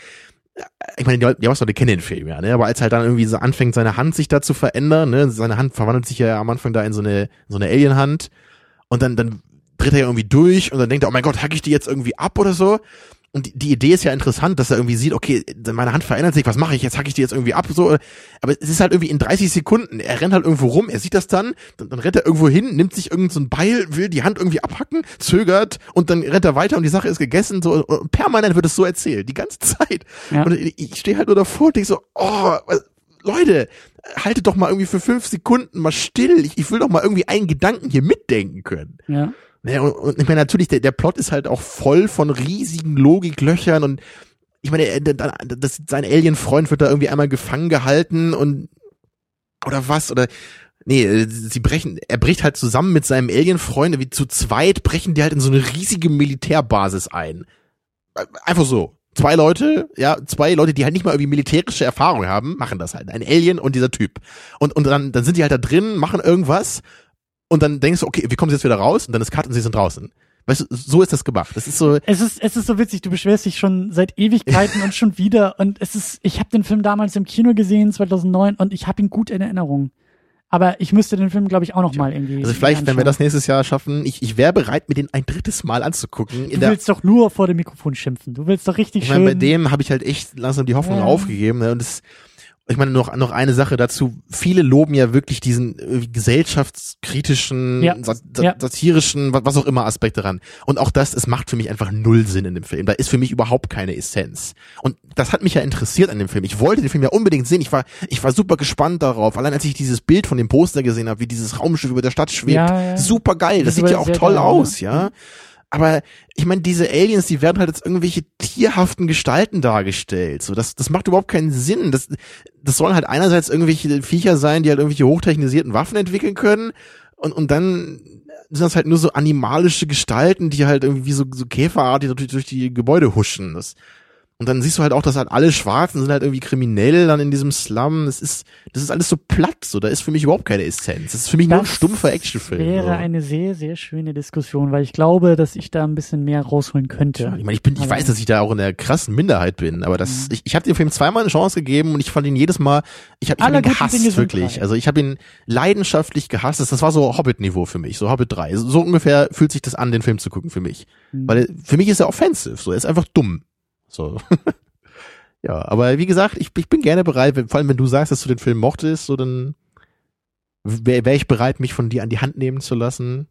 [SPEAKER 3] ich meine, die, die Leute kennen den Film ja, ne? Aber als halt dann irgendwie so anfängt, seine Hand sich da zu verändern, ne? Seine Hand verwandelt sich ja am Anfang da in so eine, so eine Alien-Hand und dann, dann dreht er ja irgendwie durch und dann denkt er, oh mein Gott, hack ich die jetzt irgendwie ab oder so? Und die, die Idee ist ja interessant, dass er irgendwie sieht, okay, meine Hand verändert sich, was mache ich jetzt? Hack ich die jetzt irgendwie ab? So, aber es ist halt irgendwie in dreißig Sekunden. Er rennt halt irgendwo rum, er sieht das dann, dann, dann rennt er irgendwo hin, nimmt sich irgend so ein Beil, will die Hand irgendwie abhacken, zögert und dann rennt er weiter und die Sache ist gegessen. So, und permanent wird es so erzählt, die ganze Zeit.
[SPEAKER 2] Ja.
[SPEAKER 3] Und ich, ich stehe halt nur davor und denke so, oh, was, Leute, haltet doch mal irgendwie für fünf Sekunden mal still. Ich, ich will doch mal irgendwie einen Gedanken hier mitdenken können.
[SPEAKER 2] Ja.
[SPEAKER 3] Naja, und, und ich meine, natürlich, der, der Plot ist halt auch voll von riesigen Logiklöchern und ich meine, das, das, sein Alien-Freund wird da irgendwie einmal gefangen gehalten und oder was, oder nee, sie brechen, er bricht halt zusammen mit seinem Alien-Freund, wie zu zweit brechen die halt in so eine riesige Militärbasis ein. Einfach so. Zwei Leute, ja, zwei Leute, die halt nicht mal irgendwie militärische Erfahrung haben, machen das halt. Ein Alien und dieser Typ. Und, und dann, dann sind die halt da drin, machen irgendwas. Und dann denkst du, okay, wie kommen sie jetzt wieder raus? Und dann ist Cut und sie sind draußen. Weißt du, so ist das gemacht. Das ist so.
[SPEAKER 2] Es ist, es ist so witzig, du beschwerst dich schon seit Ewigkeiten und schon wieder. Und es ist, ich habe den Film damals im Kino gesehen, zweitausendneun, und ich habe ihn gut in Erinnerung. Aber ich müsste den Film, glaube ich, auch noch mal irgendwie.
[SPEAKER 3] Also vielleicht, wenn wir das nächstes Jahr schaffen, ich, ich wäre bereit, mir den ein drittes Mal anzugucken.
[SPEAKER 2] Du willst doch nur vor dem Mikrofon schimpfen. Du willst doch richtig
[SPEAKER 3] ich
[SPEAKER 2] schön.
[SPEAKER 3] meine, bei dem habe ich halt echt langsam die Hoffnung
[SPEAKER 2] ja.
[SPEAKER 3] aufgegeben. Ne? Und das, ich meine, noch, noch eine Sache dazu. Viele loben ja wirklich diesen äh, gesellschaftskritischen,
[SPEAKER 2] Ja.
[SPEAKER 3] sat- sat-
[SPEAKER 2] Ja.
[SPEAKER 3] satirischen, was, was auch immer Aspekte ran. Und auch das, es macht für mich einfach null Sinn in dem Film. Da ist für mich überhaupt keine Essenz. Und das hat mich ja interessiert an dem Film. Ich wollte den Film ja unbedingt sehen. Ich war, ich war super gespannt darauf. Allein als ich dieses Bild von dem Poster gesehen habe, wie dieses Raumschiff über der Stadt schwebt.
[SPEAKER 2] Ja, ja.
[SPEAKER 3] Super geil. Das sieht ja auch
[SPEAKER 2] Sehr
[SPEAKER 3] toll
[SPEAKER 2] geil,
[SPEAKER 3] aus,
[SPEAKER 2] ja.
[SPEAKER 3] ja. Aber ich meine, diese Aliens, die werden halt als irgendwelche tierhaften Gestalten dargestellt. So, das, das macht überhaupt keinen Sinn. Das, das sollen halt einerseits irgendwelche Viecher sein, die halt irgendwelche hochtechnisierten Waffen entwickeln können. Und, und dann sind das halt nur so animalische Gestalten, die halt irgendwie so, so käferartig durch, durch die Gebäude huschen. Das, und dann siehst du halt auch, dass halt alle Schwarzen sind halt irgendwie kriminell dann in diesem Slum. Das ist, das ist alles so platt. So, da ist für mich überhaupt keine Essenz. Das ist für mich nur ein stumpfer Actionfilm.
[SPEAKER 2] Wäre
[SPEAKER 3] so.
[SPEAKER 2] eine sehr, sehr schöne Diskussion, weil ich glaube, dass ich da ein bisschen mehr rausholen könnte.
[SPEAKER 3] Ja, ich meine, ich bin, ich
[SPEAKER 2] Aber-
[SPEAKER 3] weiß, dass ich da auch in der krassen Minderheit bin, aber das,
[SPEAKER 2] Mhm.
[SPEAKER 3] ich, ich habe dem Film zweimal eine Chance gegeben und ich fand ihn jedes Mal, ich habe ich hab
[SPEAKER 2] Aller
[SPEAKER 3] ihn
[SPEAKER 2] guten
[SPEAKER 3] gehasst,
[SPEAKER 2] Dinge sind
[SPEAKER 3] wirklich.
[SPEAKER 2] drei.
[SPEAKER 3] Also ich habe ihn leidenschaftlich gehasst. Das, das war so Hobbit-Niveau für mich, so Hobbit drei. So, so ungefähr fühlt sich das an, den Film zu gucken für mich.
[SPEAKER 2] Mhm.
[SPEAKER 3] Weil für mich ist er offensive, so, er ist einfach dumm. So. Ja, aber wie gesagt, ich, ich bin gerne bereit, wenn, vor allem wenn du sagst, dass du den Film mochtest, so dann wäre wär ich bereit, mich von dir an die Hand nehmen zu lassen.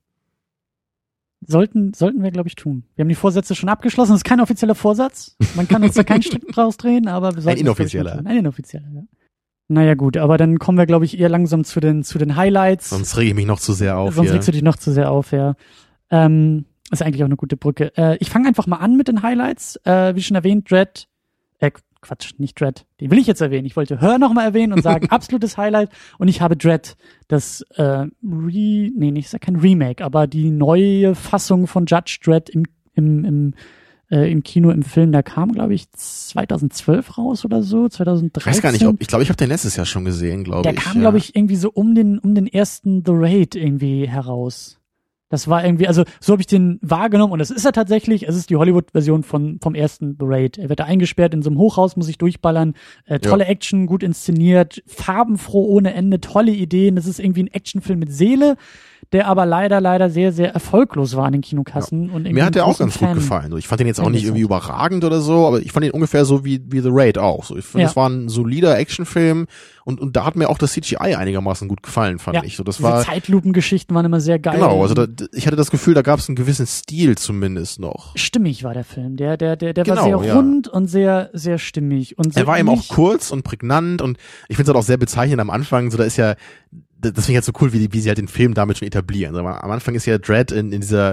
[SPEAKER 2] Sollten, sollten wir, glaube ich, tun. Wir haben die Vorsätze schon abgeschlossen. Das ist kein offizieller Vorsatz. Man kann uns da keinen Strick draus drehen, aber wir sollten
[SPEAKER 3] Ein
[SPEAKER 2] das, glaub ich,
[SPEAKER 3] inoffizieller.
[SPEAKER 2] mal tun. Ein inoffizieller, ja. Naja, gut, aber dann kommen wir, glaube ich, eher langsam zu den, zu den Highlights.
[SPEAKER 3] Sonst rege ich mich noch zu sehr auf.
[SPEAKER 2] Sonst
[SPEAKER 3] hier.
[SPEAKER 2] regst du dich noch zu sehr auf, ja. Ähm, ist eigentlich auch eine gute Brücke. Äh, ich fange einfach mal an mit den Highlights. Äh, wie schon erwähnt, Dread, äh, Quatsch, nicht Dread, den will ich jetzt erwähnen. Ich wollte Hör noch mal erwähnen und sagen, absolutes Highlight. Und ich habe Dread, das äh, Re, nee, nicht, ist ja kein Remake, aber die neue Fassung von Judge Dredd im, im, im, äh, im Kino, im Film, der kam, glaube ich, zweitausendzwölf raus oder so, zweitausenddreizehn.
[SPEAKER 3] Ich weiß gar nicht, ob, ich glaube, ich habe den letztes Jahr schon gesehen, glaube
[SPEAKER 2] Der
[SPEAKER 3] ich.
[SPEAKER 2] kam,
[SPEAKER 3] ja.
[SPEAKER 2] glaube ich, irgendwie so um den, um den ersten The Raid irgendwie heraus. Das war irgendwie, also so habe ich den wahrgenommen und das ist er tatsächlich, es ist die Hollywood-Version von vom ersten The Raid. Er wird da eingesperrt in so einem Hochhaus, muss sich durchballern, äh, tolle
[SPEAKER 3] Ja.
[SPEAKER 2] Action, gut inszeniert, farbenfroh ohne Ende, tolle Ideen. Das ist irgendwie ein Actionfilm mit Seele, der aber leider, leider sehr, sehr erfolglos war in den Kinokassen. Und irgendwie
[SPEAKER 3] Mir hat der
[SPEAKER 2] einen
[SPEAKER 3] auch ganz
[SPEAKER 2] großen
[SPEAKER 3] gut
[SPEAKER 2] Fan-
[SPEAKER 3] gefallen. So, ich fand den jetzt auch
[SPEAKER 2] Fan
[SPEAKER 3] nicht
[SPEAKER 2] ist
[SPEAKER 3] irgendwie
[SPEAKER 2] halt.
[SPEAKER 3] überragend oder so, aber ich fand ihn ungefähr so wie, wie The Raid auch. So, ich finde,
[SPEAKER 2] Ja.
[SPEAKER 3] das war ein solider Actionfilm und, und da hat mir auch das C G I einigermaßen gut gefallen, fand
[SPEAKER 2] Ja,
[SPEAKER 3] ich. So, das
[SPEAKER 2] diese
[SPEAKER 3] war,
[SPEAKER 2] Zeitlupengeschichten waren immer sehr geil.
[SPEAKER 3] genau, also da, ich hatte das Gefühl, da gab es einen gewissen Stil zumindest noch.
[SPEAKER 2] Stimmig war der Film. Der, der, der, der war
[SPEAKER 3] Genau,
[SPEAKER 2] sehr
[SPEAKER 3] ja.
[SPEAKER 2] rund und sehr, sehr stimmig. Und so
[SPEAKER 3] Er war eben auch
[SPEAKER 2] nicht-
[SPEAKER 3] kurz und prägnant und ich finde es halt auch sehr bezeichnend am Anfang, so da ist ja, das finde ich halt so cool, wie, die, wie sie halt den Film damit schon etablieren. Also am Anfang ist ja Dredd in, in dieser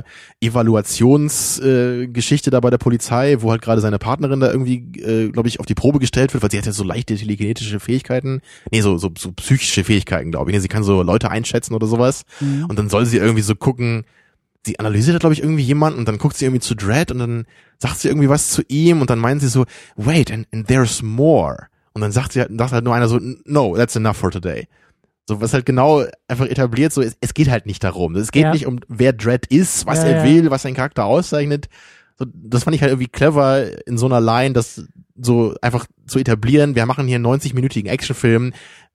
[SPEAKER 3] Evaluationsgeschichte äh, Geschichte da bei der Polizei, wo halt gerade seine Partnerin da irgendwie, äh, glaube ich, auf die Probe gestellt wird, weil sie hat ja so leichte telekinetische Fähigkeiten, nee, so, so, so psychische Fähigkeiten, glaube ich. Sie kann so Leute einschätzen oder sowas.
[SPEAKER 2] Mhm.
[SPEAKER 3] Und dann soll sie irgendwie so gucken, sie analysiert, glaube ich, irgendwie jemanden und dann guckt sie irgendwie zu Dredd und dann sagt sie irgendwie was zu ihm und dann meint sie so, wait, and, and there's more. Und dann sagt sie halt, sagt halt nur einer so, no, that's enough for today. So, was halt genau einfach etabliert, so, es, es geht halt nicht darum. Es geht
[SPEAKER 2] Ja.
[SPEAKER 3] nicht um, wer Dredd ist, was
[SPEAKER 2] Ja,
[SPEAKER 3] er
[SPEAKER 2] ja.
[SPEAKER 3] will, was sein Charakter auszeichnet. So, das fand ich halt irgendwie clever in so einer Line, das so einfach zu etablieren. Wir machen hier einen neunzig-minütigen Actionfilm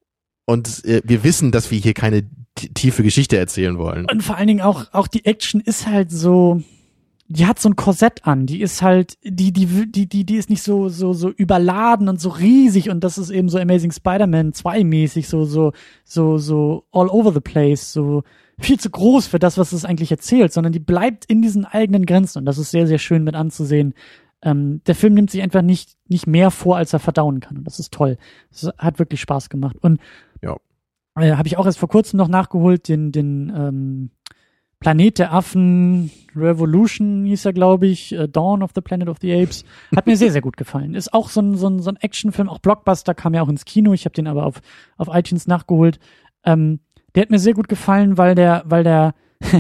[SPEAKER 3] und äh, wir wissen, dass wir hier keine t- tiefe Geschichte erzählen wollen.
[SPEAKER 2] Und vor allen Dingen auch, auch die Action ist halt so, die hat so ein Korsett an, die ist halt, die, die, die, die, die ist nicht so, so, so überladen und so riesig und das ist eben so Amazing Spider-Man zwei mäßig, so, so, so, so all over the place, so viel zu groß für das, was es eigentlich erzählt, sondern die bleibt in diesen eigenen Grenzen und das ist sehr, sehr schön mit anzusehen. Ähm, der Film nimmt sich einfach nicht, nicht mehr vor, als er verdauen kann und das ist toll. Das hat wirklich Spaß gemacht und
[SPEAKER 3] Ja.
[SPEAKER 2] äh, habe ich auch erst vor kurzem noch nachgeholt, den, den, ähm, Planet der Affen, Revolution hieß er, glaube ich, äh, Dawn of the Planet of the Apes. Hat mir sehr, sehr gut gefallen. Ist auch so ein, so ein, so ein Actionfilm, auch Blockbuster, kam ja auch ins Kino. Ich habe den aber auf, auf iTunes nachgeholt. Ähm, der hat mir sehr gut gefallen, weil der, weil der,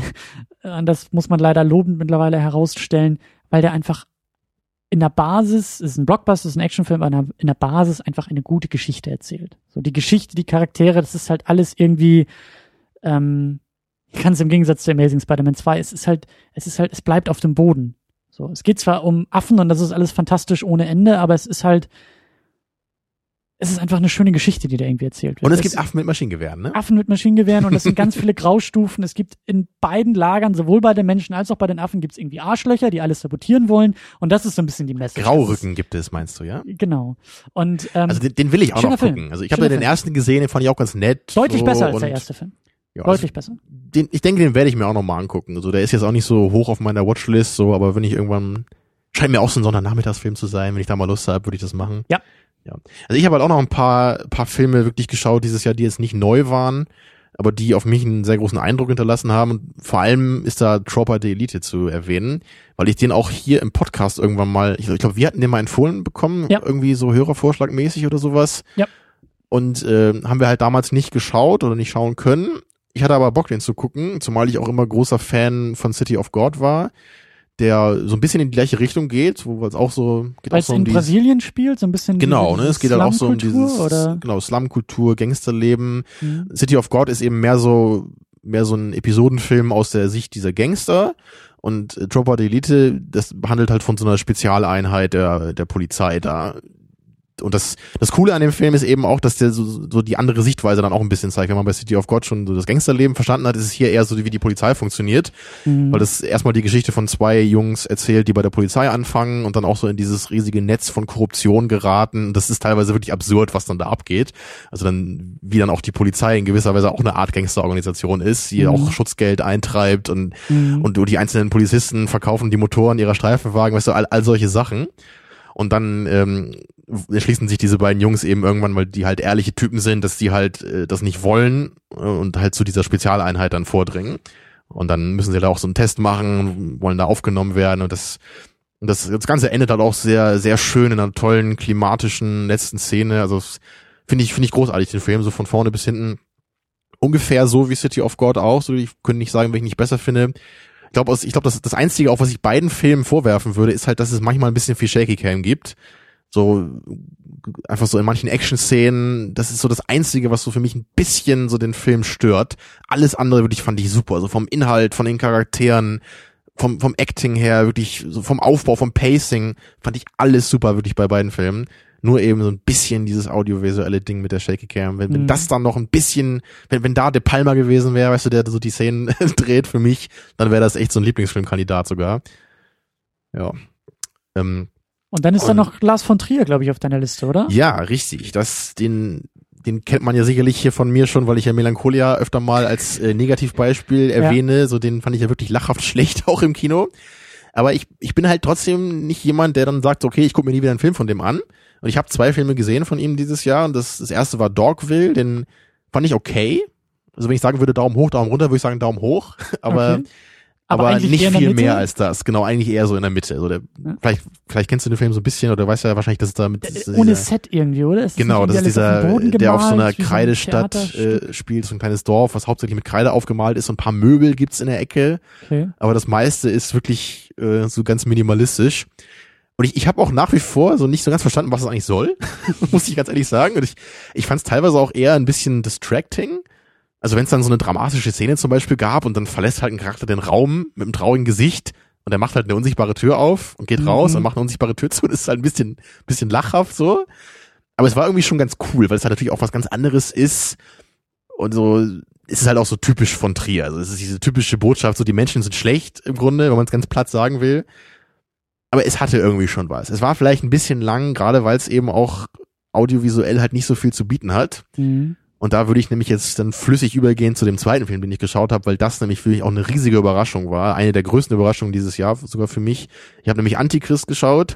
[SPEAKER 2] das muss man leider lobend mittlerweile herausstellen, weil der einfach in der Basis, es ist ein Blockbuster, es ist ein Actionfilm, aber in der Basis einfach eine gute Geschichte erzählt. So die Geschichte, die Charaktere, das ist halt alles irgendwie, ähm, ganz im Gegensatz zu Amazing Spider-Man zwei, es ist halt, es ist halt, es bleibt auf dem Boden. So, es geht zwar um Affen und das ist alles fantastisch ohne Ende, aber es ist halt, es ist einfach eine schöne Geschichte, die da irgendwie erzählt wird.
[SPEAKER 3] Und es
[SPEAKER 2] das
[SPEAKER 3] gibt Affen mit Maschinengewehren, ne?
[SPEAKER 2] Affen mit Maschinengewehren und es sind ganz viele Graustufen. Es gibt in beiden Lagern, sowohl bei den Menschen als auch bei den Affen, gibt es irgendwie Arschlöcher, die alles sabotieren wollen. Und das ist so ein bisschen die Message.
[SPEAKER 3] Graurücken gibt es, meinst du, ja?
[SPEAKER 2] Genau. Und ähm,
[SPEAKER 3] also den, den will ich auch noch gucken. Film. Also ich habe ja den ersten gesehen, den fand ich auch ganz nett.
[SPEAKER 2] Deutlich
[SPEAKER 3] so,
[SPEAKER 2] besser als der erste Film.
[SPEAKER 3] Ja,
[SPEAKER 2] Deutlich
[SPEAKER 3] also
[SPEAKER 2] besser.
[SPEAKER 3] Den, ich denke, den werde ich mir auch noch mal angucken. Also der ist jetzt auch nicht so hoch auf meiner Watchlist, so, aber wenn ich irgendwann, scheint mir auch so ein Sonntagnachmittagsfilm zu sein, wenn ich da mal Lust habe, würde ich das machen.
[SPEAKER 2] Ja.
[SPEAKER 3] Ja. Also ich habe halt auch noch ein paar, paar Filme wirklich geschaut dieses Jahr, die jetzt nicht neu waren, aber die auf mich einen sehr großen Eindruck hinterlassen haben. Und vor allem ist da Trooper the Elite zu erwähnen, weil ich den auch hier im Podcast irgendwann mal, ich, ich glaube, wir hatten den mal empfohlen bekommen,
[SPEAKER 2] ja.
[SPEAKER 3] irgendwie so Hörervorschlagmäßig oder sowas.
[SPEAKER 2] Ja.
[SPEAKER 3] Und äh, haben wir halt damals nicht geschaut oder nicht schauen können. Ich hatte aber Bock, den zu gucken, zumal ich auch immer großer Fan von City of God war, der so ein bisschen in die gleiche Richtung geht, wo es auch so geht
[SPEAKER 2] Weil
[SPEAKER 3] auch so
[SPEAKER 2] es
[SPEAKER 3] um
[SPEAKER 2] in Brasilien spielt, so ein bisschen
[SPEAKER 3] genau, ne, es geht halt auch so um dieses
[SPEAKER 2] oder?
[SPEAKER 3] genau Slum-Kultur, Gangsterleben.
[SPEAKER 2] Mhm.
[SPEAKER 3] City of God ist eben mehr so mehr so ein Episodenfilm aus der Sicht dieser Gangster und äh, Trooper the Elite, das handelt halt von so einer Spezialeinheit der der Polizei da. Und das das Coole an dem Film ist eben auch, dass der so, so die andere Sichtweise dann auch ein bisschen zeigt. Wenn man bei City of God schon so das Gangsterleben verstanden hat, ist es hier eher so, wie die Polizei funktioniert. Mhm. Weil das erstmal die Geschichte von zwei Jungs erzählt, die bei der Polizei anfangen und dann auch so in dieses riesige Netz von Korruption geraten. Das ist teilweise wirklich absurd, was dann da abgeht. Also dann, wie dann auch die Polizei in gewisser Weise auch eine Art Gangsterorganisation ist, die mhm. auch Schutzgeld eintreibt und, mhm. und die einzelnen Polizisten verkaufen die Motoren ihrer Streifenwagen, weißt du, all, all solche Sachen. Und dann ähm, schließen sich diese beiden Jungs eben irgendwann, weil die halt ehrliche Typen sind, dass die halt äh, das nicht wollen und halt zu dieser Spezialeinheit dann vordringen. Und dann müssen sie da auch so einen Test machen, wollen da aufgenommen werden und das und das, das Ganze endet halt auch sehr sehr schön in einer tollen klimatischen letzten Szene. Also finde ich finde ich großartig den Film so von vorne bis hinten. Ungefähr so wie City of God auch. So, ich könnte nicht sagen, wenn ich nicht besser finde. Ich glaube, ich glaube, das, das Einzige, auch was ich beiden Filmen vorwerfen würde, ist halt, dass es manchmal ein bisschen viel Shaky Cam gibt. So, einfach so in manchen Action-Szenen, das ist so das Einzige, was so für mich ein bisschen so den Film stört. Alles andere wirklich fand ich super. Also vom Inhalt, von den Charakteren, vom, vom Acting her, wirklich, so vom Aufbau, vom Pacing, fand ich alles super, wirklich bei beiden Filmen. Nur eben so ein bisschen dieses audiovisuelle Ding mit der Shaky Cam. Wenn, mhm. wenn das dann noch ein bisschen, wenn, wenn da De Palma gewesen wäre, weißt du, der so die Szenen dreht für mich, dann wäre das echt so ein Lieblingsfilmkandidat sogar. Ja. Ähm,
[SPEAKER 2] und dann ist und, da noch Lars von Trier, glaube ich, auf deiner Liste, oder?
[SPEAKER 3] Ja, richtig. Das, den, den kennt man ja sicherlich hier von mir schon, weil ich ja Melancholia öfter mal als äh, Negativbeispiel erwähne. Ja. So, den fand ich ja wirklich lachhaft schlecht auch im Kino. Aber ich, ich bin halt trotzdem nicht jemand, der dann sagt, okay, ich gucke mir nie wieder einen Film von dem an. Und ich habe zwei Filme gesehen von ihm dieses Jahr. Und das, das erste war Dogville, den fand ich okay. Also wenn ich sagen würde Daumen hoch, Daumen runter, würde ich sagen Daumen hoch. Aber,
[SPEAKER 2] okay. aber,
[SPEAKER 3] aber nicht viel
[SPEAKER 2] Mitte?
[SPEAKER 3] mehr als das. Genau, eigentlich eher so in der Mitte. Also der, ja. vielleicht, vielleicht kennst du den Film so ein bisschen oder weißt ja wahrscheinlich, dass es da mit
[SPEAKER 2] äh, ohne dieser, Set irgendwie, oder? Ist
[SPEAKER 3] genau, das ist dieser,
[SPEAKER 2] auf
[SPEAKER 3] der auf so einer Kreidestadt äh, spielt, so ein kleines Dorf, was hauptsächlich mit Kreide aufgemalt ist. So ein paar Möbel gibt's in der Ecke.
[SPEAKER 2] Okay.
[SPEAKER 3] Aber das meiste ist wirklich äh, so ganz minimalistisch. Und ich, ich habe auch nach wie vor so nicht so ganz verstanden, was das eigentlich soll, muss ich ganz ehrlich sagen. Und ich, ich fand es teilweise auch eher ein bisschen distracting. Also wenn es dann so eine dramatische Szene zum Beispiel gab und dann verlässt halt ein Charakter den Raum mit einem traurigen Gesicht und er macht halt eine unsichtbare Tür auf und geht mhm. raus und macht eine unsichtbare Tür zu. Das ist halt ein bisschen, bisschen lachhaft so. Aber es war irgendwie schon ganz cool, weil es halt natürlich auch was ganz anderes ist. Und so ist es halt auch so typisch von Trier. Also es ist diese typische Botschaft, so die Menschen sind schlecht im Grunde, wenn man es ganz platt sagen will. Aber es hatte irgendwie schon was. Es war vielleicht ein bisschen lang, gerade weil es eben auch audiovisuell halt nicht so viel zu bieten hat.
[SPEAKER 2] Mhm.
[SPEAKER 3] Und da würde ich nämlich jetzt dann flüssig übergehen zu dem zweiten Film, den ich geschaut habe, weil das nämlich für mich auch eine riesige Überraschung war. Eine der größten Überraschungen dieses Jahr, sogar für mich. Ich habe nämlich Antichrist geschaut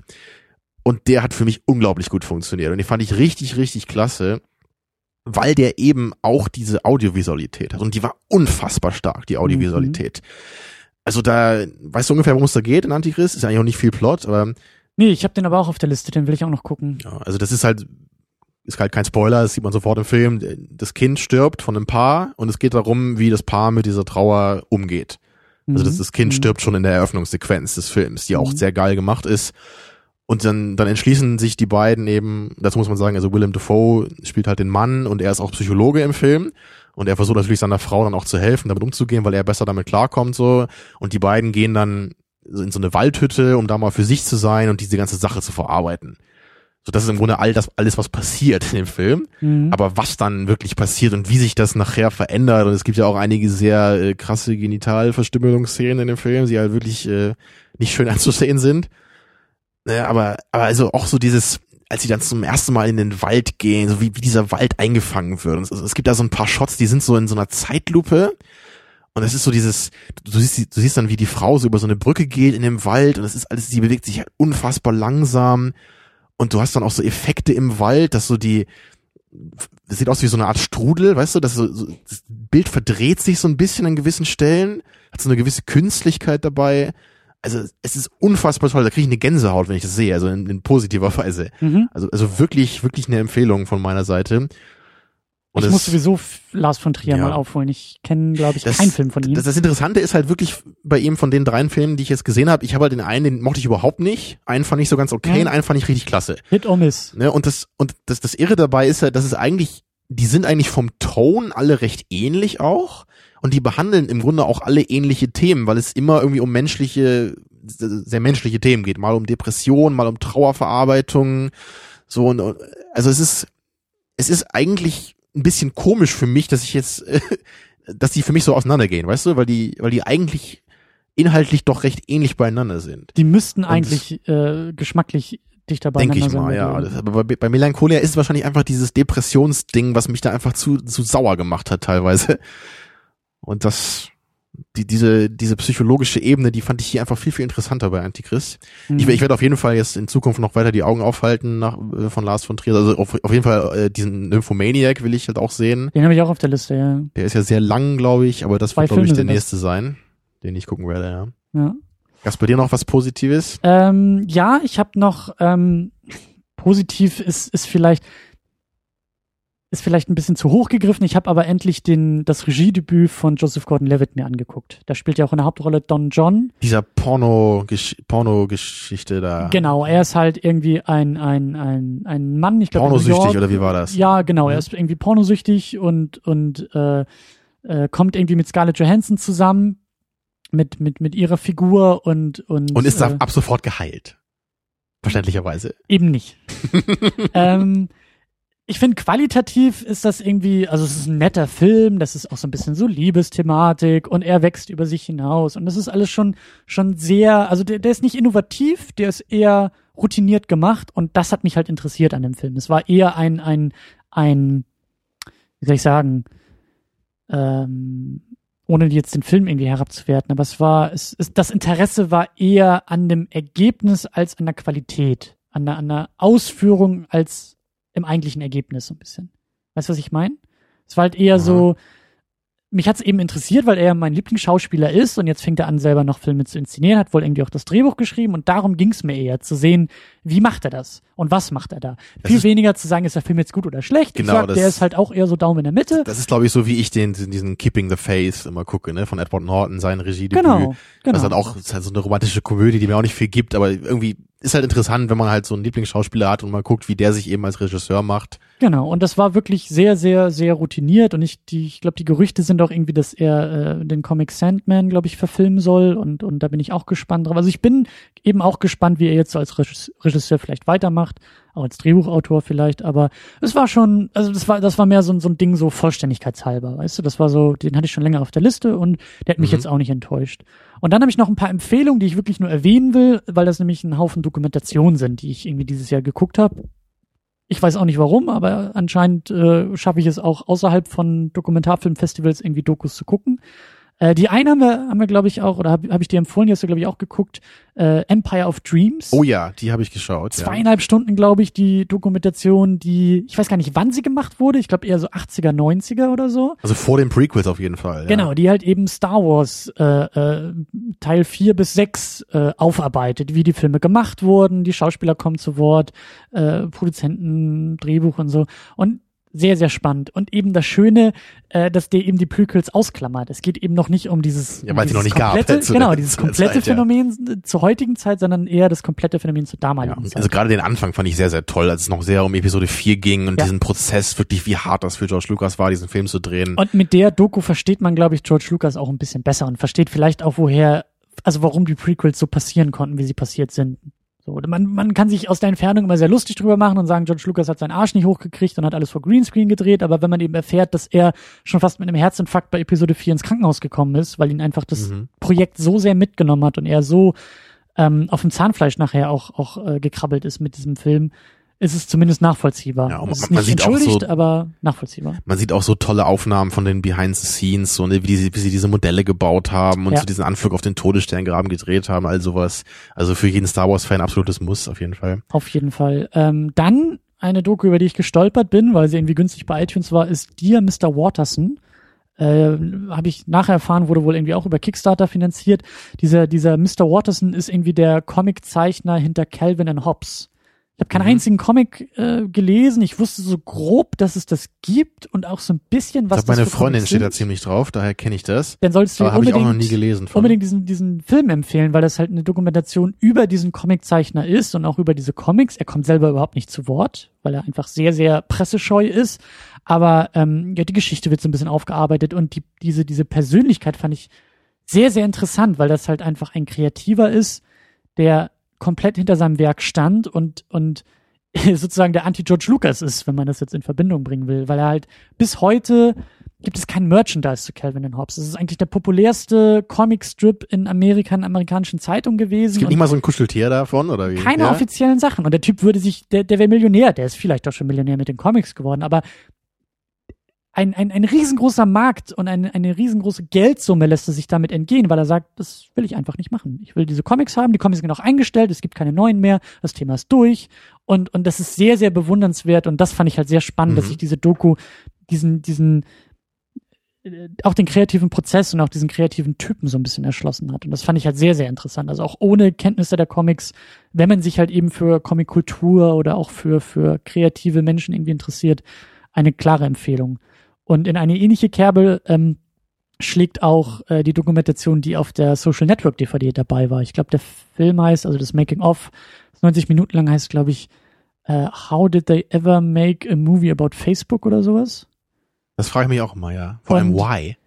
[SPEAKER 3] und der hat für mich unglaublich gut funktioniert. Und den fand ich richtig, richtig klasse, weil der eben auch diese Audiovisualität hat. Und die war unfassbar stark, die Audiovisualität. Mhm. Also da, weißt du ungefähr, worum es da geht in Antichrist? Ist ja eigentlich auch nicht viel Plot, aber...
[SPEAKER 2] Nee, ich habe den aber auch auf der Liste, den will ich auch noch gucken.
[SPEAKER 3] Ja, also das ist halt, ist halt kein Spoiler, das sieht man sofort im Film. Das Kind stirbt von einem Paar und es geht darum, wie das Paar mit dieser Trauer umgeht. Also das, das Kind mhm. stirbt schon in der Eröffnungssequenz des Films, die auch mhm. sehr geil gemacht ist. Und dann, dann entschließen sich die beiden eben, dazu muss man sagen, also Willem Dafoe spielt halt den Mann und er ist auch Psychologe im Film. Und er versucht natürlich seiner Frau dann auch zu helfen, damit umzugehen, weil er besser damit klarkommt, so. Und die beiden gehen dann in so eine Waldhütte, um da mal für sich zu sein und diese ganze Sache zu verarbeiten. So, das ist im Grunde all das, alles, was passiert in dem Film.
[SPEAKER 2] Mhm.
[SPEAKER 3] Aber was dann wirklich passiert und wie sich das nachher verändert, und es gibt ja auch einige sehr äh, krasse Genitalverstümmelungsszenen in dem Film, die halt wirklich äh, nicht schön anzusehen sind. Naja, aber, aber also auch so dieses, als sie dann zum ersten Mal in den Wald gehen, so wie, wie dieser Wald eingefangen wird. Und es, es gibt da so ein paar Shots, die sind so in so einer Zeitlupe. Und es ist so dieses, du siehst, du siehst dann, wie die Frau so über so eine Brücke geht in dem Wald, und es ist alles, die bewegt sich halt unfassbar langsam. Und du hast dann auch so Effekte im Wald, dass so die, das sieht aus wie so eine Art Strudel, weißt du, dass so, so das Bild verdreht sich so ein bisschen an gewissen Stellen, hat so eine gewisse Künstlichkeit dabei. Also es ist unfassbar toll, da kriege ich eine Gänsehaut, wenn ich das sehe, also in, in positiver Weise. Mhm. Also also wirklich, wirklich eine Empfehlung von meiner Seite. Und
[SPEAKER 2] ich
[SPEAKER 3] das,
[SPEAKER 2] muss sowieso Lars von Trier
[SPEAKER 3] ja.
[SPEAKER 2] mal aufholen. Ich kenne, glaube ich,
[SPEAKER 3] das,
[SPEAKER 2] keinen Film von ihm.
[SPEAKER 3] Das, das Interessante ist halt wirklich bei ihm von den dreien Filmen, die ich jetzt gesehen habe, ich habe halt den einen, den mochte ich überhaupt nicht. Einen fand ich so ganz okay,
[SPEAKER 2] ja.
[SPEAKER 3] und einen fand ich richtig klasse.
[SPEAKER 2] Hit or miss.
[SPEAKER 3] Ne, und das und das das Irre dabei ist ja, dass es eigentlich, die sind eigentlich vom Ton alle recht ähnlich auch, und die behandeln im Grunde auch alle ähnliche Themen, weil es immer irgendwie um menschliche, sehr menschliche Themen geht. Mal um Depression, mal um Trauerverarbeitung, so, und also es ist es ist eigentlich ein bisschen komisch für mich, dass ich jetzt, äh, dass die für mich so auseinandergehen, weißt du, weil die, weil die eigentlich inhaltlich doch recht ähnlich beieinander sind.
[SPEAKER 2] Die müssten und eigentlich äh, geschmacklich dichter beieinander sein.
[SPEAKER 3] Denke ich mal, ja. Das, aber bei, bei Melancholia ist es wahrscheinlich einfach dieses Depressionsding, was mich da einfach zu, zu sauer gemacht hat teilweise. Und das, die, diese, diese psychologische Ebene, die fand ich hier einfach viel, viel interessanter bei Antichrist. Mhm. Ich, ich werde auf jeden Fall jetzt in Zukunft noch weiter die Augen aufhalten nach, äh, von Lars von Trier. Also auf, auf jeden Fall äh, diesen Nymphomaniac will ich halt auch sehen.
[SPEAKER 2] Den habe ich auch auf der Liste, ja.
[SPEAKER 3] Der ist ja sehr lang, glaube ich, aber das
[SPEAKER 2] Zwei
[SPEAKER 3] wird, glaube ich, der
[SPEAKER 2] Filme
[SPEAKER 3] nächste sein, den ich gucken werde, ja.
[SPEAKER 2] Ja.
[SPEAKER 3] Gab's bei dir noch was Positives?
[SPEAKER 2] Ähm, ja, ich habe noch, ähm, positiv ist, ist vielleicht, ist vielleicht ein bisschen zu hoch gegriffen. Ich habe aber endlich den das Regiedebüt von Joseph Gordon-Levitt mir angeguckt. Da spielt ja auch in der Hauptrolle Don John.
[SPEAKER 3] Dieser Porno Porno-Geschichte da.
[SPEAKER 2] Genau, er ist halt irgendwie ein ein ein ein Mann, ich glaube
[SPEAKER 3] pornosüchtig, oder wie war das?
[SPEAKER 2] Ja, genau, er ist irgendwie pornosüchtig und und äh, äh, kommt irgendwie mit Scarlett Johansson zusammen mit mit mit ihrer Figur und und
[SPEAKER 3] und ist
[SPEAKER 2] äh,
[SPEAKER 3] ab sofort geheilt. Verständlicherweise.
[SPEAKER 2] Eben nicht. ähm, Ich finde, qualitativ ist das irgendwie, also es ist ein netter Film, das ist auch so ein bisschen so Liebesthematik, und er wächst über sich hinaus, und das ist alles schon schon sehr, also der, der ist nicht innovativ, der ist eher routiniert gemacht, und das hat mich halt interessiert an dem Film. Es war eher ein, ein, ein, wie soll ich sagen, ähm, ohne jetzt den Film irgendwie herabzuwerten, aber es war, es, es, das Interesse war eher an dem Ergebnis als an der Qualität, an der, an der Ausführung als im eigentlichen Ergebnis so ein bisschen. Weißt du, was ich meine? Es war halt eher
[SPEAKER 3] Aha.
[SPEAKER 2] so, mich hat's eben interessiert, weil er mein Lieblingsschauspieler ist, und jetzt fängt er an, selber noch Filme zu inszenieren, hat wohl irgendwie auch das Drehbuch geschrieben, und darum ging's mir eher, zu sehen, wie macht er das und was macht er da.
[SPEAKER 3] Das
[SPEAKER 2] Viel
[SPEAKER 3] ist,
[SPEAKER 2] weniger zu sagen, ist der Film jetzt gut oder schlecht.
[SPEAKER 3] Genau,
[SPEAKER 2] ich sag,
[SPEAKER 3] das,
[SPEAKER 2] der ist halt auch eher so Daumen in der Mitte.
[SPEAKER 3] Das ist, glaube ich, so wie ich den diesen Keeping the Faith immer gucke, ne, von Edward Norton, sein Regiedebüt.
[SPEAKER 2] Genau, genau.
[SPEAKER 3] Das ist halt auch, das ist halt so eine romantische Komödie, die mir auch nicht viel gibt, aber irgendwie ist halt interessant, wenn man halt so einen Lieblingsschauspieler hat und mal guckt, wie der sich eben als Regisseur macht.
[SPEAKER 2] Genau, und das war wirklich sehr, sehr, sehr routiniert, und ich, die, ich glaube, die Gerüchte sind auch irgendwie, dass er äh, den Comic Sandman, glaube ich, verfilmen soll, und und da bin ich auch gespannt drauf. Also ich bin eben auch gespannt, wie er jetzt so als Regisseur vielleicht weitermacht, auch als Drehbuchautor vielleicht, aber es war schon, also das war das war mehr so, so ein Ding so vollständigkeitshalber, weißt du, das war so, den hatte ich schon länger auf der Liste, und der hat mich mhm. jetzt auch nicht enttäuscht. Und dann habe ich noch ein paar Empfehlungen, die ich wirklich nur erwähnen will, weil das nämlich ein Haufen Dokumentationen sind, die ich irgendwie dieses Jahr geguckt habe. Ich weiß auch nicht warum, aber anscheinend äh, schaffe ich es auch außerhalb von Dokumentarfilmfestivals irgendwie Dokus zu gucken. Äh, die eine haben wir, haben wir glaube ich auch, oder habe hab ich dir empfohlen, die hast du glaube ich auch geguckt, äh, Empire of Dreams.
[SPEAKER 3] Oh ja, die habe ich geschaut.
[SPEAKER 2] Zweieinhalb
[SPEAKER 3] ja.
[SPEAKER 2] Stunden, glaube ich, die Dokumentation, die, ich weiß gar nicht, wann sie gemacht wurde, ich glaube eher so achtziger, neunziger oder so.
[SPEAKER 3] Also vor den Prequels auf jeden Fall. Ja.
[SPEAKER 2] Genau, die halt eben Star Wars äh, äh, Teil vier bis sechs äh, aufarbeitet, wie die Filme gemacht wurden, die Schauspieler kommen zu Wort, äh, Produzenten, Drehbuch und so. Und sehr, sehr spannend. Und eben das Schöne, äh, dass der eben die Prequels ausklammert. Es geht eben noch nicht um dieses,
[SPEAKER 3] ja, weil
[SPEAKER 2] um
[SPEAKER 3] es noch nicht
[SPEAKER 2] komplette,
[SPEAKER 3] gab.
[SPEAKER 2] Genau, dieses komplette
[SPEAKER 3] Zeit,
[SPEAKER 2] Phänomen ja. zur heutigen Zeit, sondern eher das komplette Phänomen zur damaligen
[SPEAKER 3] ja,
[SPEAKER 2] Zeit.
[SPEAKER 3] Also gerade den Anfang fand ich sehr, sehr toll, als es noch sehr um Episode vier ging und
[SPEAKER 2] ja.
[SPEAKER 3] diesen Prozess, wirklich wie hart das für George Lucas war, diesen Film zu drehen.
[SPEAKER 2] Und mit der Doku versteht man, glaube ich, George Lucas auch ein bisschen besser und versteht vielleicht auch, woher, also warum die Prequels so passieren konnten, wie sie passiert sind. So, man, man kann sich aus der Entfernung immer sehr lustig drüber machen und sagen, George Lucas hat seinen Arsch nicht hochgekriegt und hat alles vor Greenscreen gedreht, aber wenn man eben erfährt, dass er schon fast mit einem Herzinfarkt bei Episode vier ins Krankenhaus gekommen ist, weil ihn einfach das mhm. Projekt so sehr mitgenommen hat und er so ähm, auf dem Zahnfleisch nachher auch, auch äh, gekrabbelt ist mit diesem Film, ist es zumindest nachvollziehbar. Ja,
[SPEAKER 3] man,
[SPEAKER 2] es ist
[SPEAKER 3] man
[SPEAKER 2] nicht
[SPEAKER 3] sieht
[SPEAKER 2] entschuldigt,
[SPEAKER 3] auch so,
[SPEAKER 2] aber nachvollziehbar.
[SPEAKER 3] Man sieht auch so tolle Aufnahmen von den Behind the Scenes, so ne, wie, die, wie sie diese Modelle gebaut haben und
[SPEAKER 2] ja.
[SPEAKER 3] so diesen Anflug auf den Todessterngraben gedreht haben, all sowas. Also für jeden Star Wars-Fan absolutes Muss, auf jeden Fall.
[SPEAKER 2] Auf jeden Fall. Ähm, dann eine Doku, über die ich gestolpert bin, weil sie irgendwie günstig bei iTunes war, ist Dear Mister Watterson. Äh, habe ich nachher erfahren, wurde wohl irgendwie auch über Kickstarter finanziert. Dieser, dieser Mister Watterson ist irgendwie der Comiczeichner hinter Calvin and Hobbes. Ich habe keinen mhm. einzigen Comic äh, gelesen. Ich wusste so grob, dass es das gibt und auch so ein bisschen, was
[SPEAKER 3] ich glaub,
[SPEAKER 2] das
[SPEAKER 3] meine
[SPEAKER 2] für
[SPEAKER 3] Freundin
[SPEAKER 2] Comics
[SPEAKER 3] steht da
[SPEAKER 2] sind.
[SPEAKER 3] ziemlich drauf, daher kenne ich das.
[SPEAKER 2] Dann solltest du
[SPEAKER 3] aber habe ich auch noch nie
[SPEAKER 2] unbedingt,
[SPEAKER 3] gelesen von.
[SPEAKER 2] unbedingt diesen, diesen Film empfehlen, weil das halt eine Dokumentation über diesen Comiczeichner ist und auch über diese Comics. Er kommt selber überhaupt nicht zu Wort, weil er einfach sehr, sehr pressescheu ist. Aber ähm, ja, die Geschichte wird so ein bisschen aufgearbeitet und die, diese, diese Persönlichkeit fand ich sehr, sehr interessant, weil das halt einfach ein Kreativer ist, der komplett hinter seinem Werk stand und, und sozusagen der Anti-George Lucas ist, wenn man das jetzt in Verbindung bringen will, weil er halt bis heute gibt es kein Merchandise zu Calvin and Hobbes. Das ist eigentlich der populärste Comicstrip in Amerika, in amerikanischen Zeitungen gewesen.
[SPEAKER 3] Es gibt nicht mal so ein Kuscheltier davon, oder wie?
[SPEAKER 2] Keine
[SPEAKER 3] ja?
[SPEAKER 2] offiziellen Sachen. Und der Typ würde sich, der, der wäre Millionär, der ist vielleicht auch schon Millionär mit den Comics geworden, aber ein, ein, ein riesengroßer Markt und eine, eine riesengroße Geldsumme lässt er sich damit entgehen, weil er sagt, das will ich einfach nicht machen. Ich will diese Comics haben, die Comics sind auch eingestellt, es gibt keine neuen mehr, das Thema ist durch und, und das ist sehr, sehr bewundernswert und das fand ich halt sehr spannend, mhm. dass sich diese Doku diesen, diesen, äh, auch den kreativen Prozess und auch diesen kreativen Typen so ein bisschen erschlossen hat und das fand ich halt sehr, sehr interessant. Also auch ohne Kenntnisse der Comics, wenn man sich halt eben für Comickultur oder auch für, für kreative Menschen irgendwie interessiert, eine klare Empfehlung. Und in eine ähnliche Kerbe ähm, schlägt auch äh, die Dokumentation, die auf der Social Network D V D dabei war. Ich glaube, der Film heißt, also das Making of, neunzig Minuten lang heißt, glaube ich, äh, How did they ever make a movie about Facebook oder sowas?
[SPEAKER 3] Das frage ich mich auch immer, ja. Vor allem, why?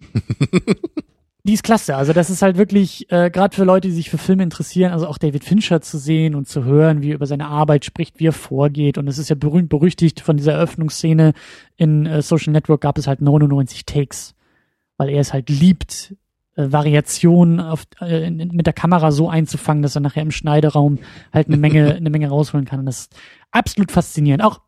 [SPEAKER 2] Die ist klasse. Also das ist halt wirklich, äh, gerade für Leute, die sich für Filme interessieren, also auch David Fincher zu sehen und zu hören, wie er über seine Arbeit spricht, wie er vorgeht. Und es ist ja berühmt berüchtigt von dieser Eröffnungsszene in äh, Social Network gab es halt neunundneunzig Takes, weil er es halt liebt, äh, Variationen auf, äh, in, mit der Kamera so einzufangen, dass er nachher im Schneideraum halt eine Menge, eine Menge rausholen kann. Und das ist absolut faszinierend. Auch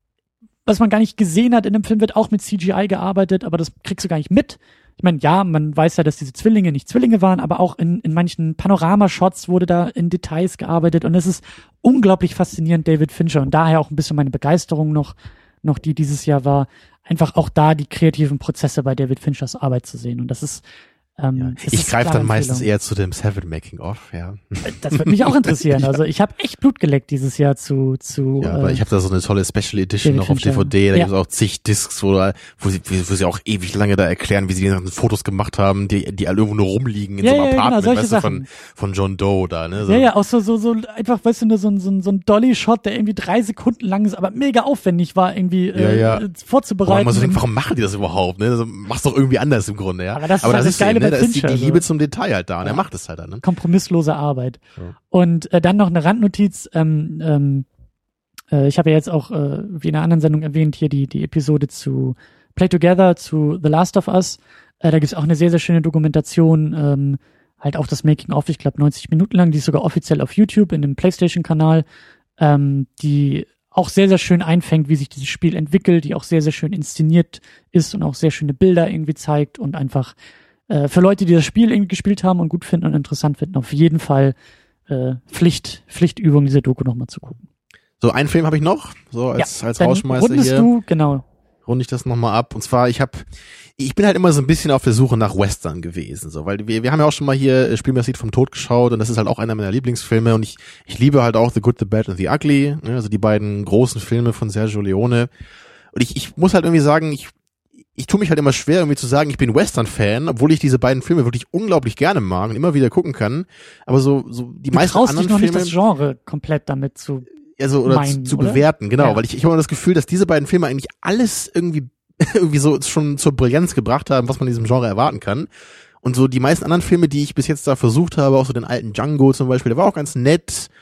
[SPEAKER 2] was man gar nicht gesehen hat in dem Film, wird auch mit C G I gearbeitet, aber das kriegst du gar nicht mit. Ich meine, ja, man weiß ja, dass diese Zwillinge nicht Zwillinge waren, aber auch in, in manchen Panoramashots wurde da in Details gearbeitet und es ist unglaublich faszinierend, David Fincher, und daher auch ein bisschen meine Begeisterung noch, noch die dieses Jahr war, einfach auch da die kreativen Prozesse bei David Finchers Arbeit zu sehen und das ist Ähm,
[SPEAKER 3] ja. Ich greife dann meistens eher zu dem Seven Making of, ja.
[SPEAKER 2] Das würde mich auch interessieren. Also ich habe echt Blut geleckt dieses Jahr zu zu.
[SPEAKER 3] Ja, aber äh, ich habe da so eine tolle Special Edition noch auf D V D. Da ja. gibt es auch zig Discs, wo, da, wo, sie, wo sie auch ewig lange da erklären, wie sie die ganzen Fotos gemacht haben, die die alle irgendwo nur rumliegen in
[SPEAKER 2] ja,
[SPEAKER 3] so einem
[SPEAKER 2] ja,
[SPEAKER 3] Apartment,
[SPEAKER 2] genau,
[SPEAKER 3] weißt du, von von John Doe da, ne? So.
[SPEAKER 2] Ja, ja, auch so so so einfach, weißt du, nur so ein so ein, so ein Dolly-Shot, der irgendwie drei Sekunden lang ist, aber mega aufwendig war, irgendwie äh, ja, ja. vorzubereiten.
[SPEAKER 3] Man so denkt, warum machen die das überhaupt? Ne? Also, mach's doch irgendwie anders im Grunde, ja.
[SPEAKER 2] Aber das
[SPEAKER 3] aber
[SPEAKER 2] ist,
[SPEAKER 3] das
[SPEAKER 2] halt
[SPEAKER 3] ist
[SPEAKER 2] das Geile
[SPEAKER 3] eben, ne? Da ist die, die Liebe
[SPEAKER 2] so.
[SPEAKER 3] zum Detail halt da und
[SPEAKER 2] ja.
[SPEAKER 3] er macht es halt dann. Ne?
[SPEAKER 2] Kompromisslose Arbeit.
[SPEAKER 3] Ja.
[SPEAKER 2] Und äh, dann noch eine Randnotiz. Ähm, ähm, äh, ich habe ja jetzt auch, äh, wie in einer anderen Sendung erwähnt, hier die die Episode zu Play Together, zu The Last of Us. Äh, da gibt's auch eine sehr, sehr schöne Dokumentation, ähm, halt auch das Making-of, ich glaube neunzig Minuten lang, die ist sogar offiziell auf YouTube in dem PlayStation-Kanal, ähm, die auch sehr, sehr schön einfängt, wie sich dieses Spiel entwickelt, die auch sehr, sehr schön inszeniert ist und auch sehr schöne Bilder irgendwie zeigt und einfach für Leute, die das Spiel irgendwie gespielt haben und gut finden und interessant finden, auf jeden Fall äh, Pflicht, Pflichtübung, diese Doku nochmal zu gucken.
[SPEAKER 3] So, einen Film habe ich noch, so als,
[SPEAKER 2] ja,
[SPEAKER 3] als Rausschmeißer
[SPEAKER 2] rundest
[SPEAKER 3] hier.
[SPEAKER 2] Du, genau.
[SPEAKER 3] Runde ich das nochmal ab. Und zwar, ich habe, ich bin halt immer so ein bisschen auf der Suche nach Western gewesen, so, weil wir, wir haben ja auch schon mal hier Spiel mir das Lied vom Tod geschaut und das ist halt auch einer meiner Lieblingsfilme und ich, ich liebe halt auch The Good, The Bad and The Ugly, ne, also die beiden großen Filme von Sergio Leone. Und ich, ich muss halt irgendwie sagen, ich Ich tue mich halt immer schwer, irgendwie zu sagen, ich bin Western-Fan, obwohl ich diese beiden Filme wirklich unglaublich gerne mag und immer wieder gucken kann. Aber so, so die
[SPEAKER 2] du
[SPEAKER 3] meisten
[SPEAKER 2] traust
[SPEAKER 3] anderen
[SPEAKER 2] dich noch
[SPEAKER 3] Filme,
[SPEAKER 2] nicht das Genre komplett damit zu
[SPEAKER 3] also oder
[SPEAKER 2] meinen,
[SPEAKER 3] zu, zu
[SPEAKER 2] oder?
[SPEAKER 3] bewerten, genau,
[SPEAKER 2] ja.
[SPEAKER 3] weil ich ich habe immer das Gefühl, dass diese beiden Filme eigentlich alles irgendwie irgendwie so schon zur Brillanz gebracht haben, was man in diesem Genre erwarten kann. Und so die meisten anderen Filme, die ich bis jetzt da versucht habe, auch so den alten Django zum Beispiel, der war auch ganz nett.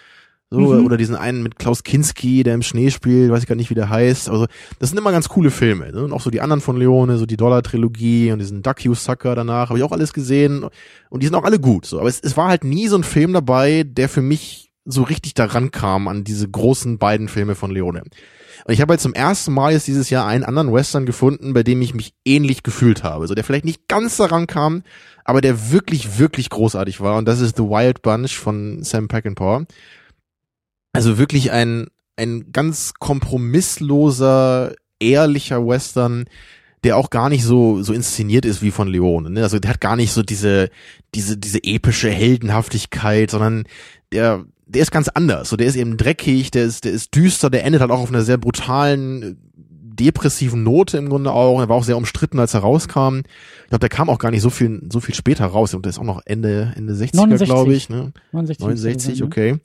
[SPEAKER 3] So,
[SPEAKER 2] Mhm.
[SPEAKER 3] oder diesen einen mit Klaus Kinski, der im Schnee spielt, weiß ich gar nicht, wie der heißt. Also, das sind immer ganz coole Filme. Ne? Und auch so die anderen von Leone, so die Dollar-Trilogie und diesen Duck You Sucker danach, habe ich auch alles gesehen. Und die sind auch alle gut. So, aber es, es war halt nie so ein Film dabei, der für mich so richtig daran kam an diese großen beiden Filme von Leone. Und ich habe halt zum ersten Mal jetzt dieses Jahr einen anderen Western gefunden, bei dem ich mich ähnlich gefühlt habe. So, der vielleicht nicht ganz daran kam, aber der wirklich, wirklich großartig war. Und das ist The Wild Bunch von Sam Peckinpah. Also wirklich ein, ein ganz kompromissloser, ehrlicher Western, der auch gar nicht so, so inszeniert ist wie von Leone, ne? Also der hat gar nicht so diese, diese, diese epische Heldenhaftigkeit, sondern der, der ist ganz anders. So, der ist eben dreckig, der ist, der ist düster, der endet halt auch auf einer sehr brutalen, depressiven Note im Grunde auch. Er war auch sehr umstritten, als er rauskam. Ich glaube, der kam auch gar nicht so viel, so viel später raus. Und der ist auch noch Ende, Ende sechziger, glaube ich, ne?
[SPEAKER 2] neunundsechzig,
[SPEAKER 3] neunundsechzig,
[SPEAKER 2] ne?
[SPEAKER 3] okay.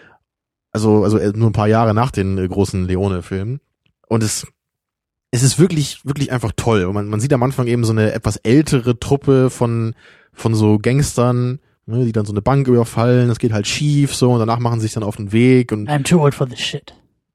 [SPEAKER 3] Also, also nur ein paar Jahre nach den äh, großen Leone-Filmen. Und es, es ist wirklich, wirklich einfach toll. Man, man sieht am Anfang eben so eine etwas ältere Truppe von, von so Gangstern, ne, die dann so eine Bank überfallen. Das geht halt schief, so, und danach machen sie sich dann auf den Weg und.
[SPEAKER 2] I'm too old for this shit.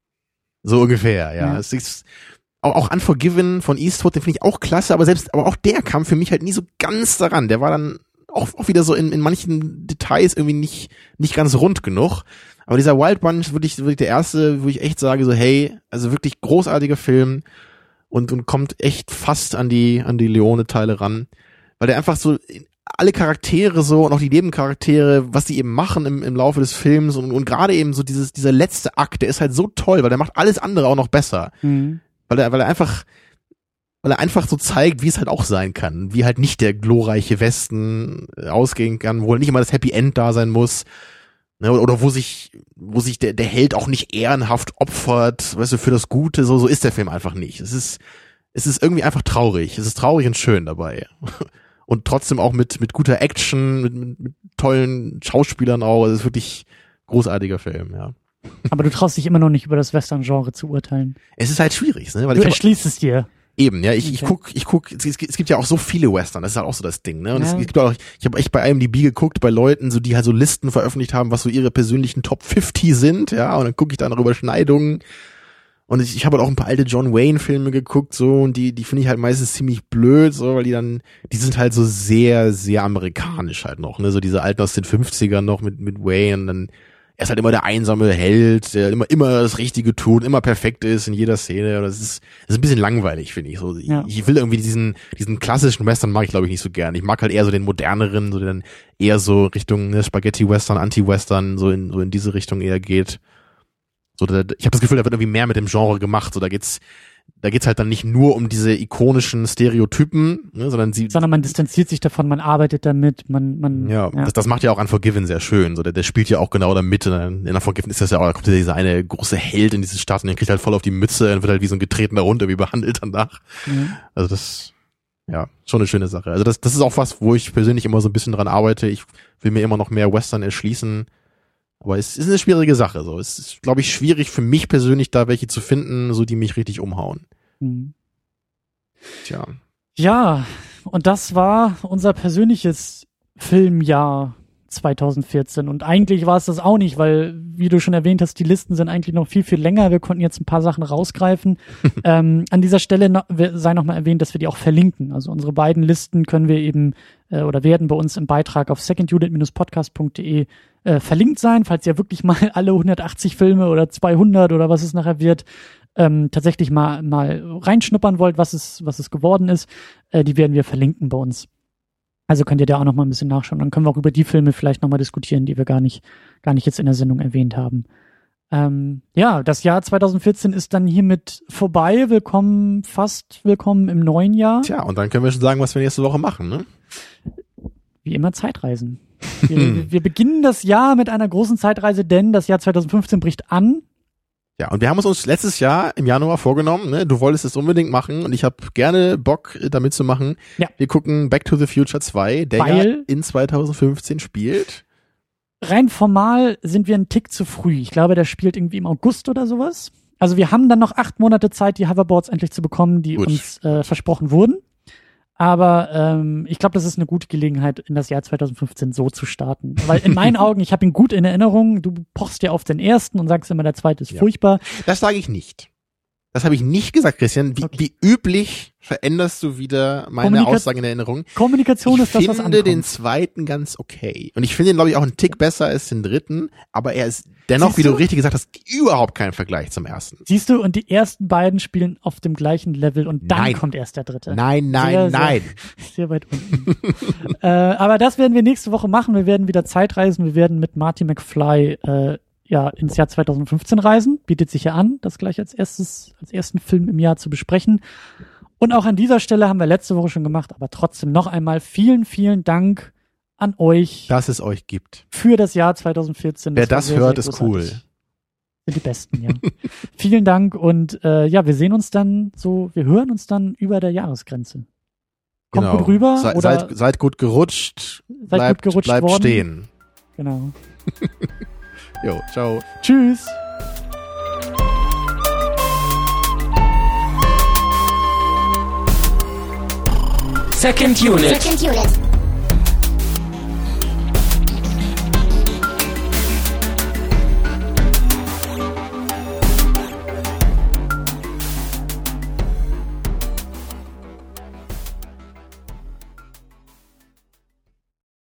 [SPEAKER 3] So ungefähr, ja.
[SPEAKER 2] Ja.
[SPEAKER 3] Es ist, auch, auch Unforgiven von Eastwood, den finde ich auch klasse, aber selbst, aber auch der kam für mich halt nie so ganz daran. Der war dann auch, auch wieder so in, in manchen Details irgendwie nicht, nicht ganz rund genug. Aber dieser Wild Bunch ist wirklich, wirklich der erste, wo ich echt sage so, hey, also wirklich großartiger Film und, und kommt echt fast an die, an die Leone-Teile ran. Weil der einfach so, alle Charaktere so und auch die Nebencharaktere, was die eben machen im, im Laufe des Films und, und gerade eben so dieses, dieser letzte Akt, der ist halt so toll, weil der macht alles andere auch noch besser.
[SPEAKER 2] Mhm.
[SPEAKER 3] Weil er, weil er einfach, weil er einfach so zeigt, wie es halt auch sein kann, wie halt nicht der glorreiche Westen ausgehen kann, wo halt nicht immer das Happy End da sein muss. Ne, oder wo sich, wo sich der, der Held auch nicht ehrenhaft opfert, weißt du, für das Gute, so, so ist der Film einfach nicht. Es ist, es ist irgendwie einfach traurig. Es ist traurig und schön dabei. Und trotzdem auch mit, mit guter Action, mit, mit, mit tollen Schauspielern auch. Es ist wirklich großartiger Film, ja.
[SPEAKER 2] Aber du traust dich immer noch nicht über das Western-Genre zu urteilen.
[SPEAKER 3] Es ist halt schwierig, ne, weil
[SPEAKER 2] Du
[SPEAKER 3] ich hab,
[SPEAKER 2] erschließt es dir.
[SPEAKER 3] eben, ja, ich, ich
[SPEAKER 2] Okay.
[SPEAKER 3] guck, ich guck, es, es gibt ja auch so viele Western, das ist halt auch so das Ding, ne? Und
[SPEAKER 2] Ja.
[SPEAKER 3] es, es gibt auch, ich habe echt bei I M D B geguckt, bei Leuten, so die halt so Listen veröffentlicht haben, was so ihre persönlichen Top fünfzig sind, ja, und dann gucke ich da noch Überschneidungen. Und ich, ich habe halt auch ein paar alte John Wayne Filme geguckt, so, und die, die finde ich halt meistens ziemlich blöd, so, weil die dann, die sind halt so sehr, sehr amerikanisch halt noch, ne, so diese alten aus den fünfzigern noch mit, mit Wayne, und dann, er ist halt immer der einsame Held, der immer, immer das Richtige tut, immer perfekt ist in jeder Szene. Das ist, das ist ein bisschen langweilig, finde ich. So, ich,
[SPEAKER 2] Ja.
[SPEAKER 3] ich will irgendwie diesen, diesen klassischen Western mag ich, glaube ich, nicht so gern. Ich mag halt eher so den moderneren, so den eher so Richtung ne, Spaghetti-Western, Anti-Western, so in, so in diese Richtung eher geht. So, da, ich habe das Gefühl, da wird irgendwie mehr mit dem Genre gemacht. So, da geht's, da geht's halt dann nicht nur um diese ikonischen Stereotypen, ne, sondern sie,
[SPEAKER 2] Sondern man distanziert sich davon, man arbeitet damit, man, man.
[SPEAKER 3] ja, Das, das macht ja auch Unforgiven sehr schön. So, der, der spielt ja auch genau damit. Und in Unforgiven ist das ja auch, da kommt ja dieser eine große Held in diese Stadt und der kriegt halt voll auf die Mütze und wird halt wie so ein getretener Hund irgendwie behandelt danach.
[SPEAKER 2] Mhm.
[SPEAKER 3] Also das, ja, schon eine schöne Sache. Also das, das ist auch was, wo ich persönlich immer so ein bisschen dran arbeite. Ich will mir immer noch mehr Western erschließen. Aber es ist eine schwierige Sache. So, es ist, glaube ich, schwierig für mich persönlich, da welche zu finden, so die mich richtig umhauen.
[SPEAKER 2] Mhm.
[SPEAKER 3] Tja.
[SPEAKER 2] Ja, und das war unser persönliches Filmjahr zwanzig vierzehn. Und eigentlich war es das auch nicht, weil, wie du schon erwähnt hast, die Listen sind eigentlich noch viel, viel länger. Wir konnten jetzt ein paar Sachen rausgreifen. ähm, an dieser Stelle noch, sei noch mal erwähnt, dass wir die auch verlinken. Also unsere beiden Listen können wir eben äh, oder werden bei uns im Beitrag auf second unit dash podcast punkt de äh, verlinkt sein, falls ihr wirklich mal alle hundertachtzig Filme oder zweihundert oder was es nachher wird, ähm, tatsächlich mal mal reinschnuppern wollt, was es was es geworden ist. Äh, die werden wir verlinken bei uns. Also könnt ihr da auch noch mal ein bisschen nachschauen. Dann können wir auch über die Filme vielleicht noch mal diskutieren, die wir gar nicht, gar nicht jetzt in der Sendung erwähnt haben. Ähm, ja, das Jahr zwanzig vierzehn ist dann hiermit vorbei. Willkommen, fast willkommen im neuen Jahr.
[SPEAKER 3] Tja, und dann können wir schon sagen, was wir nächste Woche machen, ne?
[SPEAKER 2] Wie immer Zeitreisen. Wir, wir beginnen das Jahr mit einer großen Zeitreise, denn das Jahr zwanzig fünfzehn bricht an.
[SPEAKER 3] Ja, und wir haben es uns letztes Jahr im Januar vorgenommen, ne? Du wolltest es unbedingt machen und ich habe gerne Bock, damit zu machen.
[SPEAKER 2] Ja.
[SPEAKER 3] Wir gucken Back to the Future zwei, der
[SPEAKER 2] Weil-
[SPEAKER 3] ja in zwanzig fünfzehn spielt.
[SPEAKER 2] Rein formal sind wir einen Tick zu früh. Ich glaube, der spielt irgendwie im August oder sowas. Also wir haben dann noch acht Monate Zeit, die Hoverboards endlich zu bekommen, die
[SPEAKER 3] Gut.
[SPEAKER 2] uns äh, versprochen wurden. Aber ähm, ich glaube, das ist eine gute Gelegenheit, in das Jahr zwanzig fünfzehn so zu starten. Weil in meinen Augen, ich habe ihn gut in Erinnerung, du pochst ja auf den ersten und sagst immer, der zweite ist
[SPEAKER 3] Ja.
[SPEAKER 2] furchtbar.
[SPEAKER 3] Das sage ich nicht. Das habe ich nicht gesagt, Christian. Wie,
[SPEAKER 2] Okay.
[SPEAKER 3] wie üblich veränderst du wieder meine
[SPEAKER 2] Kommunika-
[SPEAKER 3] Aussagen in der Erinnerung.
[SPEAKER 2] Kommunikation
[SPEAKER 3] Ich
[SPEAKER 2] ist das, was
[SPEAKER 3] finde
[SPEAKER 2] ankommt.
[SPEAKER 3] den zweiten ganz okay. Und ich finde ihn, glaube ich, auch einen Tick besser als den dritten. Aber er ist dennoch,
[SPEAKER 2] Siehst
[SPEAKER 3] wie du
[SPEAKER 2] du?
[SPEAKER 3] richtig gesagt hast, überhaupt kein Vergleich zum ersten.
[SPEAKER 2] Siehst du, und die ersten beiden spielen auf dem gleichen Level und dann
[SPEAKER 3] Nein.
[SPEAKER 2] kommt erst der dritte.
[SPEAKER 3] Nein, nein,
[SPEAKER 2] Sehr, sehr-
[SPEAKER 3] nein.
[SPEAKER 2] Sehr weit unten. äh, aber das werden wir nächste Woche machen. Wir werden wieder Zeitreisen. Wir werden mit Marty McFly äh, ja ins Jahr zwanzig fünfzehn reisen. Bietet sich ja an, das gleich als erstes, als ersten Film im Jahr zu besprechen. Und auch an dieser Stelle haben wir letzte Woche schon gemacht, aber trotzdem noch einmal vielen, vielen Dank an euch
[SPEAKER 3] Dass es euch gibt.
[SPEAKER 2] für das Jahr zwanzig vierzehn.
[SPEAKER 3] Wer
[SPEAKER 2] war
[SPEAKER 3] das
[SPEAKER 2] sehr,
[SPEAKER 3] hört,
[SPEAKER 2] sehr
[SPEAKER 3] ist cool.
[SPEAKER 2] großartig. Sind die Besten, ja. Vielen Dank und äh, ja, wir sehen uns dann so, wir hören uns dann über der Jahresgrenze. Kommt
[SPEAKER 3] Genau.
[SPEAKER 2] gut rüber
[SPEAKER 3] Se,
[SPEAKER 2] oder
[SPEAKER 3] seid, seid gut gerutscht.
[SPEAKER 2] seid
[SPEAKER 3] Bleibt,
[SPEAKER 2] gut gerutscht
[SPEAKER 3] bleibt
[SPEAKER 2] worden.
[SPEAKER 3] stehen.
[SPEAKER 2] Genau.
[SPEAKER 3] Jo, ciao.
[SPEAKER 2] Tschüss.
[SPEAKER 1] Second Unit.
[SPEAKER 4] Second Unit.